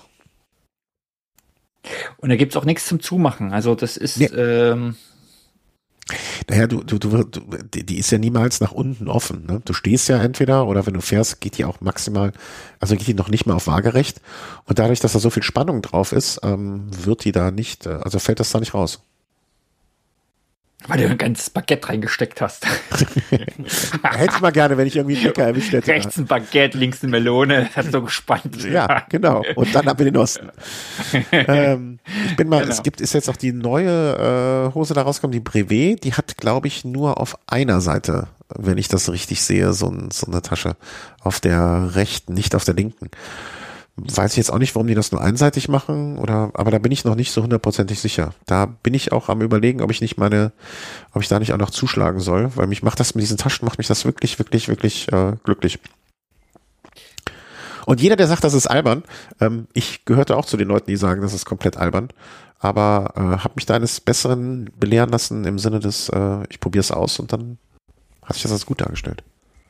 Und da gibt's auch nichts zum Zumachen. Also das ist... Nee. Naja, die ist ja niemals nach unten offen. Ne? Du stehst ja entweder oder wenn du fährst, geht die auch maximal, also geht die noch nicht mal auf waagerecht. Und dadurch, dass da so viel Spannung drauf ist, wird die da nicht, also fällt das da nicht raus. Weil du ein ganzes Baguette reingesteckt hast. Hätte ich mal gerne, wenn ich irgendwie einen Dicker erwischt hätte. Rechts ein Baguette, links eine Melone, das hat so gespannt. Ja, genau. Und dann ab in den Osten. Ich bin mal, genau. Ist jetzt auch die neue Hose da rausgekommen, die Brevet, die hat, glaube ich, nur auf einer Seite, wenn ich das richtig sehe, so eine Tasche. Auf der rechten, nicht auf der linken. Weiß ich jetzt auch nicht, warum die das nur einseitig machen, aber da bin ich noch nicht so 100% sicher. Da bin ich auch am Überlegen, ob ich da nicht auch noch zuschlagen soll, weil mich macht das mit diesen Taschen, macht mich das wirklich, wirklich, wirklich glücklich. Und jeder, der sagt, das ist albern, ich gehörte auch zu den Leuten, die sagen, das ist komplett albern, aber habe mich da eines Besseren belehren lassen im Sinne des, ich probiere es aus und dann hat sich das als gut dargestellt.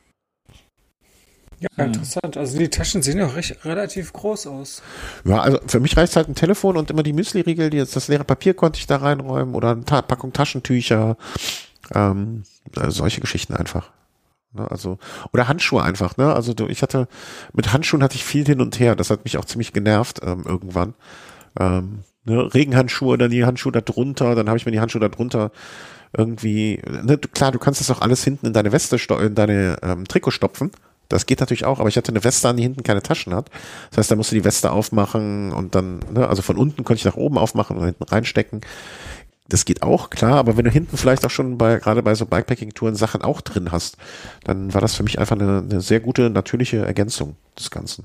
Ja, interessant. Also die Taschen sehen auch relativ groß aus. Ja, also für mich reicht halt ein Telefon und immer die Müsli-Riegel, das leere Papier konnte ich da reinräumen oder eine Packung Taschentücher, solche Geschichten einfach. Ne, also, oder Handschuhe einfach, ne? Also mit Handschuhen hatte ich viel hin und her, das hat mich auch ziemlich genervt irgendwann. Ne, Regenhandschuhe, dann die Handschuhe da drunter, dann habe ich mir die Handschuhe da drunter irgendwie, ne, klar, du kannst das auch alles hinten in deine Weste, in deine Trikot stopfen. Das geht natürlich auch, aber ich hatte eine Weste an, die hinten keine Taschen hat. Das heißt, da musst du die Weste aufmachen und dann, ne, also von unten konnte ich nach oben aufmachen und hinten reinstecken. Das geht auch, klar, aber wenn du hinten vielleicht auch schon gerade bei so Bikepacking-Touren Sachen auch drin hast, dann war das für mich einfach eine sehr gute, natürliche Ergänzung des Ganzen.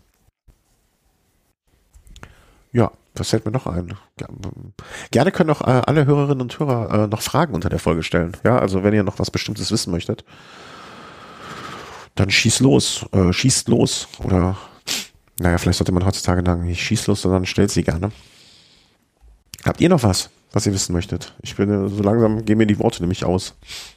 Ja, was fällt mir noch ein? Gerne können auch alle Hörerinnen und Hörer noch Fragen unter der Folge stellen. Ja, also wenn ihr noch was Bestimmtes wissen möchtet, dann schießt los. Oder, naja, vielleicht sollte man heutzutage sagen, nicht schieß los, sondern stellt sie gerne. Habt ihr noch was ihr wissen möchtet? Ich bin so langsam, gehen mir die Worte nämlich aus.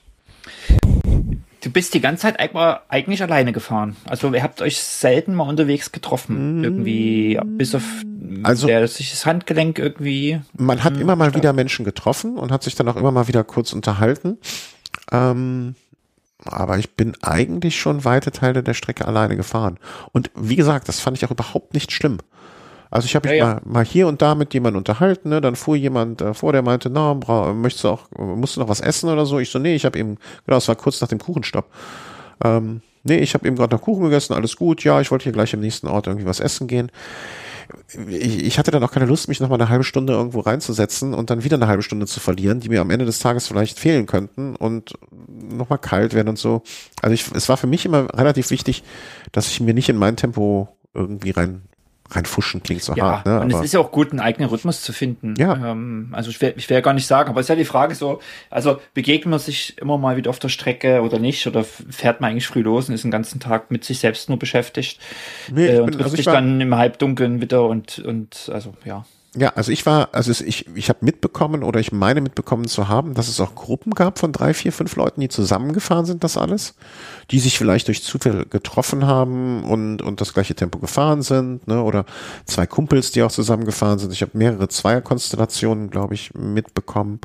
Du bist die ganze Zeit eigentlich alleine gefahren. Also ihr habt euch selten mal unterwegs getroffen. Irgendwie, bis auf sich das Handgelenk irgendwie. Man hat immer mal wieder Menschen getroffen und hat sich dann auch immer mal wieder kurz unterhalten. Aber ich bin eigentlich schon weite Teile der Strecke alleine gefahren. Und wie gesagt, das fand ich auch überhaupt nicht schlimm. Also ich habe mich mal hier und da mit jemandem unterhalten, ne? Dann fuhr jemand vor, der meinte, na, musst du noch was essen oder so? Ich so, nee, ich habe eben, genau, es war kurz nach dem Kuchenstopp. Nee, ich habe eben gerade noch Kuchen gegessen, alles gut, ja, ich wollte hier gleich im nächsten Ort irgendwie was essen gehen. Ich hatte dann auch keine Lust, mich noch mal eine halbe Stunde irgendwo reinzusetzen und dann wieder eine halbe Stunde zu verlieren, die mir am Ende des Tages vielleicht fehlen könnten und noch mal kalt werden und so. Also es war für mich immer relativ wichtig, dass ich mir nicht in mein Tempo irgendwie reinfuschen, klingt so hart. Ne? Und es ist ja auch gut, einen eigenen Rhythmus zu finden. Ja. Also ich will ja gar nicht sagen, aber es ist ja die Frage so, also begegnet man sich immer mal wieder auf der Strecke oder nicht, oder fährt man eigentlich früh los und ist den ganzen Tag mit sich selbst nur beschäftigt und trifft sich dann im Halbdunkeln wieder und also ja. Ja, also ich habe mitbekommen oder ich meine mitbekommen zu haben, dass es auch Gruppen gab von 3, 4, 5 Leuten, die zusammengefahren sind, das alles, die sich vielleicht durch Zufall getroffen haben und das gleiche Tempo gefahren sind, ne, oder 2 Kumpels, die auch zusammengefahren sind. Ich habe mehrere Zweierkonstellationen, glaube ich, mitbekommen.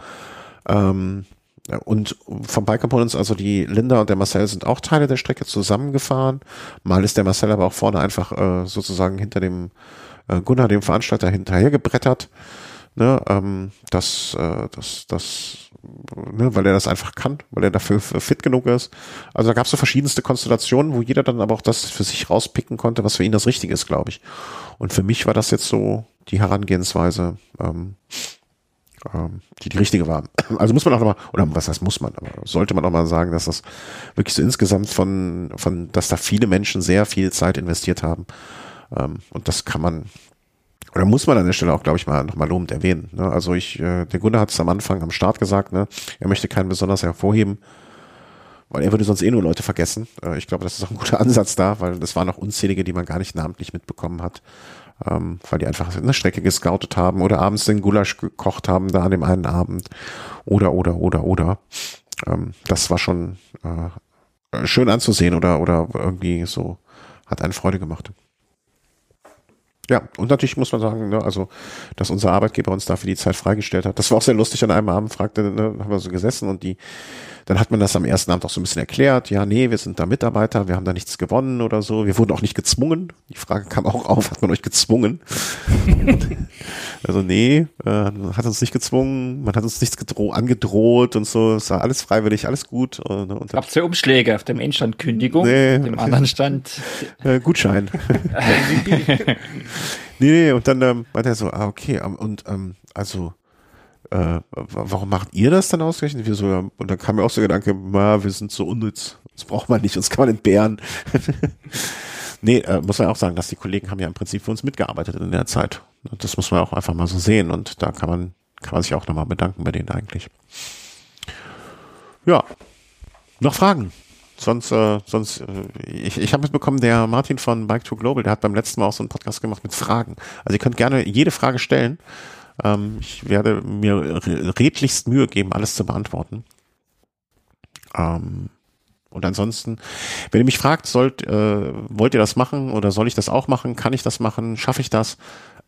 Und vom Bike Components, also die Linda und der Marcel sind auch Teile der Strecke zusammengefahren. Mal ist der Marcel aber auch vorne einfach sozusagen hinter dem Gunnar, dem Veranstalter, hinterher gebrettert, ne, ne, weil er das einfach kann, weil er dafür fit genug ist. Also da gab es so verschiedenste Konstellationen, wo jeder dann aber auch das für sich rauspicken konnte, was für ihn das Richtige ist, glaube ich. Und für mich war das jetzt so die Herangehensweise, die richtige war. Also muss man auch nochmal, oder was heißt muss man, aber sollte man auch mal sagen, dass das wirklich so insgesamt dass da viele Menschen sehr viel Zeit investiert haben. Und das kann man, oder muss man an der Stelle auch, glaube ich, nochmal lobend erwähnen. Ne? Also der Gunnar hat es am Anfang am Start gesagt, ne? Er möchte keinen besonders hervorheben, weil er würde sonst nur Leute vergessen. Ich glaube, das ist auch ein guter Ansatz da, weil es waren auch unzählige, die man gar nicht namentlich mitbekommen hat, weil die einfach eine Strecke gescoutet haben oder abends den Gulasch gekocht haben, da an dem einen Abend oder. Das war schon schön anzusehen oder irgendwie so, hat einen Freude gemacht. Ja, und natürlich muss man sagen, ne, also, dass unser Arbeitgeber uns dafür die Zeit freigestellt hat. Das war auch sehr lustig. An einem Abend haben wir so gesessen und dann hat man das am ersten Abend auch so ein bisschen erklärt. Ja, nee, wir sind da Mitarbeiter, wir haben da nichts gewonnen oder so. Wir wurden auch nicht gezwungen. Die Frage kam auch auf, hat man euch gezwungen? Also nee, hat uns nicht gezwungen, man hat uns nichts angedroht und so. Es war alles freiwillig, alles gut. Gab es ja Umschläge, auf dem einen stand Kündigung, nee, auf dem anderen stand Gutschein. Nee, und dann meinte er so, okay, und warum macht ihr das dann ausgerechnet? Wir so, ja, und dann kam mir auch so der Gedanke, wir sind so unnütz, das braucht man nicht, uns kann man entbehren. Nee, muss man auch sagen, dass die Kollegen haben ja im Prinzip für uns mitgearbeitet in der Zeit. Das muss man auch einfach mal so sehen und da kann man sich auch nochmal bedanken bei denen eigentlich. Ja, noch Fragen? Sonst, ich habe mitbekommen, der Martin von Bike2Global, der hat beim letzten Mal auch so einen Podcast gemacht mit Fragen. Also ihr könnt gerne jede Frage stellen. Ich werde mir redlichst Mühe geben, alles zu beantworten. Und ansonsten, wenn ihr mich fragt, wollt ihr das machen oder soll ich das auch machen? Kann ich das machen? Schaffe ich das?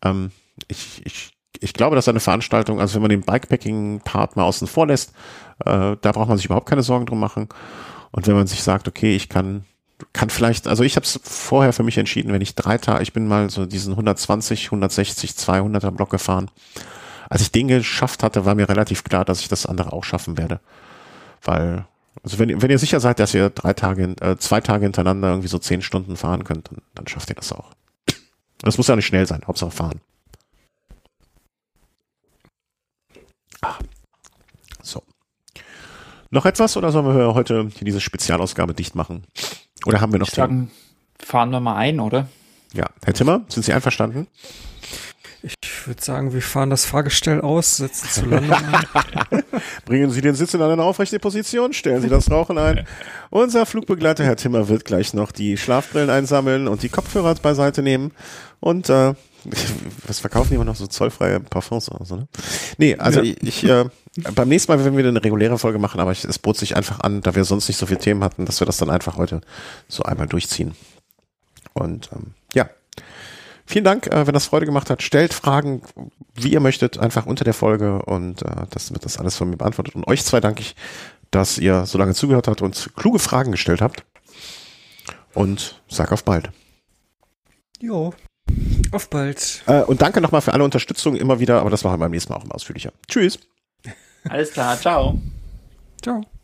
Ich glaube, dass eine Veranstaltung, also wenn man den Bikepacking-Part mal außen vor lässt, da braucht man sich überhaupt keine Sorgen drum machen. Und wenn man sich sagt, okay, ich kann vielleicht, also ich habe es vorher für mich entschieden, wenn ich 3 Tage, ich bin mal so diesen 120, 160, 200er Block gefahren. Als ich den geschafft hatte, war mir relativ klar, dass ich das andere auch schaffen werde. Weil, also wenn ihr sicher seid, dass ihr 2 Tage hintereinander irgendwie so 10 Stunden fahren könnt, dann schafft ihr das auch. Das muss ja nicht schnell sein, Hauptsache fahren. So. Noch etwas oder sollen wir heute diese Spezialausgabe dicht machen? Oder haben wir noch Themen? Fahren wir mal ein, oder? Ja. Herr Timmer, sind Sie einverstanden? Ich würde sagen, wir fahren das Fahrgestell aus, setzen zur Landung ein. Bringen Sie den Sitz in eine aufrechte Position, stellen Sie das Rauchen ein. Unser Flugbegleiter, Herr Timmer, wird gleich noch die Schlafbrillen einsammeln und die Kopfhörer beiseite nehmen. Und was verkaufen die immer noch, so zollfreie Parfums oder so, ne? Nee, also ja. Beim nächsten Mal werden wir eine reguläre Folge machen, aber es bot sich einfach an, da wir sonst nicht so viele Themen hatten, dass wir das dann einfach heute so einmal durchziehen. Und ja, vielen Dank, wenn das Freude gemacht hat. Stellt Fragen, wie ihr möchtet, einfach unter der Folge und das wird das alles von mir beantwortet. Und euch zwei danke ich, dass ihr so lange zugehört habt und kluge Fragen gestellt habt. Und sag auf bald. Jo, auf bald. Und danke nochmal für alle Unterstützung immer wieder, aber das machen wir beim nächsten Mal auch immer ausführlicher. Tschüss. Alles klar, ciao. Ciao.